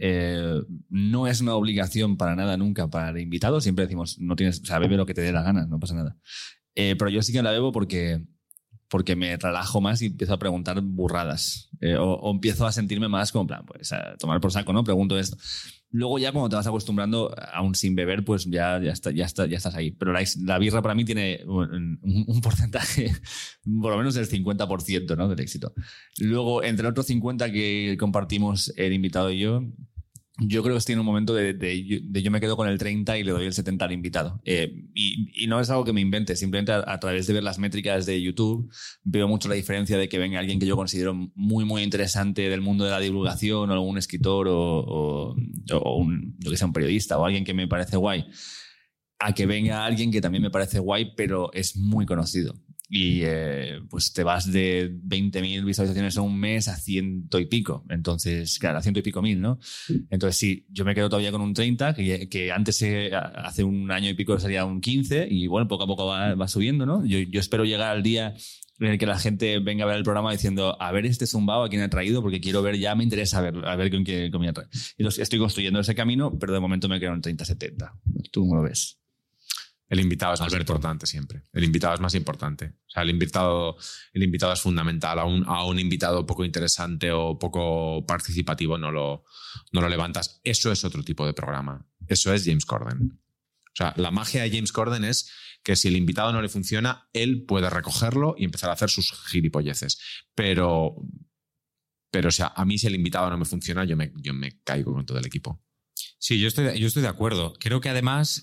no es una obligación para nada nunca para el invitado. Siempre decimos, no tienes, o sea, bebe lo que te dé la gana, no pasa nada. Pero yo sí que la bebo porque me relajo más y empiezo a preguntar burradas. O empiezo a sentirme más como, en plan, pues a tomar por saco, ¿no? Pregunto esto. Luego ya cuando te vas acostumbrando, aún sin beber, pues ya estás ahí. Pero la birra para mí tiene un porcentaje, por lo menos del 50%, ¿no? Del éxito. Luego, entre el otro 50% que compartimos el invitado y yo creo que estoy en un momento de yo me quedo con el 30 y le doy el 70 al invitado. Y no es algo que me invente, simplemente a través de ver las métricas de YouTube veo mucho la diferencia de que venga alguien que yo considero muy, muy interesante del mundo de la divulgación, o algún escritor o yo que sé, un periodista o alguien que me parece guay, a que venga alguien que también me parece guay, pero es muy conocido. Y pues te vas de 20.000 visualizaciones en un mes a 100 y pico. Entonces, claro, a 100 y pico mil, ¿no? Entonces sí, yo me quedo todavía con un 30, que antes, hace un año y pico sería un 15, y bueno, poco a poco va subiendo, ¿no? Yo espero llegar al día en el que la gente venga a ver el programa diciendo, a ver este zumbao a quién ha traído, porque quiero ver, ya me interesa a ver con quién me ha traído. Entonces estoy construyendo ese camino, pero de momento me quedo en 30-70. ¿Tú cómo lo ves? El invitado es más importante siempre. El invitado es más importante. O sea, el invitado es fundamental. A un invitado poco interesante o poco participativo no lo levantas. Eso es otro tipo de programa. Eso es James Corden. O sea, la magia de James Corden es que si el invitado no le funciona, él puede recogerlo y empezar a hacer sus gilipolleces. Pero o sea, a mí si el invitado no me funciona, yo me caigo con todo el equipo. Sí, yo estoy de acuerdo. Creo que además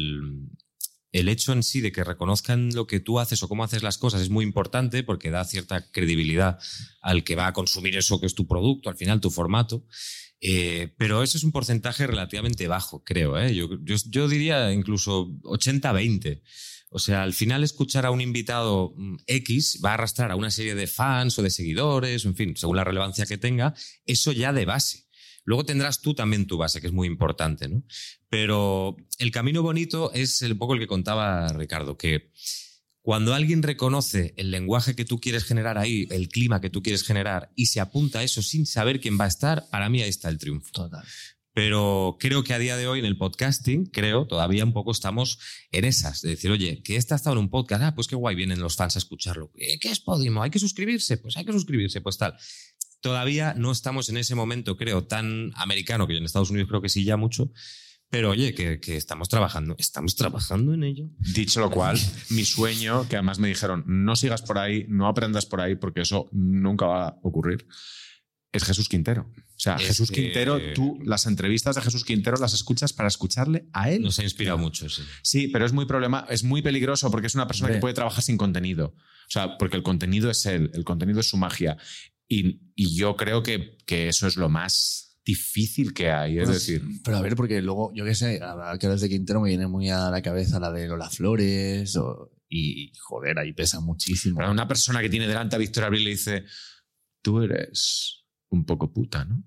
el hecho en sí de que reconozcan lo que tú haces o cómo haces las cosas es muy importante porque da cierta credibilidad al que va a consumir eso que es tu producto, al final tu formato. Pero eso es un porcentaje relativamente bajo, creo. Yo diría incluso 80-20. O sea, al final escuchar a un invitado X va a arrastrar a una serie de fans o de seguidores, en fin, según la relevancia que tenga, eso ya de base. Luego tendrás tú también tu base, que es muy importante, ¿no? Pero el camino bonito es un poco el que contaba Ricardo, que cuando alguien reconoce el lenguaje que tú quieres generar ahí, el clima que tú quieres generar, y se apunta a eso sin saber quién va a estar, para mí ahí está el triunfo. Total. Pero creo que a día de hoy en el podcasting, todavía un poco estamos en esas. De decir, oye, que esta ha estado en un podcast, pues qué guay, vienen los fans a escucharlo. ¿Qué es Podimo? ¿Hay que suscribirse? Pues hay que suscribirse, pues tal. Todavía no estamos en ese momento, creo, tan americano, que en Estados Unidos creo que sí ya mucho, pero oye, que estamos trabajando en ello. Dicho lo cual, mi sueño, que además me dijeron, no sigas por ahí, no aprendas por ahí, porque eso nunca va a ocurrir, es Jesús Quintero. O sea, Jesús Quintero, tú las entrevistas de Jesús Quintero las escuchas para escucharle a él. Nos ha inspirado mucho, sí. Sí, pero es muy peligroso porque es una persona que puede trabajar sin contenido. O sea, porque el contenido es él, el contenido es su magia. Y yo creo que eso es lo más difícil que hay, es decir... Pero a ver, porque luego, yo qué sé, ahora que hablas de Quintero me viene muy a la cabeza la de Lola Flores y joder, ahí pesa muchísimo. Pero una persona que tiene delante a Víctor Abril le dice, tú eres un poco puta, ¿no?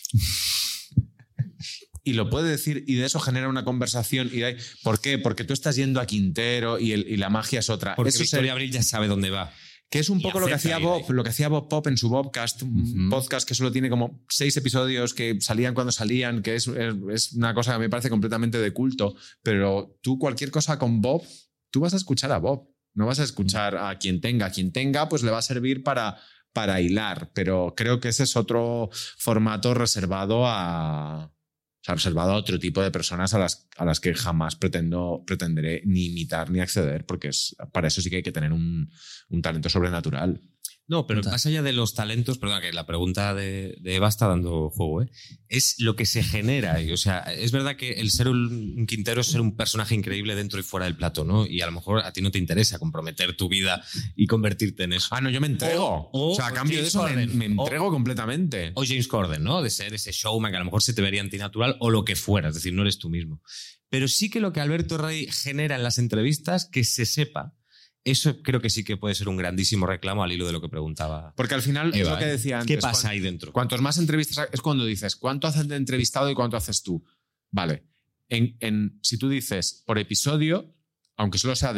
Y lo puede decir y de eso genera una conversación. ¿Por qué? Porque tú estás yendo a Quintero y la magia es otra. Porque eso Victoria Abril ya sabe dónde va. Que es un poco lo que hacía Bob Pop en su Bobcast, un podcast que solo tiene como 6 episodios que salían cuando salían, que es una cosa que me parece completamente de culto. Pero tú, cualquier cosa con Bob, tú vas a escuchar a Bob. No vas a escuchar a quien tenga. Quien tenga, pues le va a servir para hilar. Pero creo que ese es otro formato reservado a otro tipo de personas a las que jamás pretenderé ni imitar ni acceder, porque para eso sí que hay que tener un talento sobrenatural. No, pero más allá de los talentos, perdona, que la pregunta de Eva está dando juego, es lo que se genera. O sea, es verdad que el ser un Quintero es ser un personaje increíble dentro y fuera del plato, ¿no? Y a lo mejor a ti no te interesa comprometer tu vida y convertirte en eso. Ah, no, yo me entrego. O sea, a cambio de eso me entrego completamente. O James Corden, ¿no? De ser ese showman que a lo mejor se te vería antinatural o lo que fuera, es decir, no eres tú mismo. Pero sí que lo que Alberto Rey genera en las entrevistas, que se sepa. Eso creo que sí que puede ser un grandísimo reclamo al hilo de lo que preguntaba. Porque al final Eva, es lo que decía antes. ¿Qué pasa ahí dentro? Cuantos más entrevistas es cuando dices ¿cuánto haces de entrevistado y cuánto haces tú? Vale. Si tú dices por episodio, aunque solo sea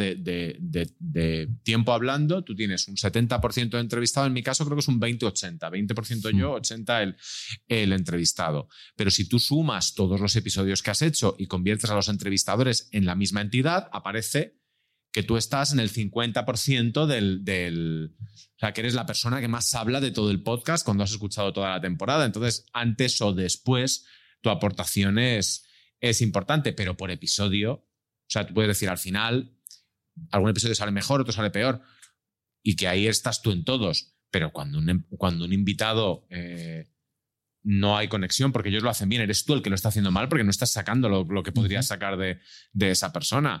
de tiempo hablando, tú tienes un 70% de entrevistado. En mi caso creo que es un 20-80. 20% yo, 80% el entrevistado. Pero si tú sumas todos los episodios que has hecho y conviertes a los entrevistadores en la misma entidad, aparece que tú estás en el 50% o sea, que eres la persona que más habla de todo el podcast cuando has escuchado toda la temporada. Entonces, antes o después, tu aportación es importante, pero por episodio. O sea, tú puedes decir al final, algún episodio sale mejor, otro sale peor, y que ahí estás tú en todos. Pero cuando un invitado no hay conexión, porque ellos lo hacen bien, eres tú el que lo está haciendo mal, porque no estás sacando lo que podrías sacar de esa persona.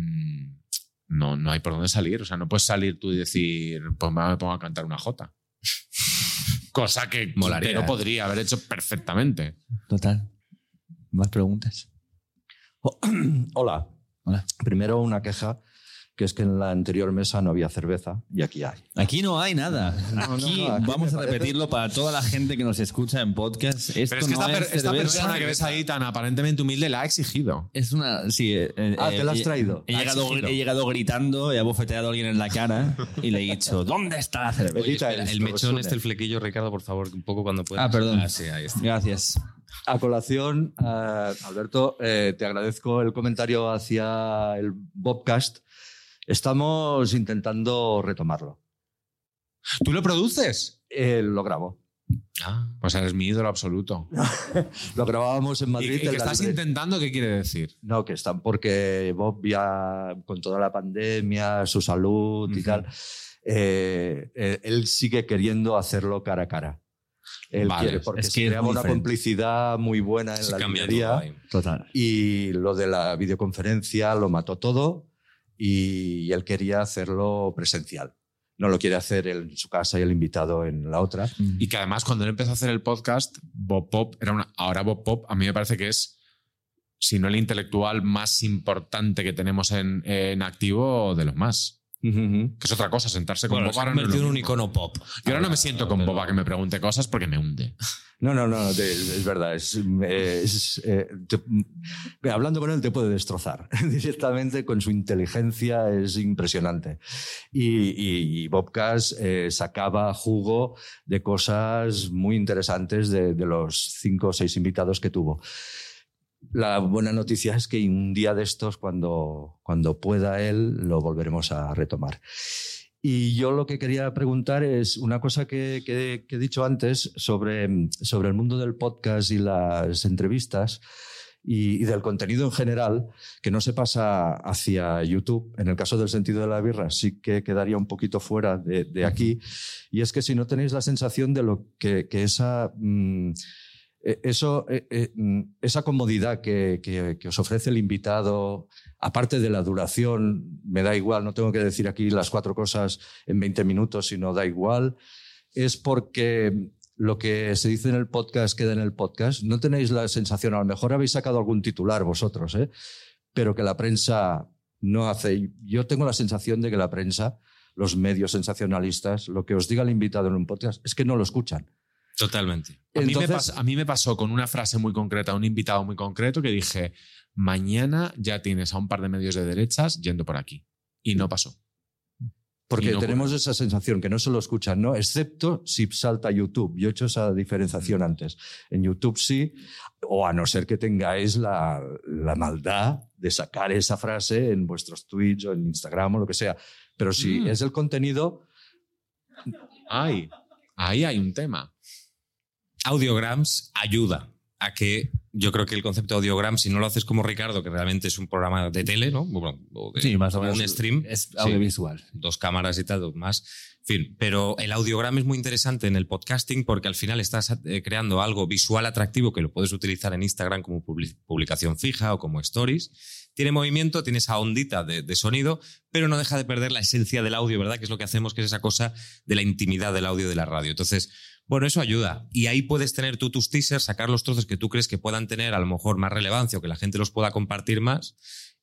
No hay por dónde salir. O sea, no puedes salir tú y decir, pues me pongo a cantar una jota. Cosa que Quintero podría haber hecho perfectamente. Total. ¿Más preguntas? Hola. Primero una queja, que es que en la anterior mesa no había cerveza y aquí hay. Aquí no hay nada. Aquí vamos a repetirlo para toda la gente que nos escucha en podcast. Esto pero es que esta persona que ves ahí tan aparentemente humilde la ha exigido. Es una... Sí, ¿te la has traído? He llegado gritando, he abofeteado a alguien en la cara y le he dicho, ¿dónde está la cerveza? El mechón el flequillo, Ricardo, por favor, un poco cuando puedas. Perdón. Sí, ahí está. Gracias. A colación, Alberto, te agradezco el comentario hacia el Bobcast. Estamos intentando retomarlo. ¿Tú lo produces? Lo grabo. Pues eres mi ídolo absoluto. Lo grabábamos en Madrid. ¿Y que estás intentando? ¿Qué quiere decir? No, que están porque Bob ya con toda la pandemia, su salud y tal, él sigue queriendo hacerlo cara a cara. Él quiere, porque es que se creaba una complicidad muy buena en la librería. Total. Y lo de la videoconferencia lo mató todo. Y él quería hacerlo presencial. No lo quiere hacer él en su casa y el invitado en la otra. Y que además cuando él empezó a hacer el podcast, Bob Pop ahora Bob Pop a mí me parece que es, si no el intelectual más importante que tenemos en activo, de los más. Que es otra cosa, sentarse con Bob. Se ha convertido en un icono pop. Yo ahora no me siento con Bob a que me pregunte cosas porque me hunde. No, es verdad. Hablando con él te puede destrozar. Directamente con su inteligencia es impresionante. Y Bobcast sacaba jugo de cosas muy interesantes de los 5 o 6 invitados que tuvo. La buena noticia es que un día de estos, cuando pueda él, lo volveremos a retomar. Y yo lo que quería preguntar es una cosa que he dicho antes sobre el mundo del podcast y las entrevistas y del contenido en general, que no se pasa hacia YouTube. En el caso del sentido de la birra sí que quedaría un poquito fuera de aquí. Y es que si no tenéis la sensación de lo que esa comodidad que os ofrece el invitado, aparte de la duración, me da igual, no tengo que decir aquí las 4 cosas en 20 minutos, sino da igual, es porque lo que se dice en el podcast queda en el podcast. No tenéis la sensación, a lo mejor habéis sacado algún titular vosotros, pero que la prensa no hace. Yo tengo la sensación de que la prensa, los medios sensacionalistas, lo que os diga el invitado en un podcast es que no lo escuchan. Totalmente. A mí me pasó con una frase muy concreta, un invitado muy concreto, que dije, mañana ya tienes a un par de medios de derechas yendo por aquí. Y no pasó. Porque no tenemos esa sensación que no se lo escuchan, ¿no? Excepto si salta a YouTube. Yo he hecho esa diferenciación antes. En YouTube sí, o a no ser que tengáis la maldad de sacar esa frase en vuestros tweets o en Instagram o lo que sea. Pero si es el contenido... Ahí hay un tema. Audiograms ayuda a que yo creo que el concepto de audiogram, si no lo haces como Ricardo, que realmente es un programa de tele, ¿no? Bueno, o de, sí, más o menos un stream. Es audiovisual. Sí, 2 cámaras y tal, 2 más. En fin, pero el audiogram es muy interesante en el podcasting porque al final estás creando algo visual atractivo que lo puedes utilizar en Instagram como publicación fija o como stories. Tiene movimiento, tiene esa ondita de sonido, pero no deja de perder la esencia del audio, ¿verdad? Que es lo que hacemos, que es esa cosa de la intimidad del audio de la radio. Entonces, bueno, eso ayuda. Y ahí puedes tener tú tus teasers, sacar los trozos que tú crees que puedan tener a lo mejor más relevancia o que la gente los pueda compartir más.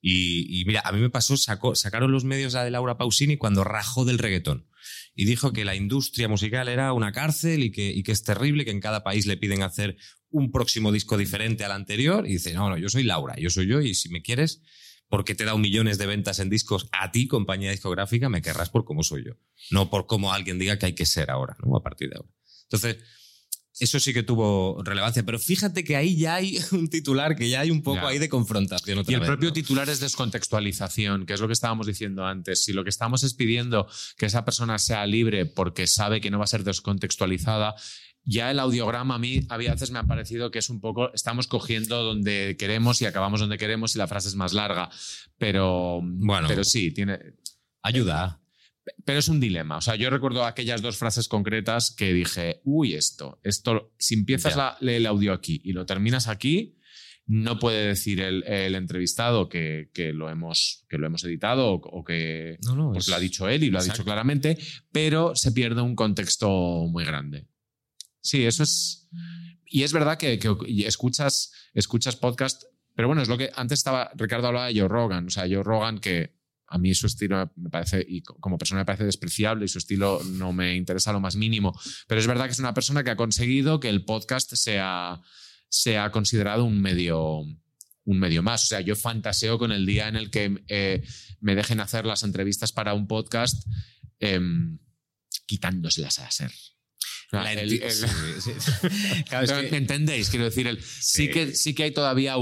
Y mira, a mí me pasó, sacaron los medios la de Laura Pausini cuando rajó del reggaetón. Y dijo que la industria musical era una cárcel y que es terrible, que en cada país le piden hacer un próximo disco diferente al anterior. Y dice, no, yo soy Laura, yo soy yo, y si me quieres, porque te he dado millones de ventas en discos a ti, compañía discográfica, me querrás por cómo soy yo. No por cómo alguien diga que hay que ser ahora, ¿no? A partir de ahora. Entonces, eso sí que tuvo relevancia. Pero fíjate que ahí ya hay un titular, que ya hay un poco ahí de confrontación otra vez. Y el propio ¿no? titular es descontextualización, que es lo que estábamos diciendo antes. Si lo que estamos es pidiendo que esa persona sea libre porque sabe que no va a ser descontextualizada, ya el audiograma a mí a veces me ha parecido que es un poco, estamos cogiendo donde queremos y acabamos donde queremos y la frase es más larga. Pero, bueno, pero sí, tiene... Ayuda. Pero es un dilema. O sea, yo recuerdo aquellas 2 frases concretas que dije, uy, esto si empiezas el audio aquí y lo terminas aquí, no puede decir el entrevistado que lo hemos editado o que porque lo ha dicho él y lo ha dicho claramente, pero se pierde un contexto muy grande. Sí, eso es... Y es verdad que escuchas podcast, pero bueno, es lo que antes Ricardo hablaba de Joe Rogan. O sea, Joe Rogan, que a mí su estilo me parece, y como persona me parece despreciable y su estilo no me interesa lo más mínimo, pero es verdad que es una persona que ha conseguido que el podcast sea considerado un medio más. O sea, yo fantaseo con el día en el que me dejen hacer las entrevistas para un podcast quitándoselas a ser. Claro, ¿me entendéis? Quiero decir, sí que hay todavía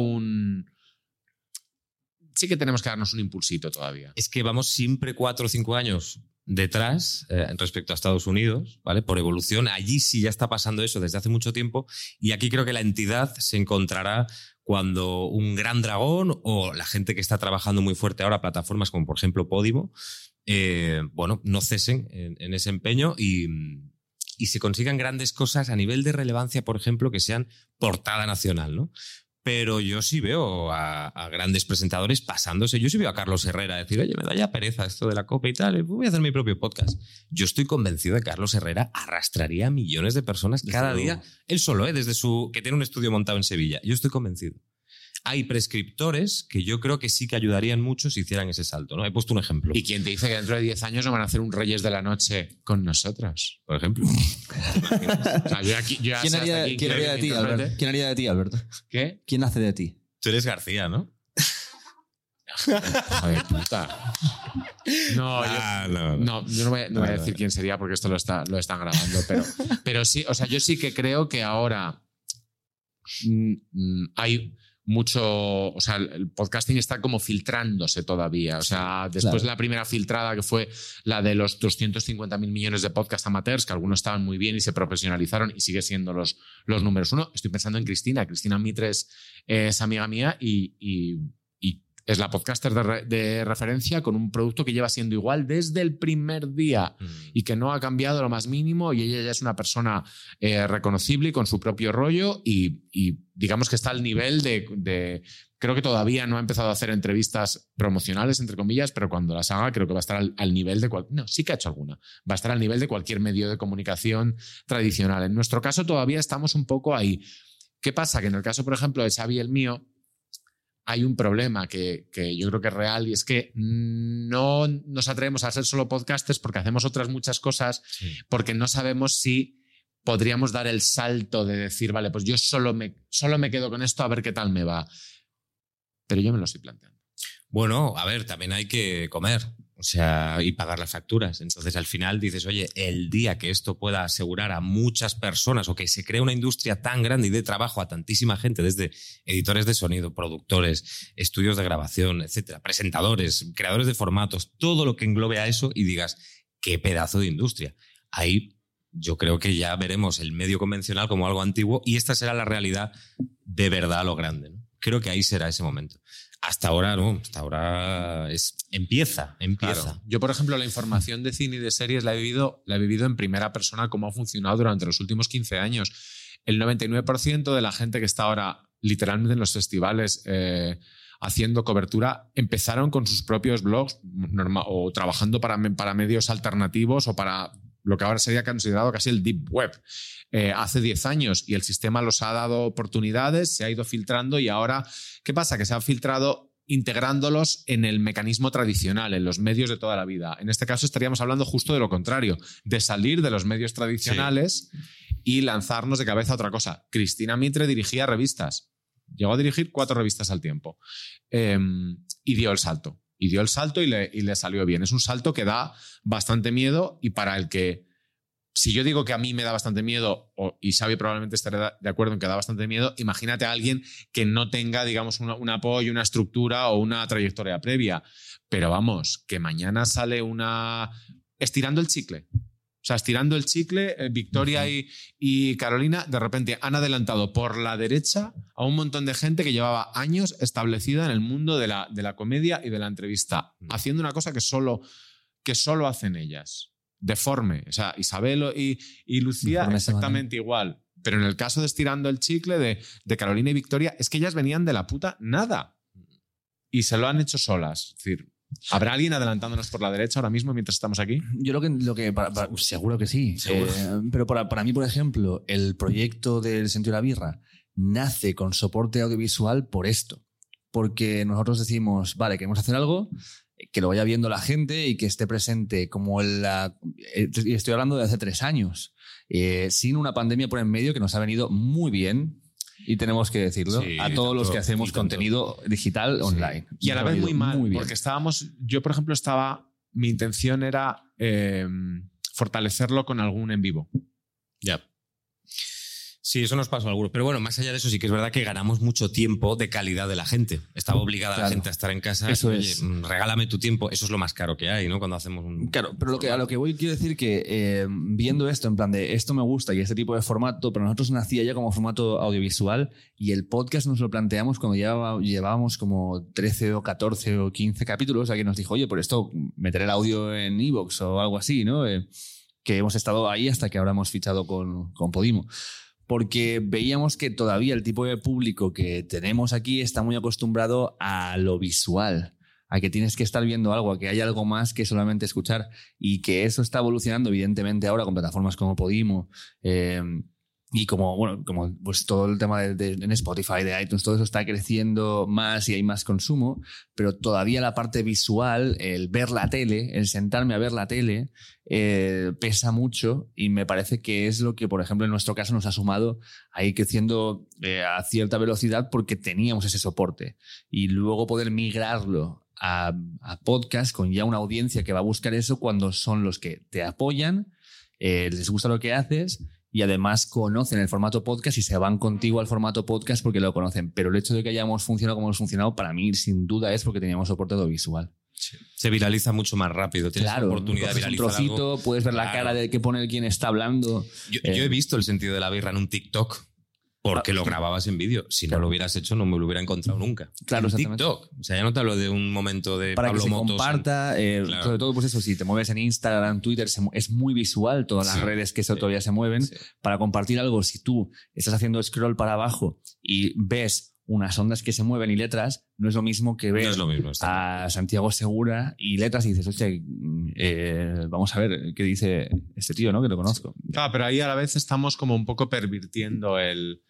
sí que tenemos que darnos un impulsito todavía. Es que vamos siempre 4 o 5 años detrás respecto a Estados Unidos, ¿vale? Por evolución. Allí sí ya está pasando eso desde hace mucho tiempo y aquí creo que la entidad se encontrará cuando un gran dragón o la gente que está trabajando muy fuerte ahora, plataformas como por ejemplo Podimo, no cesen en ese empeño y se consigan grandes cosas a nivel de relevancia, por ejemplo, que sean portada nacional, ¿no? Pero yo sí veo a grandes presentadores pasándose. Yo sí veo a Carlos Herrera decir, oye, me da ya pereza esto de la copa y tal, voy a hacer mi propio podcast. Yo estoy convencido de que Carlos Herrera arrastraría a millones de personas cada día. Él solo, desde que tiene un estudio montado en Sevilla. Yo estoy convencido. Hay prescriptores que yo creo que sí que ayudarían mucho si hicieran ese salto, ¿no? He puesto un ejemplo. ¿Y quién te dice que dentro de 10 años no van a hacer un Reyes de la Noche con nosotros? Por ejemplo. ¿Quién haría de ti, Alberto? ¿Quién haría de ti, Alberto? ¿Qué? ¿Quién hace de ti? Tú eres García, ¿no? Joder, puta. No, yo no voy a decir quién sería porque esto lo están grabando, pero sí, o sea, yo sí que creo que ahora hay mucho, o sea, el podcasting está como filtrándose todavía. O sea, después de la primera filtrada que fue la de los 250.000 millones de podcast amateurs, que algunos estaban muy bien y se profesionalizaron y sigue siendo los números 1. Estoy pensando en Cristina. Cristina Mitres es amiga mía y es la podcaster de referencia con un producto que lleva siendo igual desde el primer día y que no ha cambiado lo más mínimo y ella ya es una persona reconocible y con su propio rollo y digamos que está al nivel de creo que todavía no ha empezado a hacer entrevistas promocionales, entre comillas, pero cuando las haga creo que va a estar al nivel de... No, sí que ha hecho alguna. Va a estar al nivel de cualquier medio de comunicación tradicional. En nuestro caso todavía estamos un poco ahí. ¿Qué pasa? Que en el caso, por ejemplo, de Xavi y el mío, hay un problema que yo creo que es real y es que no nos atrevemos a ser solo podcasters porque hacemos otras muchas cosas, porque no sabemos si podríamos dar el salto de decir, vale, pues yo solo me quedo con esto a ver qué tal me va. Pero yo me lo estoy planteando. Bueno, a ver, también hay que comer. O sea, y pagar las facturas. Entonces, al final dices, oye, el día que esto pueda asegurar a muchas personas o que se cree una industria tan grande y de trabajo a tantísima gente, desde editores de sonido, productores, estudios de grabación, etcétera, presentadores, creadores de formatos, todo lo que englobe a eso y digas, qué pedazo de industria. Ahí yo creo que ya veremos el medio convencional como algo antiguo y esta será la realidad de verdad a lo grande, ¿no? Creo que ahí será ese momento. Hasta ahora no, hasta ahora empieza. Claro. Yo, por ejemplo, la información de cine y de series la he vivido en primera persona, cómo ha funcionado durante los últimos 15 años. El 99% de la gente que está ahora literalmente en los festivales haciendo cobertura empezaron con sus propios blogs o trabajando para medios alternativos o para lo que ahora sería considerado casi el deep web. Hace 10 años y el sistema los ha dado oportunidades, se ha ido filtrando y ahora, ¿qué pasa? Que se han filtrado integrándolos en el mecanismo tradicional, en los medios de toda la vida. En este caso estaríamos hablando justo de lo contrario, de salir de los medios tradicionales y lanzarnos de cabeza a otra cosa. Cristina Mitre dirigía revistas, llegó a dirigir 4 revistas al tiempo y dio el salto. Y dio el salto y le salió bien. Es un salto que da bastante miedo y para el que, si yo digo que a mí me da bastante miedo, y Xavi probablemente estará de acuerdo en que da bastante miedo, imagínate a alguien que no tenga, digamos, un apoyo, una estructura o una trayectoria previa. Pero vamos, que mañana sale estirando el chicle. O sea, estirando el chicle, Victoria y Carolina de repente han adelantado por la derecha a un montón de gente que llevaba años establecida en el mundo de la comedia y de la entrevista, haciendo una cosa que solo hacen ellas. Deforme. O sea, Isabel y Lucía Deforme exactamente igual. Pero en el caso de estirando el chicle de Carolina y Victoria, es que ellas venían de la puta nada. Y se lo han hecho solas. Es decir, ¿habrá alguien adelantándonos por la derecha ahora mismo mientras estamos aquí? Yo seguro que sí. Pero para mí, por ejemplo, el proyecto del Sentido de la Birra nace con soporte audiovisual por esto. Porque nosotros decimos, vale, queremos hacer algo que lo vaya viendo la gente y que esté presente como y estoy hablando de hace 3 años, sin una pandemia por en medio que nos ha venido muy bien. Y tenemos que decirlo a todos los que hacemos contenido digital online. Y a la vez muy mal, porque yo por ejemplo mi intención era fortalecerlo con algún en vivo. Ya. Sí, eso nos pasó a algunos. Pero bueno, más allá de eso, sí que es verdad que ganamos mucho tiempo de calidad de la gente. Estaba obligada la gente a estar en casa. Eso Oye, regálame tu tiempo. Eso es lo más caro que hay, ¿no? Cuando hacemos un... Claro, pero a lo que voy quiero decir que viendo esto, en plan de esto me gusta y este tipo de formato, pero nosotros nacía ya como formato audiovisual y el podcast nos lo planteamos cuando llevábamos como 13 o 14 o 15 capítulos. Alguien nos dijo, oye, por esto meter el audio en iVoox o algo así, ¿no? Que hemos estado ahí hasta que ahora hemos fichado con Podimo. Porque veíamos que todavía el tipo de público que tenemos aquí está muy acostumbrado a lo visual, a que tienes que estar viendo algo, a que hay algo más que solamente escuchar y que eso está evolucionando evidentemente ahora con plataformas como Podimo y como pues todo el tema en Spotify, de iTunes, todo eso está creciendo más y hay más consumo, pero todavía la parte visual, el ver la tele, el sentarme a ver la tele, pesa mucho y me parece que es lo que, por ejemplo, en nuestro caso nos ha sumado a ir creciendo a cierta velocidad porque teníamos ese soporte y luego poder migrarlo a podcast con ya una audiencia que va a buscar eso cuando son los que te apoyan, les gusta lo que haces y además conocen el formato podcast y se van contigo al formato podcast porque lo conocen. Pero el hecho de que hayamos funcionado como hemos funcionado, para mí, sin duda, es porque teníamos soporte audiovisual. Sí. Se viraliza mucho más rápido. Tienes la oportunidad de viralizar un trocito, algo. Puedes ver la cara de que pone quien está hablando. Yo he visto el sentido de la birra en un TikTok porque lo grababas en vídeo. Si no lo hubieras hecho, no me lo hubiera encontrado nunca. Claro, en TikTok. O sea, ya no te hablo de un momento de para Pablo que se Motos. Comparta, claro. Sobre todo, pues eso, si te mueves en Instagram, Twitter, es muy visual todas las redes que todavía se mueven. Sí. Para compartir algo, si tú estás haciendo scroll para abajo y ves unas ondas que se mueven y letras, no es lo mismo que ver a Santiago Segura y letras y dices, hostia, vamos a ver qué dice este tío, ¿no? Que lo conozco. Claro, pero ahí a la vez estamos como un poco pervirtiendo el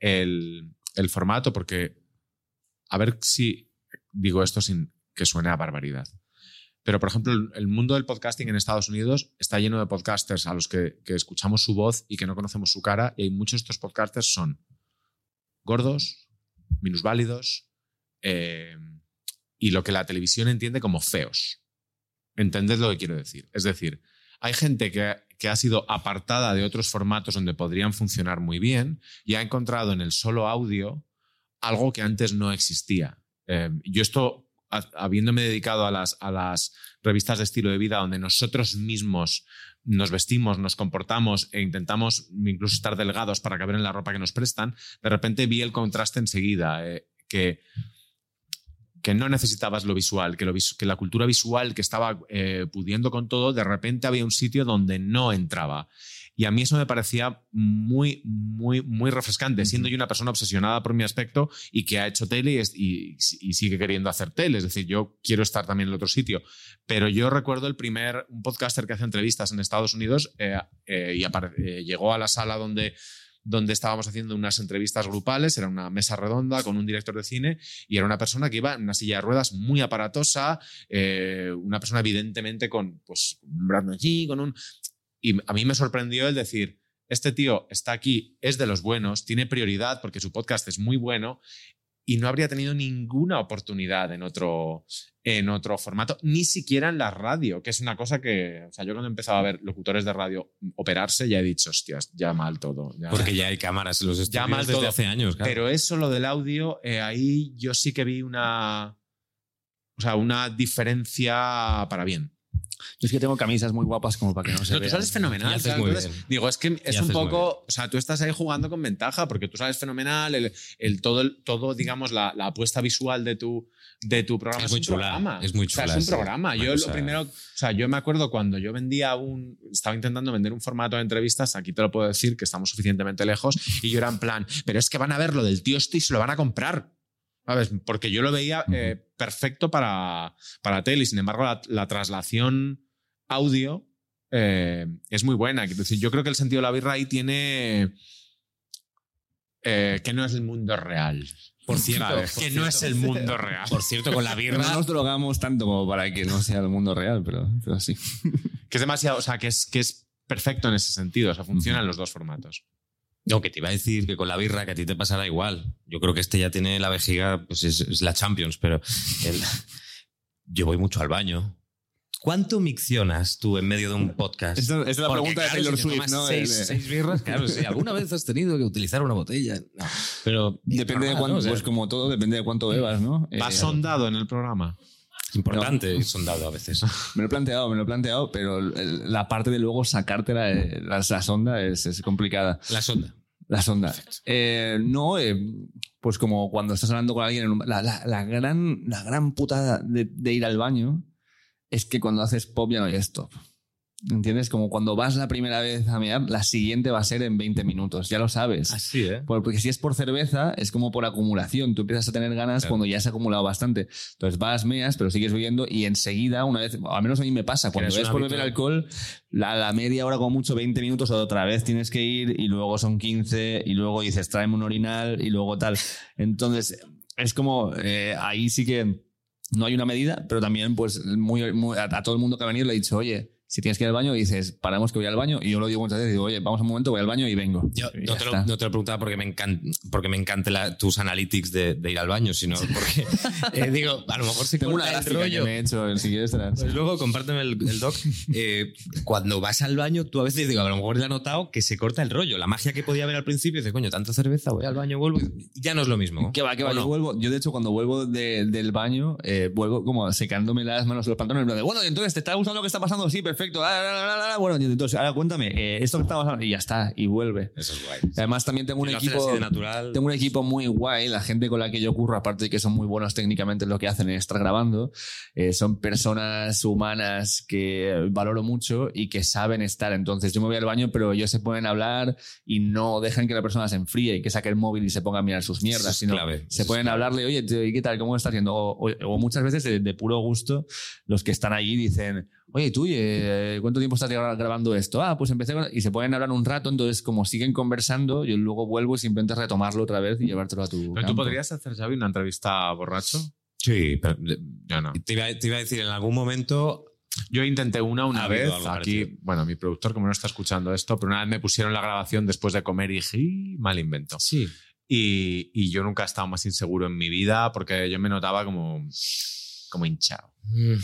formato, porque a ver si digo esto sin que suene a barbaridad. Pero, por ejemplo, el mundo del podcasting en Estados Unidos está lleno de podcasters a los que escuchamos su voz y que no conocemos su cara, y muchos de estos podcasters son gordos, minusválidos y lo que la televisión entiende como feos. entended lo que quiero decir. Es decir, hay gente que ha sido apartada de otros formatos donde podrían funcionar muy bien y ha encontrado en el solo audio algo que antes no existía. Yo esto, habiéndome dedicado a las revistas de estilo de vida donde nosotros mismos nos vestimos, nos comportamos e intentamos incluso estar delgados para caber en la ropa que nos prestan, de repente vi el contraste enseguida, que no necesitabas lo visual, que la cultura visual que estaba pudiendo con todo, de repente había un sitio donde no entraba. Y a mí eso me parecía muy, muy, muy refrescante, siendo yo una persona obsesionada por mi aspecto y que ha hecho tele y sigue queriendo hacer tele. Es decir, yo quiero estar también en el otro sitio. Pero yo recuerdo un podcaster que hace entrevistas en Estados Unidos llegó a la sala donde estábamos haciendo unas entrevistas grupales, era una mesa redonda con un director de cine y era una persona que iba en una silla de ruedas muy aparatosa, una persona evidentemente con un brazo allí, y a mí me sorprendió el decir, este tío está aquí, es de los buenos, tiene prioridad porque su podcast es muy bueno y no habría tenido ninguna oportunidad en otro formato, ni siquiera en la radio, que es una cosa que, o sea, yo cuando empezaba a ver locutores de radio operarse ya he dicho, hostias, ya mal todo. Porque ya hay cámaras en los estudios desde hace años. Claro. Pero eso, lo del audio, ahí yo sí que vi una diferencia para bien. Yo es que tengo camisas muy guapas como para que no se vean. Tú sales fenomenal. Entonces, digo, es que es un poco... O sea, tú estás ahí jugando con ventaja porque tú sales fenomenal, todo digamos, la apuesta visual de tu programa es muy chula. Programa. Es muy chula. O sea, es un programa. Yo lo primero... O sea, yo me acuerdo cuando yo estaba intentando vender un formato de entrevistas, aquí te lo puedo decir, que estamos suficientemente lejos, y yo era en plan, pero es que van a ver lo del tío este y se lo van a comprar. ¿Sabes? Porque yo lo veía perfecto para tele y sin embargo la traslación audio es muy buena. Es decir, yo creo que el sentido de la birra ahí tiene que no es el mundo real. Por cierto, que no es el mundo real. Por cierto, con la birra... No nos drogamos tanto como para que no sea el mundo real, pero sí. Que es demasiado... O sea, que es perfecto en ese sentido. O sea, funcionan los dos formatos. No, que te iba a decir que con la birra que a ti te pasará igual. Yo creo que ya tiene la vejiga, pues es la Champions, pero yo voy mucho al baño. ¿Cuánto miccionas tú en medio de un podcast? Esa es la pregunta de Taylor Swift, ¿no? Seis birras, claro, sí. ¿Alguna vez has tenido que utilizar una botella? No. Pero depende de cuánto, pues como todo, depende de cuánto bebas, ¿no? ¿Vas sondado en el programa? Importante ir sondado a veces. Me lo he planteado, pero la parte de luego sacarte la sonda es complicada. La sonda. Pues como cuando estás hablando con alguien, la gran putada de ir al baño es que cuando haces pop ya no hay stop. ¿Entiendes? Como cuando vas la primera vez a mear, la siguiente va a ser en 20 minutos. Ya lo sabes. Así, ¿eh? Porque si es por cerveza, es como por acumulación. Tú empiezas a tener ganas cuando ya has acumulado bastante. Entonces vas, meas, pero sigues bebiendo y enseguida, una vez, al menos a mí me pasa, cuando ves por beber alcohol, la media hora como mucho, 20 minutos, otra vez tienes que ir y luego son 15 y luego dices, tráeme un orinal y luego tal. Entonces, es como, ahí sí que no hay una medida, pero también pues a todo el mundo que ha venido le he dicho, oye, si tienes que ir al baño, dices, paramos que voy al baño, y yo lo digo muchas veces, digo, oye, vamos un momento, voy al baño y vengo. Yo no te lo preguntaba porque me encantan tus analytics de ir al baño, sino porque digo, a lo mejor se tengo una gráfica rollo. Que me he hecho, si quieres pues luego compárteme el doc. Cuando vas al baño, tú a veces digo, a lo mejor le has notado que se corta el rollo. La magia que podía haber al principio, dices, coño, tanta cerveza, voy al baño, vuelvo, y ya no es lo mismo. ¿Qué va? No? Yo de hecho, cuando vuelvo del baño, vuelvo como secándome las manos y los pantalones, en plan de, bueno, entonces, ¿te está gustando lo que está pasando? Sí, perfecto. Bueno, entonces, ahora cuéntame, esto que estamos hablando, y ya está, y vuelve. Eso es guay. Además, también tengo un equipo muy guay, la gente con la que yo curro, aparte de que son muy buenos técnicamente en lo que hacen en estar grabando, son personas humanas que valoro mucho y que saben estar. Entonces, yo me voy al baño, pero ellos se ponen a hablar y no dejan que la persona se enfríe y que saque el móvil y se ponga a mirar sus mierdas, sino se pueden hablarle, oye, ¿qué tal? ¿Cómo estás haciendo? O muchas veces de puro gusto, los que están allí dicen, oye, tú, ¿cuánto tiempo estás grabando esto? Pues empecé y se pueden hablar un rato, entonces como siguen conversando, yo luego vuelvo y simplemente retomarlo otra vez y llevártelo a tu ¿Pero tú podrías hacer, Xavi, una entrevista borracho? Sí, pero yo no. Te iba a decir, en algún momento... Yo intenté una vez, aquí, bueno, mi productor como no está escuchando esto, pero una vez me pusieron la grabación después de comer y dije, mal invento. Sí. Y yo nunca he estado más inseguro en mi vida porque yo me notaba como como hinchado.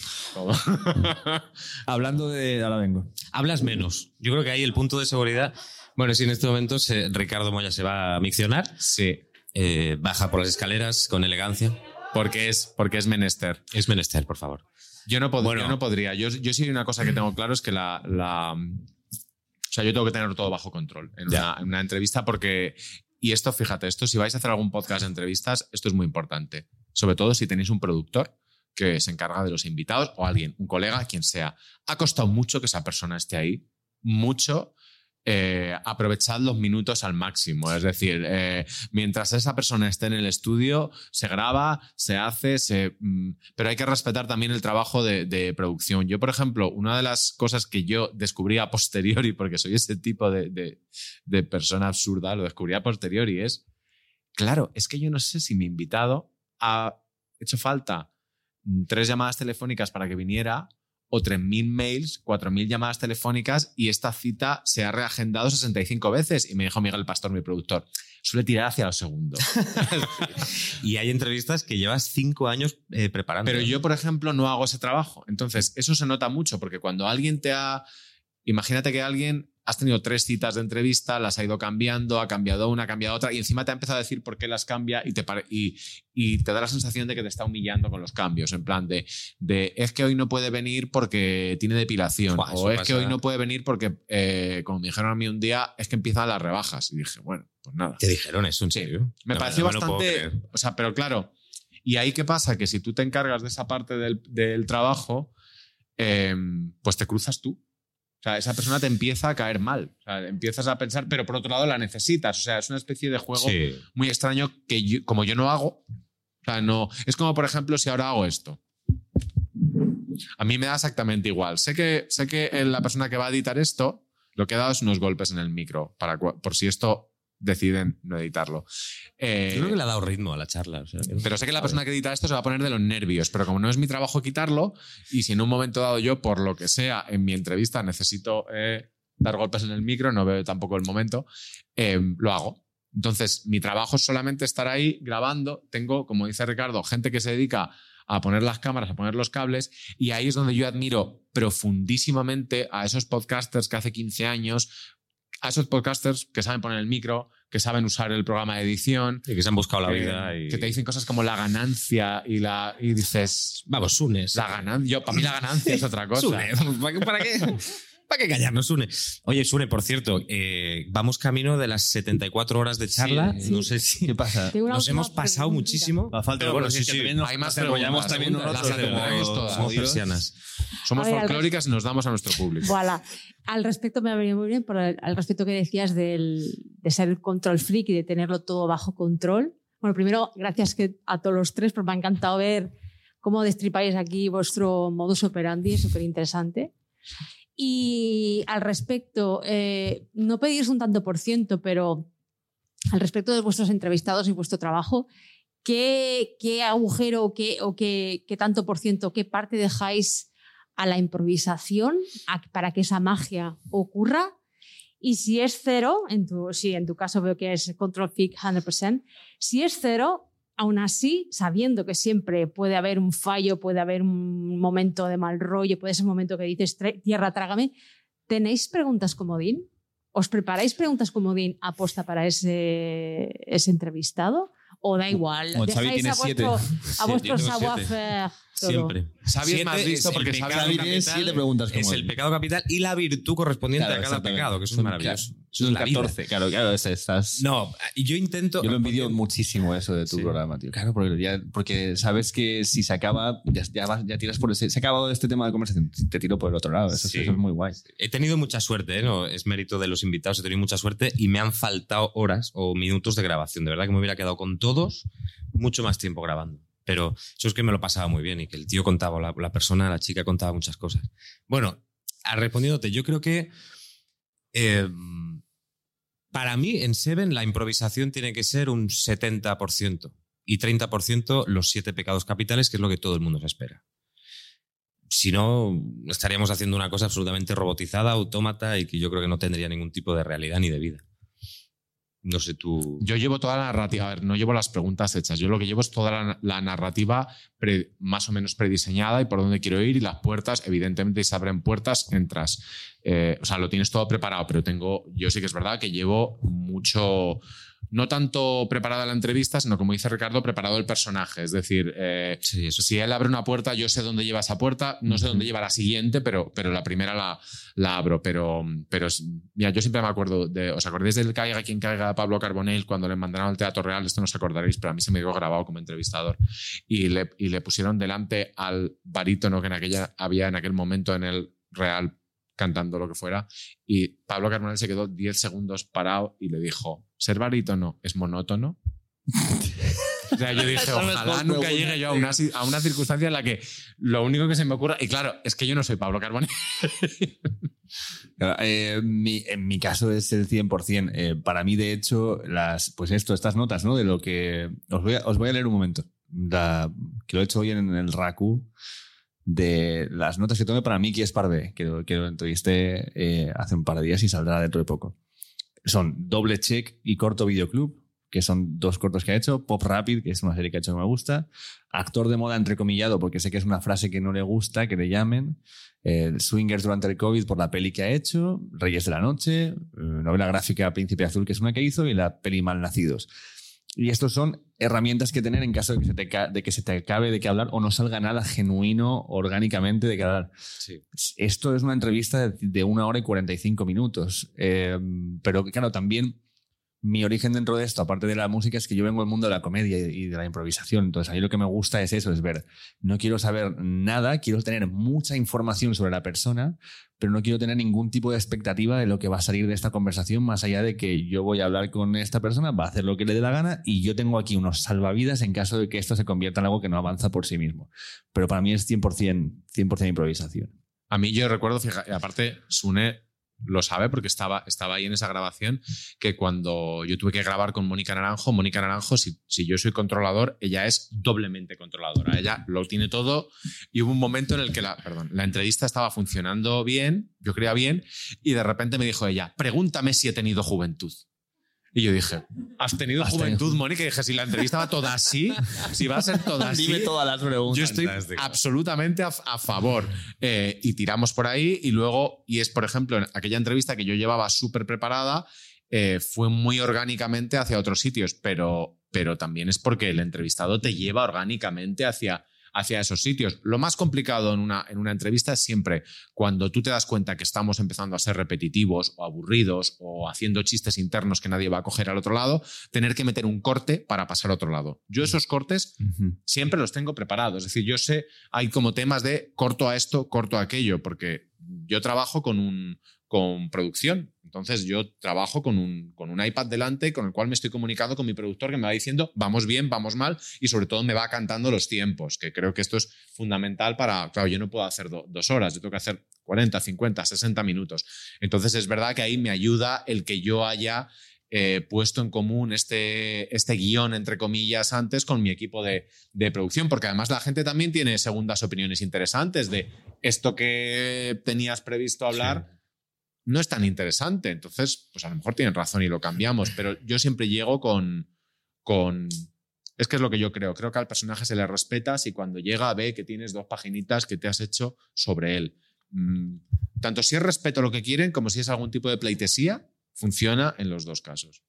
Hablando de... Ahora vengo. Hablas menos. Yo creo que ahí el punto de seguridad... Bueno, si en este momento Ricardo Moya se va a miccionar. Sí. Baja por las escaleras con elegancia. Porque es menester. Es menester, por favor. Yo no podría. Yo sí hay una cosa que tengo claro, es que o sea, yo tengo que tener todo bajo control en una entrevista porque... Y esto, fíjate, si vais a hacer algún podcast de entrevistas, esto es muy importante. Sobre todo si tenéis un productor que se encarga de los invitados o alguien, un colega, quien sea. Ha costado mucho que esa persona esté ahí. Mucho. Aprovechad los minutos al máximo. Es decir, mientras esa persona esté en el estudio, se graba, se hace, pero hay que respetar también el trabajo de producción. Yo, por ejemplo, una de las cosas que yo descubrí a posteriori, porque soy ese tipo de persona absurda, lo descubrí a posteriori, claro, es que yo no sé si mi invitado ha hecho falta 3 llamadas telefónicas para que viniera, o 3.000 mails, 4.000 llamadas telefónicas, y esta cita se ha reagendado 65 veces. Y me dijo Miguel Pastor, mi productor, suele tirar hacia lo segundo. Y hay entrevistas que llevas 5 años preparando. Pero yo, por ejemplo, no hago ese trabajo. Entonces, eso se nota mucho, porque cuando alguien imagínate que has tenido 3 citas de entrevista, las ha ido cambiando, ha cambiado una, ha cambiado otra, y encima te ha empezado a decir por qué las cambia y te da la sensación de que te está humillando con los cambios, en plan de es que hoy no puede venir porque tiene depilación, o es que hoy no puede venir porque, como me dijeron a mí un día, es que empiezan las rebajas. Y dije, bueno, pues nada. ¿Te dijeron eso en serio? Me pareció bastante... O sea, pero claro, ¿y ahí qué pasa? Que si tú te encargas de esa parte del trabajo, pues te cruzas tú. O sea, esa persona te empieza a caer mal. O sea, empiezas a pensar, pero por otro lado la necesitas. O sea, es una especie de juego muy extraño que como yo no hago. O sea, no. Es como, por ejemplo, si ahora hago esto. A mí me da exactamente igual. Sé que la persona que va a editar esto, lo que ha dado es unos golpes en el micro por si esto deciden no editarlo. Creo que le ha dado ritmo a la charla. O sea, pero sé que la persona que edita esto se va a poner de los nervios, pero como no es mi trabajo quitarlo, y si en un momento dado yo, por lo que sea, en mi entrevista necesito dar golpes en el micro, no veo tampoco el momento, lo hago. Entonces, mi trabajo es solamente estar ahí grabando. Tengo, como dice Ricardo, gente que se dedica a poner las cámaras, a poner los cables, y ahí es donde yo admiro profundísimamente a esos podcasters que hace 15 años, a esos podcasters que saben poner el micro, que saben usar el programa de edición. Y que se han buscado la vida. Que te dicen cosas como la ganancia y dices... Vamos, Sune. Para mí la ganancia es otra cosa. Sune, ¿para qué? ¿Para qué callarnos, Sune? Oye, Sune, por cierto, vamos camino de las 74 horas de charla. Sí. No sé si... ¿Qué pasa? Nos hemos pasado muchísimo. Pero bueno, sí. Hay más preguntas. También nosotros. Somos persianas. Somos folclóricas y nos damos a nuestro público. Voilà. Al respecto me ha venido muy bien, al respecto que decías de ser control freak y de tenerlo todo bajo control. Bueno, primero, gracias a todos los 3, porque me ha encantado ver cómo destripáis aquí vuestro modus operandi, es súper interesante. Y al respecto, no pedís un tanto por ciento, pero al respecto de vuestros entrevistados y vuestro trabajo, ¿qué agujero o qué tanto por ciento, qué parte dejáis a la improvisación para que esa magia ocurra? Y si es 0, en tu caso veo que es control freak 100%, si es 0, aún así, sabiendo que siempre puede haber un fallo, puede haber un momento de mal rollo, puede ser un momento que dices tierra, trágame, ¿tenéis preguntas comodín? ¿Os preparáis preguntas comodín aposta para ese entrevistado? ¿O da igual? Como Xavi tiene 7. A vuestro savoir-faire. Siempre. Xavi es más listo porque Xavi tiene 7 preguntas como es el pecado capital y la virtud correspondiente a cada pecado, que eso es maravilloso. Eso es 14, claro, estás... No, yo intento... Yo lo envidio muchísimo eso de tu programa, tío. Claro, porque sabes que si se acaba, ya tiras por ese... Se ha acabado este tema de conversación, te tiro por el otro lado. Eso es muy guay. He tenido mucha suerte, no es mérito de los invitados, he tenido mucha suerte y me han faltado horas o minutos de grabación. De verdad que me hubiera quedado con todos mucho más tiempo grabando. Pero eso es que me lo pasaba muy bien y que el tío contaba, la persona, la chica contaba muchas cosas. Bueno, respondiéndote, yo creo que para mí en Seven la improvisación tiene que ser un 70% y 30% los 7 pecados capitales, que es lo que todo el mundo se espera. Si no, estaríamos haciendo una cosa absolutamente robotizada, autómata y que yo creo que no tendría ningún tipo de realidad ni de vida. No sé tú. Yo llevo toda la narrativa, a ver, no llevo las preguntas hechas, yo lo que llevo es toda la narrativa más o menos prediseñada y por dónde quiero ir, y las puertas, evidentemente, si se abren puertas, entras. O sea, lo tienes todo preparado, pero yo sí que es verdad que llevo mucho, no tanto preparada la entrevista, sino, como dice Ricardo, preparado el personaje. Es decir, si él abre una puerta, yo sé dónde lleva esa puerta, no sé dónde lleva la siguiente, pero la primera la abro. Pero mira, yo siempre me acuerdo ¿os acordáis del Caiga quien caiga de Pablo Carbonell cuando le mandaron al Teatro Real? Esto no os acordaréis, pero a mí se me quedó grabado como entrevistador. Y le pusieron delante al barítono que había en aquel momento en el Real cantando lo que fuera, y Pablo Carbonell se quedó 10 segundos parado y le dijo: ¿ser barítono es monótono? O sea, yo dije, ojalá nunca llegue yo a una circunstancia en la que lo único que se me ocurra, y claro, es que yo no soy Pablo Carbonell. Claro, en mi caso es el 100%. Para mí, de hecho, estas notas, ¿no? De lo que... Os voy a leer un momento, que lo he hecho hoy en el RACU, de las notas que tomé para Miki Esparvé, que lo entrevisté hace un par de días y saldrá dentro de poco. Son Doble Check y Corto Videoclub, que son 2 cortos que ha hecho. Pop Rapid, que es una serie que ha hecho que me gusta. Actor de moda entrecomillado, porque sé que es una frase que no le gusta que le llamen. Swingers durante el COVID, por la peli que ha hecho. Reyes de la Noche. Novela gráfica Príncipe Azul, que es una que hizo. Y la peli Malnacidos. Y estos son herramientas que tener en caso de que se te acabe de qué hablar o no salga nada genuino, orgánicamente, de qué hablar. Sí. Esto es una entrevista de 1 hora y 45 minutos. Pero claro, también mi origen dentro de esto, aparte de la música, es que yo vengo del mundo de la comedia y de la improvisación. Entonces, a mí lo que me gusta es eso, es ver, no quiero saber nada, quiero tener mucha información sobre la persona, pero no quiero tener ningún tipo de expectativa de lo que va a salir de esta conversación, más allá de que yo voy a hablar con esta persona, va a hacer lo que le dé la gana y yo tengo aquí unos salvavidas en caso de que esto se convierta en algo que no avanza por sí mismo. Pero para mí es 100% improvisación. A mí yo recuerdo, fíjate, aparte Sune lo sabe porque estaba ahí en esa grabación, que cuando yo tuve que grabar con Mónica Naranjo, si yo soy controlador, ella es doblemente controladora. Ella lo tiene todo, y hubo un momento en el que la entrevista estaba funcionando bien, yo creía bien, y de repente me dijo ella: pregúntame si he tenido juventud. Y yo dije: ¿has tenido juventud, Mónica? Y dije: si la entrevista va toda así, si va a ser toda así, dime todas las preguntas. Yo estoy absolutamente a favor. Y tiramos por ahí, y es, por ejemplo, en aquella entrevista que yo llevaba súper preparada, fue muy orgánicamente hacia otros sitios, pero también es porque el entrevistado te lleva orgánicamente hacia esos sitios. Lo más complicado en una entrevista es siempre cuando tú te das cuenta que estamos empezando a ser repetitivos o aburridos o haciendo chistes internos que nadie va a coger al otro lado, tener que meter un corte para pasar a otro lado. Yo esos cortes siempre los tengo preparados. Es decir, yo sé, hay como temas de corto a esto, corto a aquello, porque yo trabajo con producción. Entonces yo trabajo con un iPad delante con el cual me estoy comunicando con mi productor, que me va diciendo vamos bien, vamos mal, y sobre todo me va cantando los tiempos, que creo que esto es fundamental para... Claro, yo no puedo hacer 2 horas, yo tengo que hacer 40, 50, 60 minutos. Entonces es verdad que ahí me ayuda el que yo haya puesto en común este guión, entre comillas, antes con mi equipo de producción, porque además la gente también tiene segundas opiniones interesantes de esto que tenías previsto hablar. Sí. No es tan interesante, entonces pues a lo mejor tienen razón y lo cambiamos, pero yo siempre llego con es que es lo que yo creo que al personaje se le respeta si cuando llega ve que tienes 2 paginitas que te has hecho sobre él. Tanto si es respeto a lo que quieren como si es algún tipo de pleitesía, funciona en los 2 casos.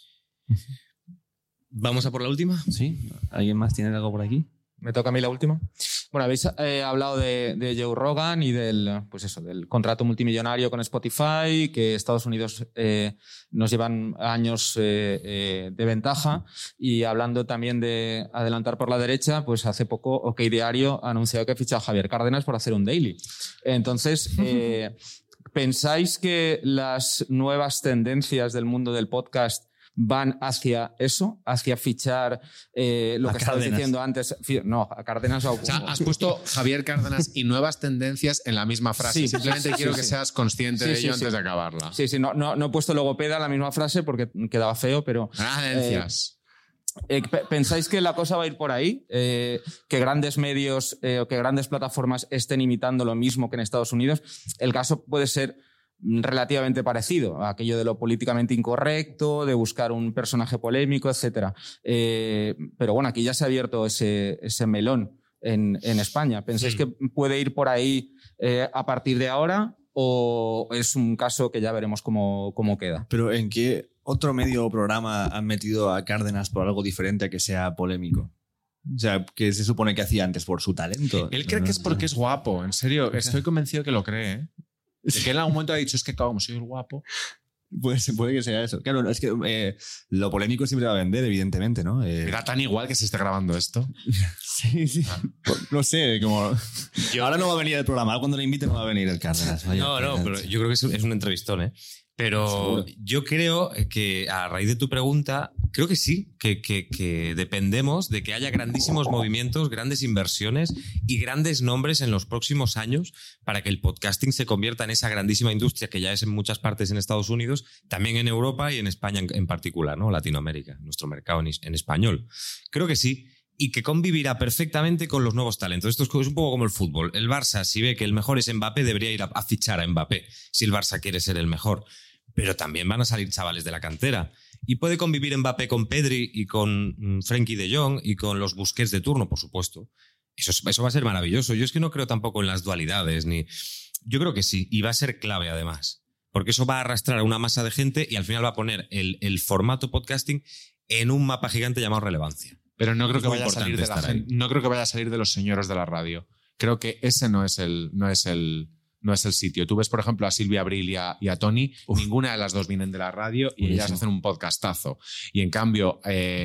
¿Vamos a por la última? Sí. ¿Alguien más tiene algo por aquí? Me toca a mí la última. Bueno, habéis hablado de Joe Rogan y del contrato multimillonario con Spotify, que Estados Unidos nos llevan años de ventaja. Y hablando también de adelantar por la derecha, pues hace poco OK Diario ha anunciado que ha fichado a Javier Cárdenas por hacer un daily. Entonces, ¿pensáis que las nuevas tendencias del mundo del podcast van hacia eso, hacia fichar lo que estabas diciendo antes? No, a Cárdenas. O sea, has puesto Javier Cárdenas y nuevas tendencias en la misma frase. Sí, simplemente quiero que seas consciente de ello antes de acabarla. Sí, no he puesto logopeda en la misma frase porque quedaba feo, pero... ¿Pensáis que la cosa va a ir por ahí? ¿Que grandes medios o que grandes plataformas estén imitando lo mismo que en Estados Unidos? El caso puede ser relativamente parecido a aquello de lo políticamente incorrecto, de buscar un personaje polémico, etc. Pero bueno, aquí ya se ha abierto ese melón en España. ¿Pensáis que puede ir por ahí a partir de ahora o es un caso que ya veremos cómo queda? Pero ¿en qué otro medio o programa han metido a Cárdenas por algo diferente a que sea polémico? O sea, ¿qué se supone que hacía antes por su talento? Él cree que es porque es guapo, en serio, estoy convencido que lo cree, ¿eh? De que él en algún momento ha dicho, es que como soy el guapo. Pues puede que sea eso. Claro, es que lo polémico siempre va a vender, evidentemente, ¿no? Era tan igual que se esté grabando esto. Sí. No sé, como... Ahora no va a venir el programa, ahora cuando le invite no va a venir el Cárdenas. No, pero yo creo que es un entrevistón, ¿eh? Pero ¿seguro? Yo creo que, a raíz de tu pregunta, creo que sí, que dependemos de que haya grandísimos movimientos, grandes inversiones y grandes nombres en los próximos años para que el podcasting se convierta en esa grandísima industria que ya es en muchas partes en Estados Unidos, también en Europa y en España en particular, ¿no? Latinoamérica, nuestro mercado en español. Creo que sí. Y que convivirá perfectamente con los nuevos talentos. Esto es un poco como el fútbol. El Barça, si ve que el mejor es Mbappé, debería ir a fichar a Mbappé, si el Barça quiere ser el mejor. Pero también van a salir chavales de la cantera. Y puede convivir Mbappé con Pedri y con Frenkie de Jong y con los Busquets de turno, por supuesto. Eso va a ser maravilloso. Yo es que no creo tampoco en las dualidades. Yo creo que sí, y va a ser clave además. Porque eso va a arrastrar a una masa de gente y al final va a poner el formato podcasting en un mapa gigante llamado relevancia. Pero no creo que vaya a salir de la gente, no creo que vaya a salir de los señores de la radio. Creo que ese no es el sitio. Tú ves, por ejemplo, a Silvia Abril y a Tony, ninguna de las dos vienen de la radio y ellas hacen un podcastazo. Y en cambio,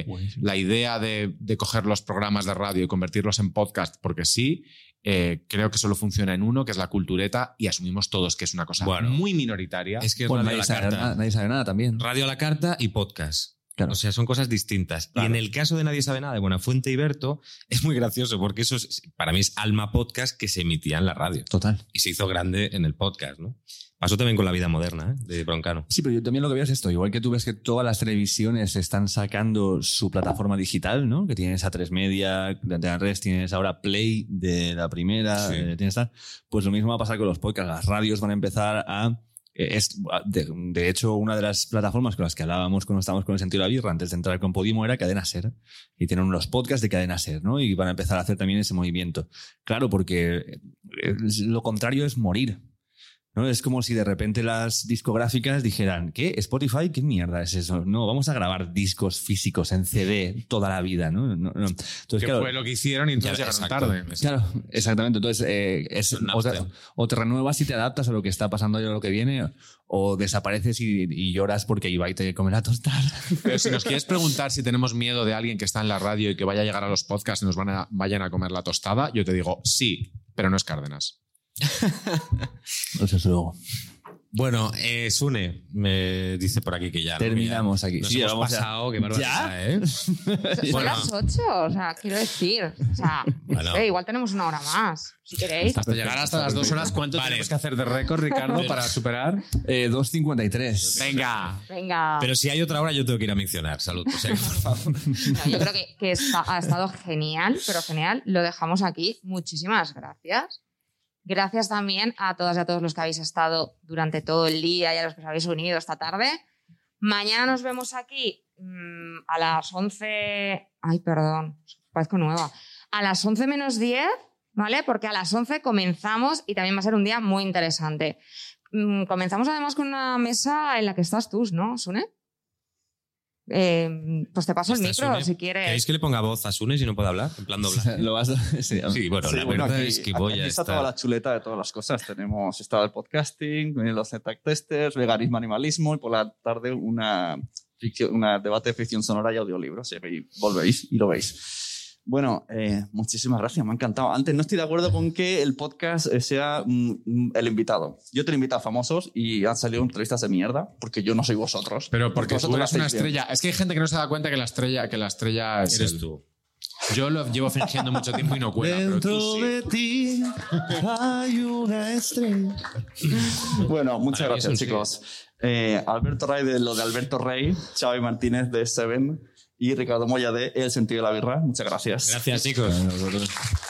la idea de coger los programas de radio y convertirlos en podcast, porque sí, creo que solo funciona en uno, que es la cultureta, y asumimos todos que es una cosa muy minoritaria. Es que es Radio a la Carta. Nadie sabe nada también. Radio a la Carta y podcast. Claro. O sea, son cosas distintas. Claro. Y en el caso de Nadie sabe nada de Buenafuente y Berto, es muy gracioso porque eso para mí es alma podcast que se emitía en la radio. Total. Y se hizo grande en el podcast, ¿no? Pasó también con La vida moderna, de Broncano. Sí, pero yo también lo que veo es esto. Igual que tú ves que todas las televisiones están sacando su plataforma digital, ¿no? Que tienes A3 Media, de Antena 3, tienes ahora Play de La Primera, tienes tal. Pues lo mismo va a pasar con los podcasts. Las radios van a empezar a... de hecho, una de las plataformas con las que hablábamos cuando estábamos con el sentido de la birra antes de entrar con Podimo era Cadena Ser, y tienen los podcasts de Cadena Ser, ¿no? Y van a empezar a hacer también ese movimiento. Claro, porque lo contrario es morir, ¿no? Es como si de repente las discográficas dijeran, ¿qué? ¿Spotify? ¿Qué mierda es eso? No, vamos a grabar discos físicos en CD toda la vida, ¿no? Entonces, que claro, fue lo que hicieron y entonces llegaron tarde. Claro, exactamente. Entonces, o te renuevas y te adaptas a lo que está pasando y a lo que viene, o desapareces y lloras porque Ibai te come la tostada. Pero si nos quieres preguntar si tenemos miedo de alguien que está en la radio y que vaya a llegar a los podcasts y nos vayan a comer la tostada, yo te digo sí, pero no es Cárdenas. Eso es luego. Bueno, Sune me dice por aquí que ya terminamos aquí. Nos hemos pasado, qué barbaridad, ¿eh? Son las 8, o sea, quiero decir. O sea, igual tenemos una hora más, si queréis. Hasta llegar hasta las 2 horas, ¿cuánto tenemos que hacer de récord, Ricardo, para superar? 2:53. Venga. Pero si hay otra hora, yo tengo que ir a mencionar. Salud, o sea, por favor. No, yo creo que ha estado genial, pero genial. Lo dejamos aquí. Muchísimas gracias. Gracias también a todas y a todos los que habéis estado durante todo el día y a los que os habéis unido esta tarde. Mañana nos vemos aquí a las 11... Ay, perdón, parezco nueva. A las 11 menos 10, ¿vale? Porque a las 11 comenzamos y también va a ser un día muy interesante. Comenzamos además con una mesa en la que estás tú, ¿no, Sune? Pues te paso el micro, Sune, si quieres. ¿Queréis que le ponga voz a Sune si no puede hablar? En plan doblaje. Sí, bueno, la verdad es que voy a estar... toda la chuleta de todas las cosas. Tenemos estado el podcasting, los Z testers, veganismo, animalismo, y por la tarde una debate de ficción sonora y audiolibros. Si volvéis y lo veis. Bueno, muchísimas gracias, me ha encantado. Antes, no estoy de acuerdo con que el podcast sea el invitado. Yo te he invitado a famosos y han salido entrevistas de mierda porque yo no soy vosotros. Pero porque tú eres una estrella. Es que hay gente que no se da cuenta que la estrella es eres tú. Yo lo llevo fingiendo mucho tiempo y no cuela. Dentro de ti hay una estrella. Bueno, muchas gracias, chicos. Alberto Rey de lo de Alberto Rey, Xavi Martínez de Seven y Ricardo Moya de El Sentido de la Birra. Muchas gracias. Gracias, chicos.